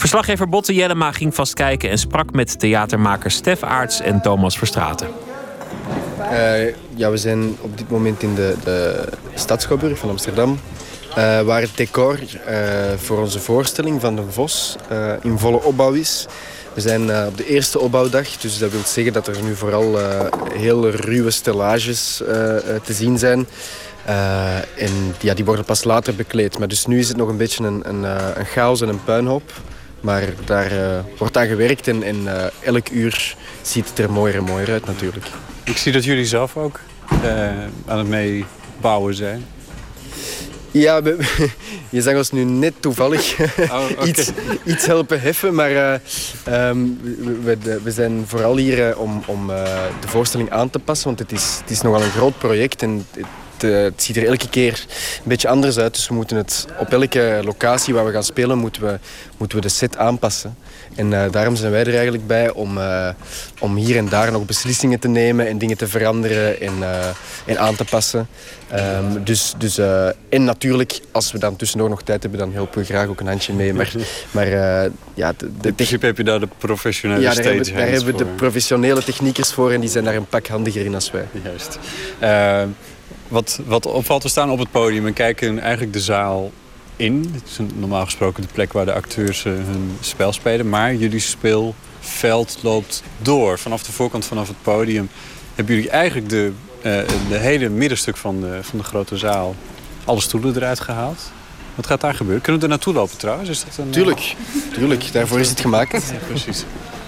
Verslaggever Botte Jellema ging vast kijken en sprak met theatermakers Stef Aarts en Thomas Verstraeten. Uh, ja, we zijn op dit moment in de, de Stadsschouwburg van Amsterdam. Uh, waar het decor uh, voor onze voorstelling van Den Vos uh, in volle opbouw is. We zijn uh, op de eerste opbouwdag, dus dat wil zeggen dat er nu vooral uh, heel ruwe stellages uh, uh, te zien zijn. Uh, en ja, die worden pas later bekleed. Maar dus nu is het nog een beetje een, een, uh, een chaos en een puinhoop. Maar daar uh, wordt aan gewerkt en, en uh, elk uur ziet het er mooier en mooier uit natuurlijk. Ik zie dat jullie zelf ook uh, aan het meebouwen zijn. Ja, we, je zag ons nu net toevallig oh, okay. iets, iets helpen heffen. Maar uh, um, we, we, we zijn vooral hier uh, om, om uh, de voorstelling aan te passen. Want het is, het is nogal een groot project en het, het ziet er elke keer een beetje anders uit. Dus we moeten het op elke locatie waar we gaan spelen, moeten we, moeten we de set aanpassen. En uh, daarom zijn wij er eigenlijk bij om, uh, om hier en daar nog beslissingen te nemen en dingen te veranderen en, uh, en aan te passen. Um, dus, dus, uh, en natuurlijk, als we dan tussendoor nog tijd hebben, dan helpen we graag ook een handje mee. Maar, maar uh, ja, de, de in principe heb je daar de professionele ja, stagehands voor. Ja, daar hebben we de professionele techniekers voor en die zijn daar een pak handiger in als wij. Juist. Uh, wat, wat opvalt, we staan op het podium en kijken eigenlijk de zaal in. Het is een, normaal gesproken de plek waar de acteurs uh, hun spel spelen. Maar jullie speelveld loopt door. Vanaf de voorkant, vanaf het podium, hebben jullie eigenlijk de, uh, de hele middenstuk van de, van de grote zaal, alle stoelen eruit gehaald. Wat gaat daar gebeuren? Kunnen we er naartoe lopen trouwens? Is dat een, tuurlijk, tuurlijk. Daarvoor is het gemaakt. Ja, precies.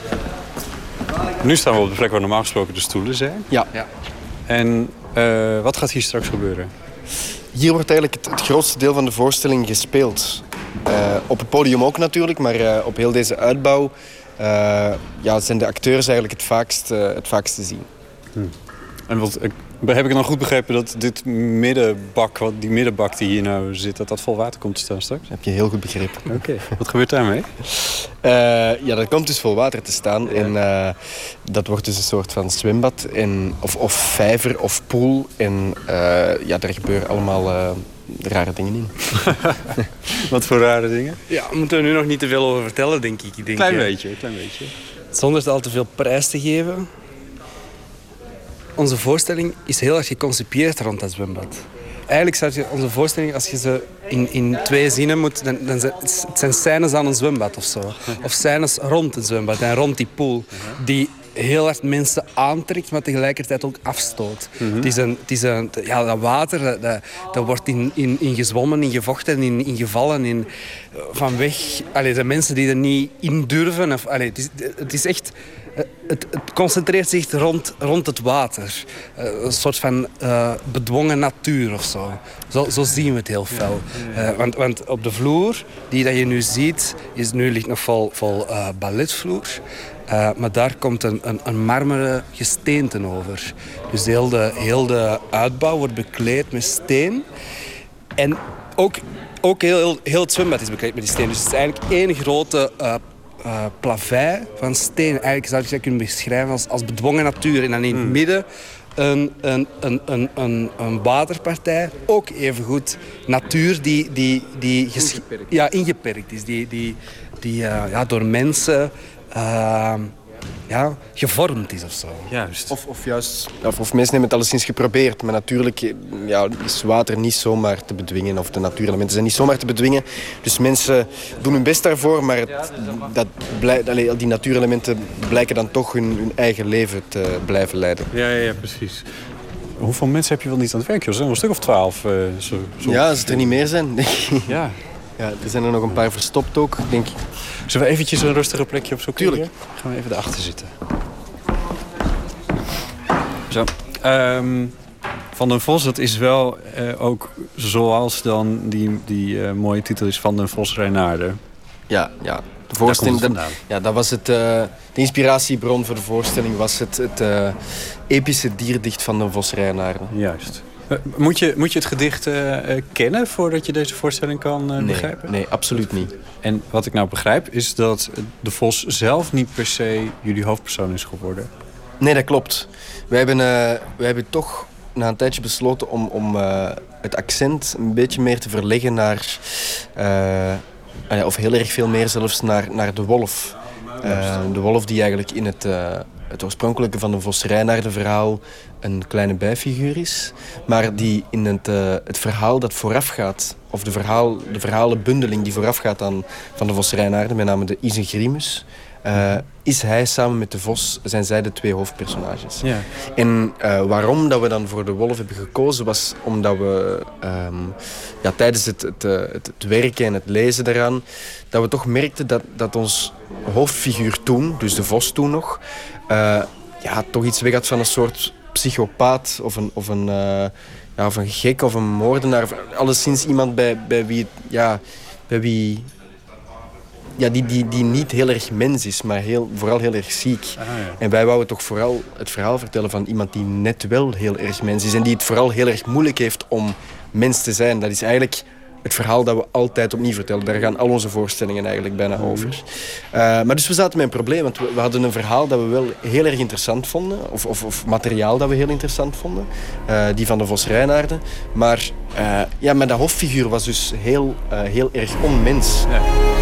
Nu staan we op de plek waar normaal gesproken de stoelen zijn. Ja. ja. En uh, wat gaat hier straks gebeuren? Hier wordt eigenlijk het, het grootste deel van de voorstelling gespeeld. Uh, op het podium ook natuurlijk, maar uh, op heel deze uitbouw uh, ja, zijn de acteurs eigenlijk het vaakst, uh, het vaakst te zien. Hm. En wat, heb ik dan goed begrepen dat dit middenbak, wat, die middenbak die hier nou zit, dat dat vol water komt te staan straks? Dat heb je heel goed begrepen. Oké. Okay. Wat gebeurt daarmee? Uh, ja, dat komt dus vol water te staan. Ja. En uh, dat wordt dus een soort van zwembad. En, of, of vijver of pool. En uh, ja, daar gebeuren allemaal uh, rare dingen in. Wat voor rare dingen? Ja, daar moeten we nu nog niet te veel over vertellen, denk ik. ik denk, klein beetje, klein beetje. Zonder het al te veel prijs te geven. Onze voorstelling is heel erg geconcipieerd rond dat zwembad. Eigenlijk zou je onze voorstelling, als je ze in, in twee zinnen moet, dan, dan zijn het zijn scènes aan een zwembad of zo. Of scènes rond het zwembad en rond die pool. Die heel hard mensen aantrekt, maar tegelijkertijd ook afstoot. Mm-hmm. Het is een, het is een, ja, dat water, dat, dat, dat wordt in, in, in gezwommen, in gevochten, in, in gevallen, in, van weg. Allee, de mensen die er niet in durven. Of, allee, het, is, het is echt... Het, het concentreert zich rond, rond het water. Uh, een soort van uh, bedwongen natuur of zo. Zo, zo zien we het heel fel. Uh, want, want op de vloer die dat je nu ziet, is nu ligt nog vol, vol uh, balletvloer. Uh, maar daar komt een, een, een marmeren gesteente over. Dus heel de, heel de uitbouw wordt bekleed met steen. En ook, ook heel, heel, heel het zwembad is bekleed met die steen. Dus het is eigenlijk één grote... Uh, Uh, plavei van steen. Eigenlijk zou ik dat kunnen beschrijven als, als bedwongen natuur. En dan in het midden een, een, een, een, een, een waterpartij. Ook evengoed natuur die, die, die ingeperkt. Ja, ingeperkt is. Die, die, die uh, ja, door mensen uh, ja, gevormd is of zo. Juist. Of, of, juist, of, of mensen hebben het alleszins geprobeerd. Maar natuurlijk ja, is water niet zomaar te bedwingen. Of de natuurelementen zijn niet zomaar te bedwingen. Dus mensen doen hun best daarvoor. Maar het, dat blij, allee, die natuurelementen blijken dan toch hun, hun eigen leven te blijven leiden. Ja, ja, ja, precies. Hoeveel mensen heb je wel niet aan het werk? Er zijn een stuk of twaalf. Uh, zo, zo. Ja, als het er niet meer zijn, denk ik. Ja. Ja, er zijn er nog een paar verstopt ook, denk ik. Zullen we eventjes een rustige plekje opzoeken? Tuurlijk. Gaan we even daarachter zitten. Zo. Um, Van den Vos, dat is wel uh, ook zoals dan die, die uh, mooie titel is Van den Vos Reinaarde. Ja, ja. De voorstelling, dat, ja, dat was het, uh, de inspiratiebron voor de voorstelling was het, het uh, epische dierdicht van den Vos Reinaarde. Juist. Moet je, moet je het gedicht uh, kennen voordat je deze voorstelling kan uh, nee, begrijpen? Nee, absoluut niet. En wat ik nou begrijp is dat de Vos zelf niet per se jullie hoofdpersoon is geworden. Nee, dat klopt. Wij hebben, uh, wij hebben toch na een tijdje besloten om, om uh, het accent een beetje meer te verleggen naar, uh, of heel erg veel meer zelfs naar, naar de wolf. Uh, de wolf die eigenlijk in het, uh, het oorspronkelijke van de Vos Reinaarden verhaal een kleine bijfiguur is. Maar die in het, uh, het verhaal dat voorafgaat, of de, verhaal, de verhalenbundeling die voorafgaat aan van de Vos Reinaarden, met name de Isengrimus, uh, is hij samen met de vos, zijn zij de twee hoofdpersonages. Ja. En uh, waarom dat we dan voor de wolf hebben gekozen, was omdat we um, ja, tijdens het, het, het, het werken en het lezen daaraan, dat we toch merkten dat, dat ons hoofdfiguur toen, dus de vos toen nog, uh, ja, toch iets weg had van een soort psychopaat of een, of een, uh, ja, of een gek of een moordenaar. Alleszins iemand bij, bij wie... Ja, bij wie Ja, die, die, die niet heel erg mens is, maar heel, vooral heel erg ziek. Ah, ja. En wij wouden toch vooral het verhaal vertellen van iemand die net wel heel erg mens is. En die het vooral heel erg moeilijk heeft om mens te zijn. Dat is eigenlijk het verhaal dat we altijd opnieuw vertellen. Daar gaan al onze voorstellingen eigenlijk bijna over. Uh, maar dus we zaten met een probleem, want we, we hadden een verhaal dat we wel heel erg interessant vonden. Of, of, of materiaal dat we heel interessant vonden. Uh, die van de Vos Reinaarden. Maar, uh, ja, maar dat hoofdfiguur was dus heel, uh, heel erg onmens. Ja.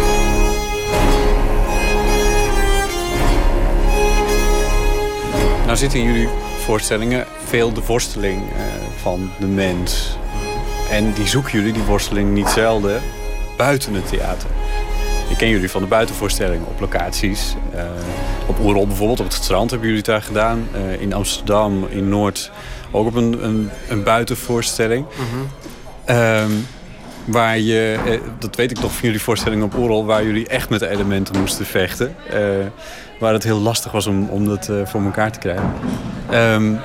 Nou zitten in jullie voorstellingen veel de worsteling uh, van de mens. En die zoeken jullie, die worsteling, niet zelden buiten het theater. Ik ken jullie van de buitenvoorstellingen op locaties. Uh, op Oerol bijvoorbeeld, op het strand hebben jullie het daar gedaan. Uh, in Amsterdam, in Noord, ook op een, een, een buitenvoorstelling. Mm-hmm. Um, waar je, uh, dat weet ik toch van jullie voorstellingen op Oerol, waar jullie echt met de elementen moesten vechten. Uh, waar het heel lastig was om, om dat uh, voor elkaar te krijgen. Um,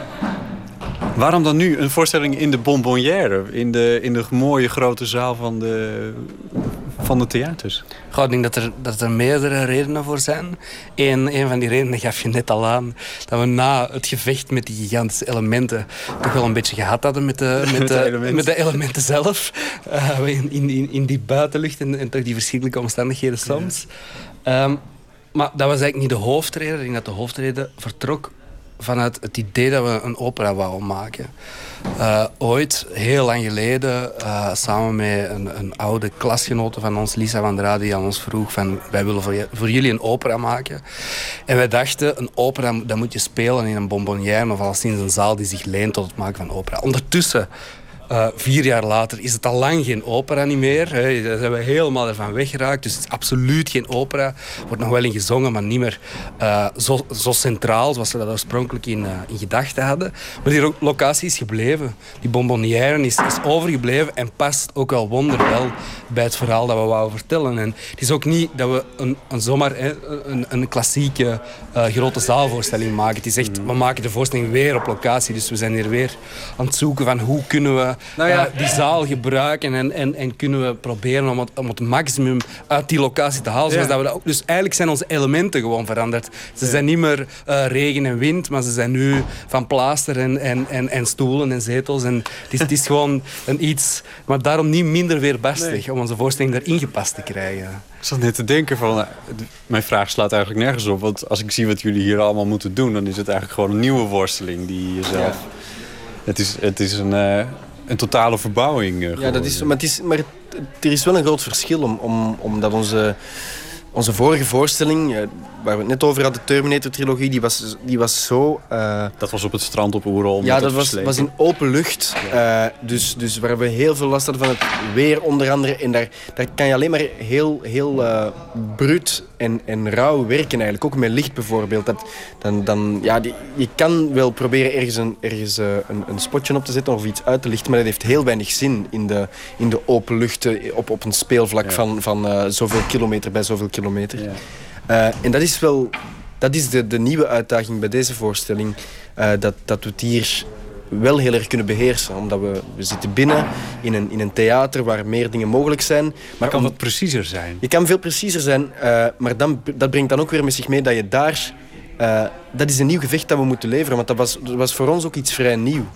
waarom dan nu een voorstelling in de Bonbonnière? In de, in de mooie grote zaal van de, van de theaters? Goh, ik denk dat er, dat er meerdere redenen voor zijn. Eén een van die redenen gaf je net al aan. Dat we na het gevecht met die gigantische elementen toch wel een beetje gehad hadden met de, met de, de, elementen. Met de elementen zelf. Uh, in, in, in die buitenlucht en, en toch die verschrikkelijke omstandigheden soms. Ja. Um, Maar dat was eigenlijk niet de hoofdreden. Ik denk dat de hoofdreden vertrok vanuit het idee dat we een opera wouden maken. Uh, ooit, heel lang geleden, uh, samen met een, een oude klasgenote van ons, Lisa van der Rade, die aan ons vroeg van, wij willen voor, je, voor jullie een opera maken. En wij dachten, een opera, dat moet je spelen in een bonbonnière, of alleszins een zaal die zich leent tot het maken van opera. Ondertussen, Uh, vier jaar later is het al lang geen opera niet meer. Hè. Daar zijn we helemaal ervan weggeraakt. Dus het is absoluut geen opera. Er wordt nog wel in gezongen, maar niet meer uh, zo, zo centraal zoals we dat oorspronkelijk in, uh, in gedachten hadden. Maar die locatie is gebleven. Die bonbonnière is, is overgebleven en past ook wel wonderwel bij het verhaal dat we wouden vertellen. En het is ook niet dat we een, een zomaar hè, een, een klassieke uh, grote zaalvoorstelling maken. Het is echt, we maken de voorstelling weer op locatie. Dus we zijn hier weer aan het zoeken van hoe kunnen we Nou ja. uh, die zaal gebruiken en, en, en kunnen we proberen om het, om het maximum uit die locatie te halen. Ja. Dat we dat ook, dus eigenlijk zijn onze elementen gewoon veranderd. Ze ja. zijn niet meer uh, regen en wind, maar ze zijn nu van plaaster en, en, en, en stoelen en zetels. En het, is, het is gewoon een iets, maar daarom niet minder weerbarstig nee. om onze voorstelling erin gepast te krijgen. Ik zat net te denken van, nou, mijn vraag slaat eigenlijk nergens op. Want als ik zie wat jullie hier allemaal moeten doen, dan is het eigenlijk gewoon een nieuwe worsteling die je zelf... Ja. Het is, het is een... Uh, Een totale verbouwing. Uh, ja, dat is, maar, het is, maar het, er is wel een groot verschil. Om, om, omdat onze, onze vorige voorstelling, uh, waar we het net over hadden, de Terminator-trilogie, die was, die was zo... Uh, dat was op het strand op Oerol. Ja, dat was, was in open lucht. Ja. Uh, dus, dus waar we heel veel last hadden van het weer, onder andere. En daar, daar kan je alleen maar heel, heel uh, bruut en, en rauw werken eigenlijk. Ook met licht bijvoorbeeld. Dat, dan, dan, ja, die, je kan wel proberen ergens, een, ergens uh, een, een spotje op te zetten of iets uit te lichten, maar dat heeft heel weinig zin in de, in de open lucht op, op een speelvlak ja. van, van uh, zoveel kilometer bij zoveel kilometer. Ja. Uh, en dat is wel dat is de, de nieuwe uitdaging bij deze voorstelling. Uh, dat, dat we het hier wel heel erg kunnen beheersen. Omdat we, we zitten binnen in een, in een theater waar meer dingen mogelijk zijn. Maar je kan om, wat preciezer zijn. Je kan veel preciezer zijn. Uh, maar dan, dat brengt dan ook weer met zich mee dat je daar... Uh, dat is een nieuw gevecht dat we moeten leveren. Want dat was, dat was voor ons ook iets vrij nieuw.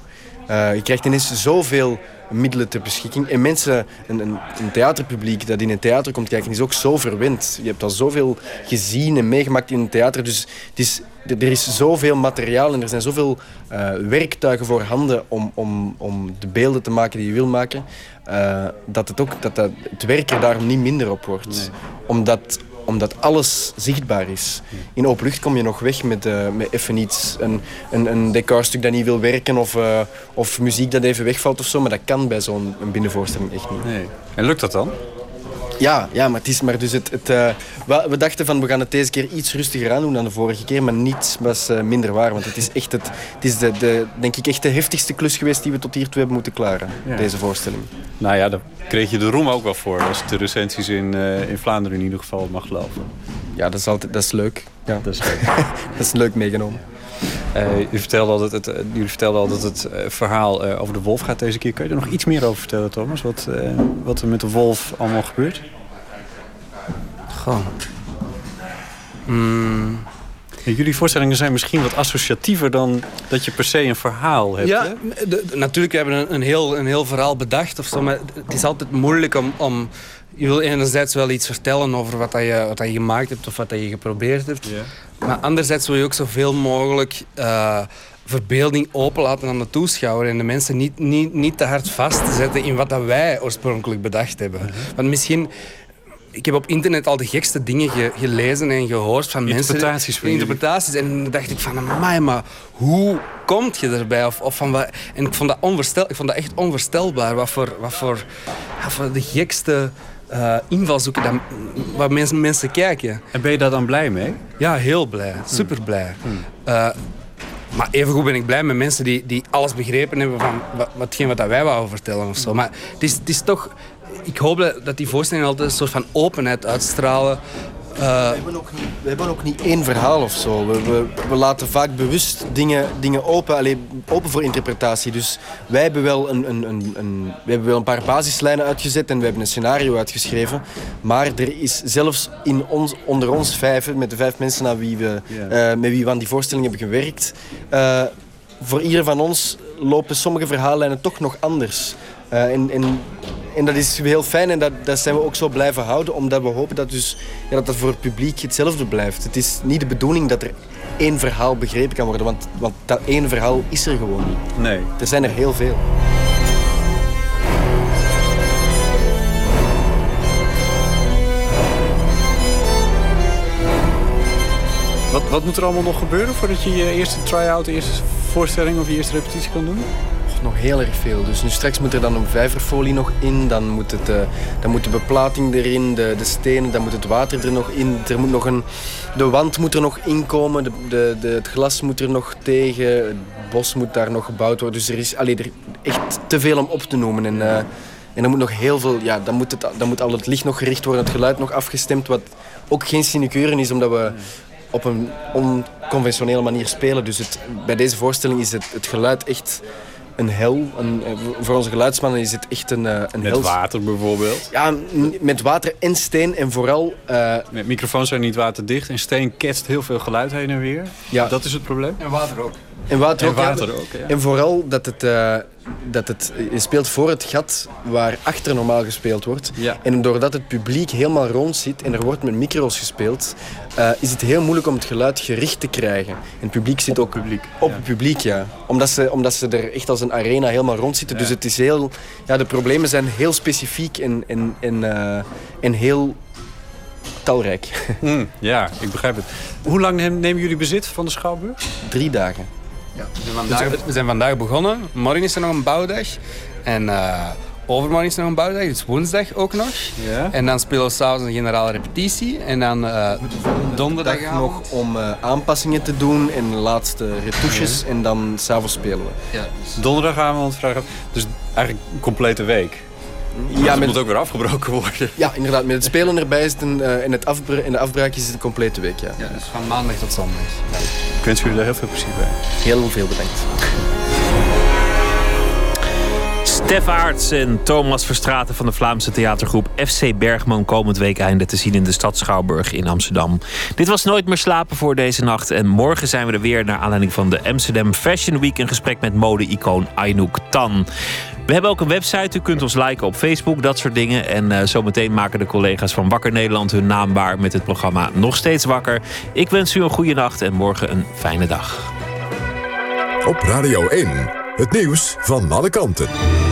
Uh, je krijgt ineens zoveel middelen ter beschikking. En mensen, een, een, een theaterpubliek dat in een theater komt kijken, is ook zo verwend. Je hebt al zoveel gezien en meegemaakt in een theater. Dus het is, er is zoveel materiaal en er zijn zoveel uh, werktuigen voor handen om, om, om de beelden te maken die je wil maken. Uh, dat, het, ook, dat, dat het werk er daarom niet minder op wordt. Nee. Omdat... omdat alles zichtbaar is. In open lucht kom je nog weg met, uh, met even iets. Een, een, een decorstuk dat niet wil werken of, uh, of muziek dat even wegvalt of zo. Maar dat kan bij zo'n binnenvoorstelling echt niet. Nee. En lukt dat dan? Ja, ja, maar het is maar dus het... het uh, we dachten van we gaan het deze keer iets rustiger aan doen dan de vorige keer. Maar niets was uh, minder waar. Want het is echt het, het is de, de, denk ik echt de heftigste klus geweest die we tot hiertoe hebben moeten klaren. Ja. Deze voorstelling. Nou ja, daar kreeg je de roem ook wel voor. Als de recensies in, uh, in Vlaanderen in ieder geval mag geloven. Ja, dat is, altijd, dat is leuk. Ja. Dat is leuk. Dat is leuk meegenomen. Uh, u vertelde al dat het, uh, jullie vertelden al dat het uh, verhaal uh, over de wolf gaat deze keer. Kun je er nog iets meer over vertellen, Thomas? Wat, uh, wat er met de wolf allemaal gebeurt? Goh. Mm. Ja, jullie voorstellingen zijn misschien wat associatiever dan dat je per se een verhaal hebt. Ja, hè? De, de, natuurlijk hebben we een, een, heel, een heel verhaal bedacht. Of zo, maar het is altijd moeilijk om... om je wil enerzijds wel iets vertellen over wat, dat je, wat dat je gemaakt hebt of wat dat je geprobeerd hebt. Ja. Maar anderzijds wil je ook zoveel mogelijk uh, verbeelding openlaten aan de toeschouwer. En de mensen niet, niet, niet te hard vastzetten in wat dat wij oorspronkelijk bedacht hebben. Uh-huh. Want misschien... Ik heb op internet al de gekste dingen ge, gelezen en gehoord van interpretaties mensen. Interpretaties. En dan dacht ik van, amai, maar hoe komt je erbij? Of, of van wat, en ik vond, dat onverstel, ik vond dat echt onvoorstelbaar. Wat voor, wat voor, wat voor de gekste uh, invalshoeken dat, waar mensen, mensen kijken. En ben je daar dan blij mee? Ja, heel blij. Super blij. Hmm. Uh, maar evengoed ben ik blij met mensen die, die alles begrepen hebben van wat, watgeen wat wij wouden vertellen of zo. Maar het is, het is toch... Ik hoop dat die voorstellingen altijd een soort van openheid uitstralen. Uh... We, hebben ook niet, we hebben ook niet één verhaal of zo. We, we, we laten vaak bewust dingen, dingen open, alleen open voor interpretatie. Dus wij hebben, wel een, een, een, een, we hebben wel een paar basislijnen uitgezet en we hebben een scenario uitgeschreven. Maar er is zelfs in ons, onder ons vijf, met de vijf mensen aan wie we, yeah. uh, met wie we aan die voorstelling hebben gewerkt, uh, voor ieder van ons lopen sommige verhaallijnen toch nog anders. Uh, en, en, en dat is heel fijn en dat, dat zijn we ook zo blijven houden, omdat we hopen dat, dus, ja, dat dat voor het publiek hetzelfde blijft. Het is niet de bedoeling dat er één verhaal begrepen kan worden, want, want dat één verhaal is er gewoon niet. Nee. Er zijn er heel veel. Wat, wat moet er allemaal nog gebeuren voordat je je eerste try-out, eerste voorstelling of je eerste repetitie kan doen? Nog heel erg veel. Dus nu straks moet er dan een vijverfolie nog in, dan moet, het, uh, dan moet de beplating erin, de, de stenen, dan moet het water er nog in. Er moet nog een, de wand moet er nog inkomen, de, de, de, het glas moet er nog tegen, het bos moet daar nog gebouwd worden. Dus er is allee, er echt te veel om op te noemen. En, uh, en dan moet nog heel veel, ja, dan moet, het, dan moet al het licht nog gericht worden, het geluid nog afgestemd, wat ook geen sinecure is, omdat we op een onconventionele manier spelen. Dus het, bij deze voorstelling is het, het geluid echt... een hel. Een, voor onze geluidsmannen is het echt een, een met hel. Met water bijvoorbeeld? Ja, met water en steen en vooral... Uh... Met microfoons zijn niet waterdicht en steen ketst heel veel geluid heen en weer. Ja. Dat is het probleem? En water ook. En water, en ook, water ja. ook, ja. En vooral dat het, uh, dat het... Je speelt voor het gat waar achter normaal gespeeld wordt. Ja. En doordat het publiek helemaal rond zit en er wordt met micro's gespeeld... Uh, is het heel moeilijk om het geluid gericht te krijgen. En het publiek zit op ook... Het publiek. Op ja. het publiek, ja. Omdat ze, omdat ze er echt als een arena helemaal rond zitten. Ja. Dus het is heel... Ja, de problemen zijn heel specifiek en, en, en, uh, en heel... talrijk. Mm, ja, ik begrijp het. Hoe lang nemen jullie bezit van de Schouwburg? Drie dagen. Ja, we, zijn vandaag, we zijn vandaag begonnen. Morgen is er nog een bouwdag. En uh, overmorgen is er nog een bouwdag. Dus woensdag ook nog. Ja. En dan spelen we s'avonds een generale repetitie. En dan uh, donderdag nog om uh, aanpassingen te doen en laatste retouches. Ja. En dan s'avonds spelen we. Ja. Donderdagavond, vrijdag. Dus eigenlijk een complete week. Ja, dus het met... moet ook weer afgebroken worden. Ja, inderdaad. Met het spelen erbij is het een, uh, en, het afbra- en de afbraak is het een complete week. Ja, ja dus van maandag tot zondag. Ja. Ik wens jullie daar heel veel plezier bij. Heel veel bedankt. Stef Aarts en Thomas Verstraeten van de Vlaamse theatergroep F C Bergman komend weekeinde te zien in de stad Schouwburg in Amsterdam. Dit was Nooit meer slapen voor deze nacht. En morgen zijn we er weer naar aanleiding van de Amsterdam Fashion Week. Een gesprek met mode-icoon Aynouk Tan. We hebben ook een website. U kunt ons liken op Facebook, dat soort dingen. En uh, zometeen maken de collega's van Wakker Nederland hun naam waar met het programma Nog Steeds Wakker. Ik wens u een goede nacht en morgen een fijne dag. Op Radio één, het nieuws van alle kanten.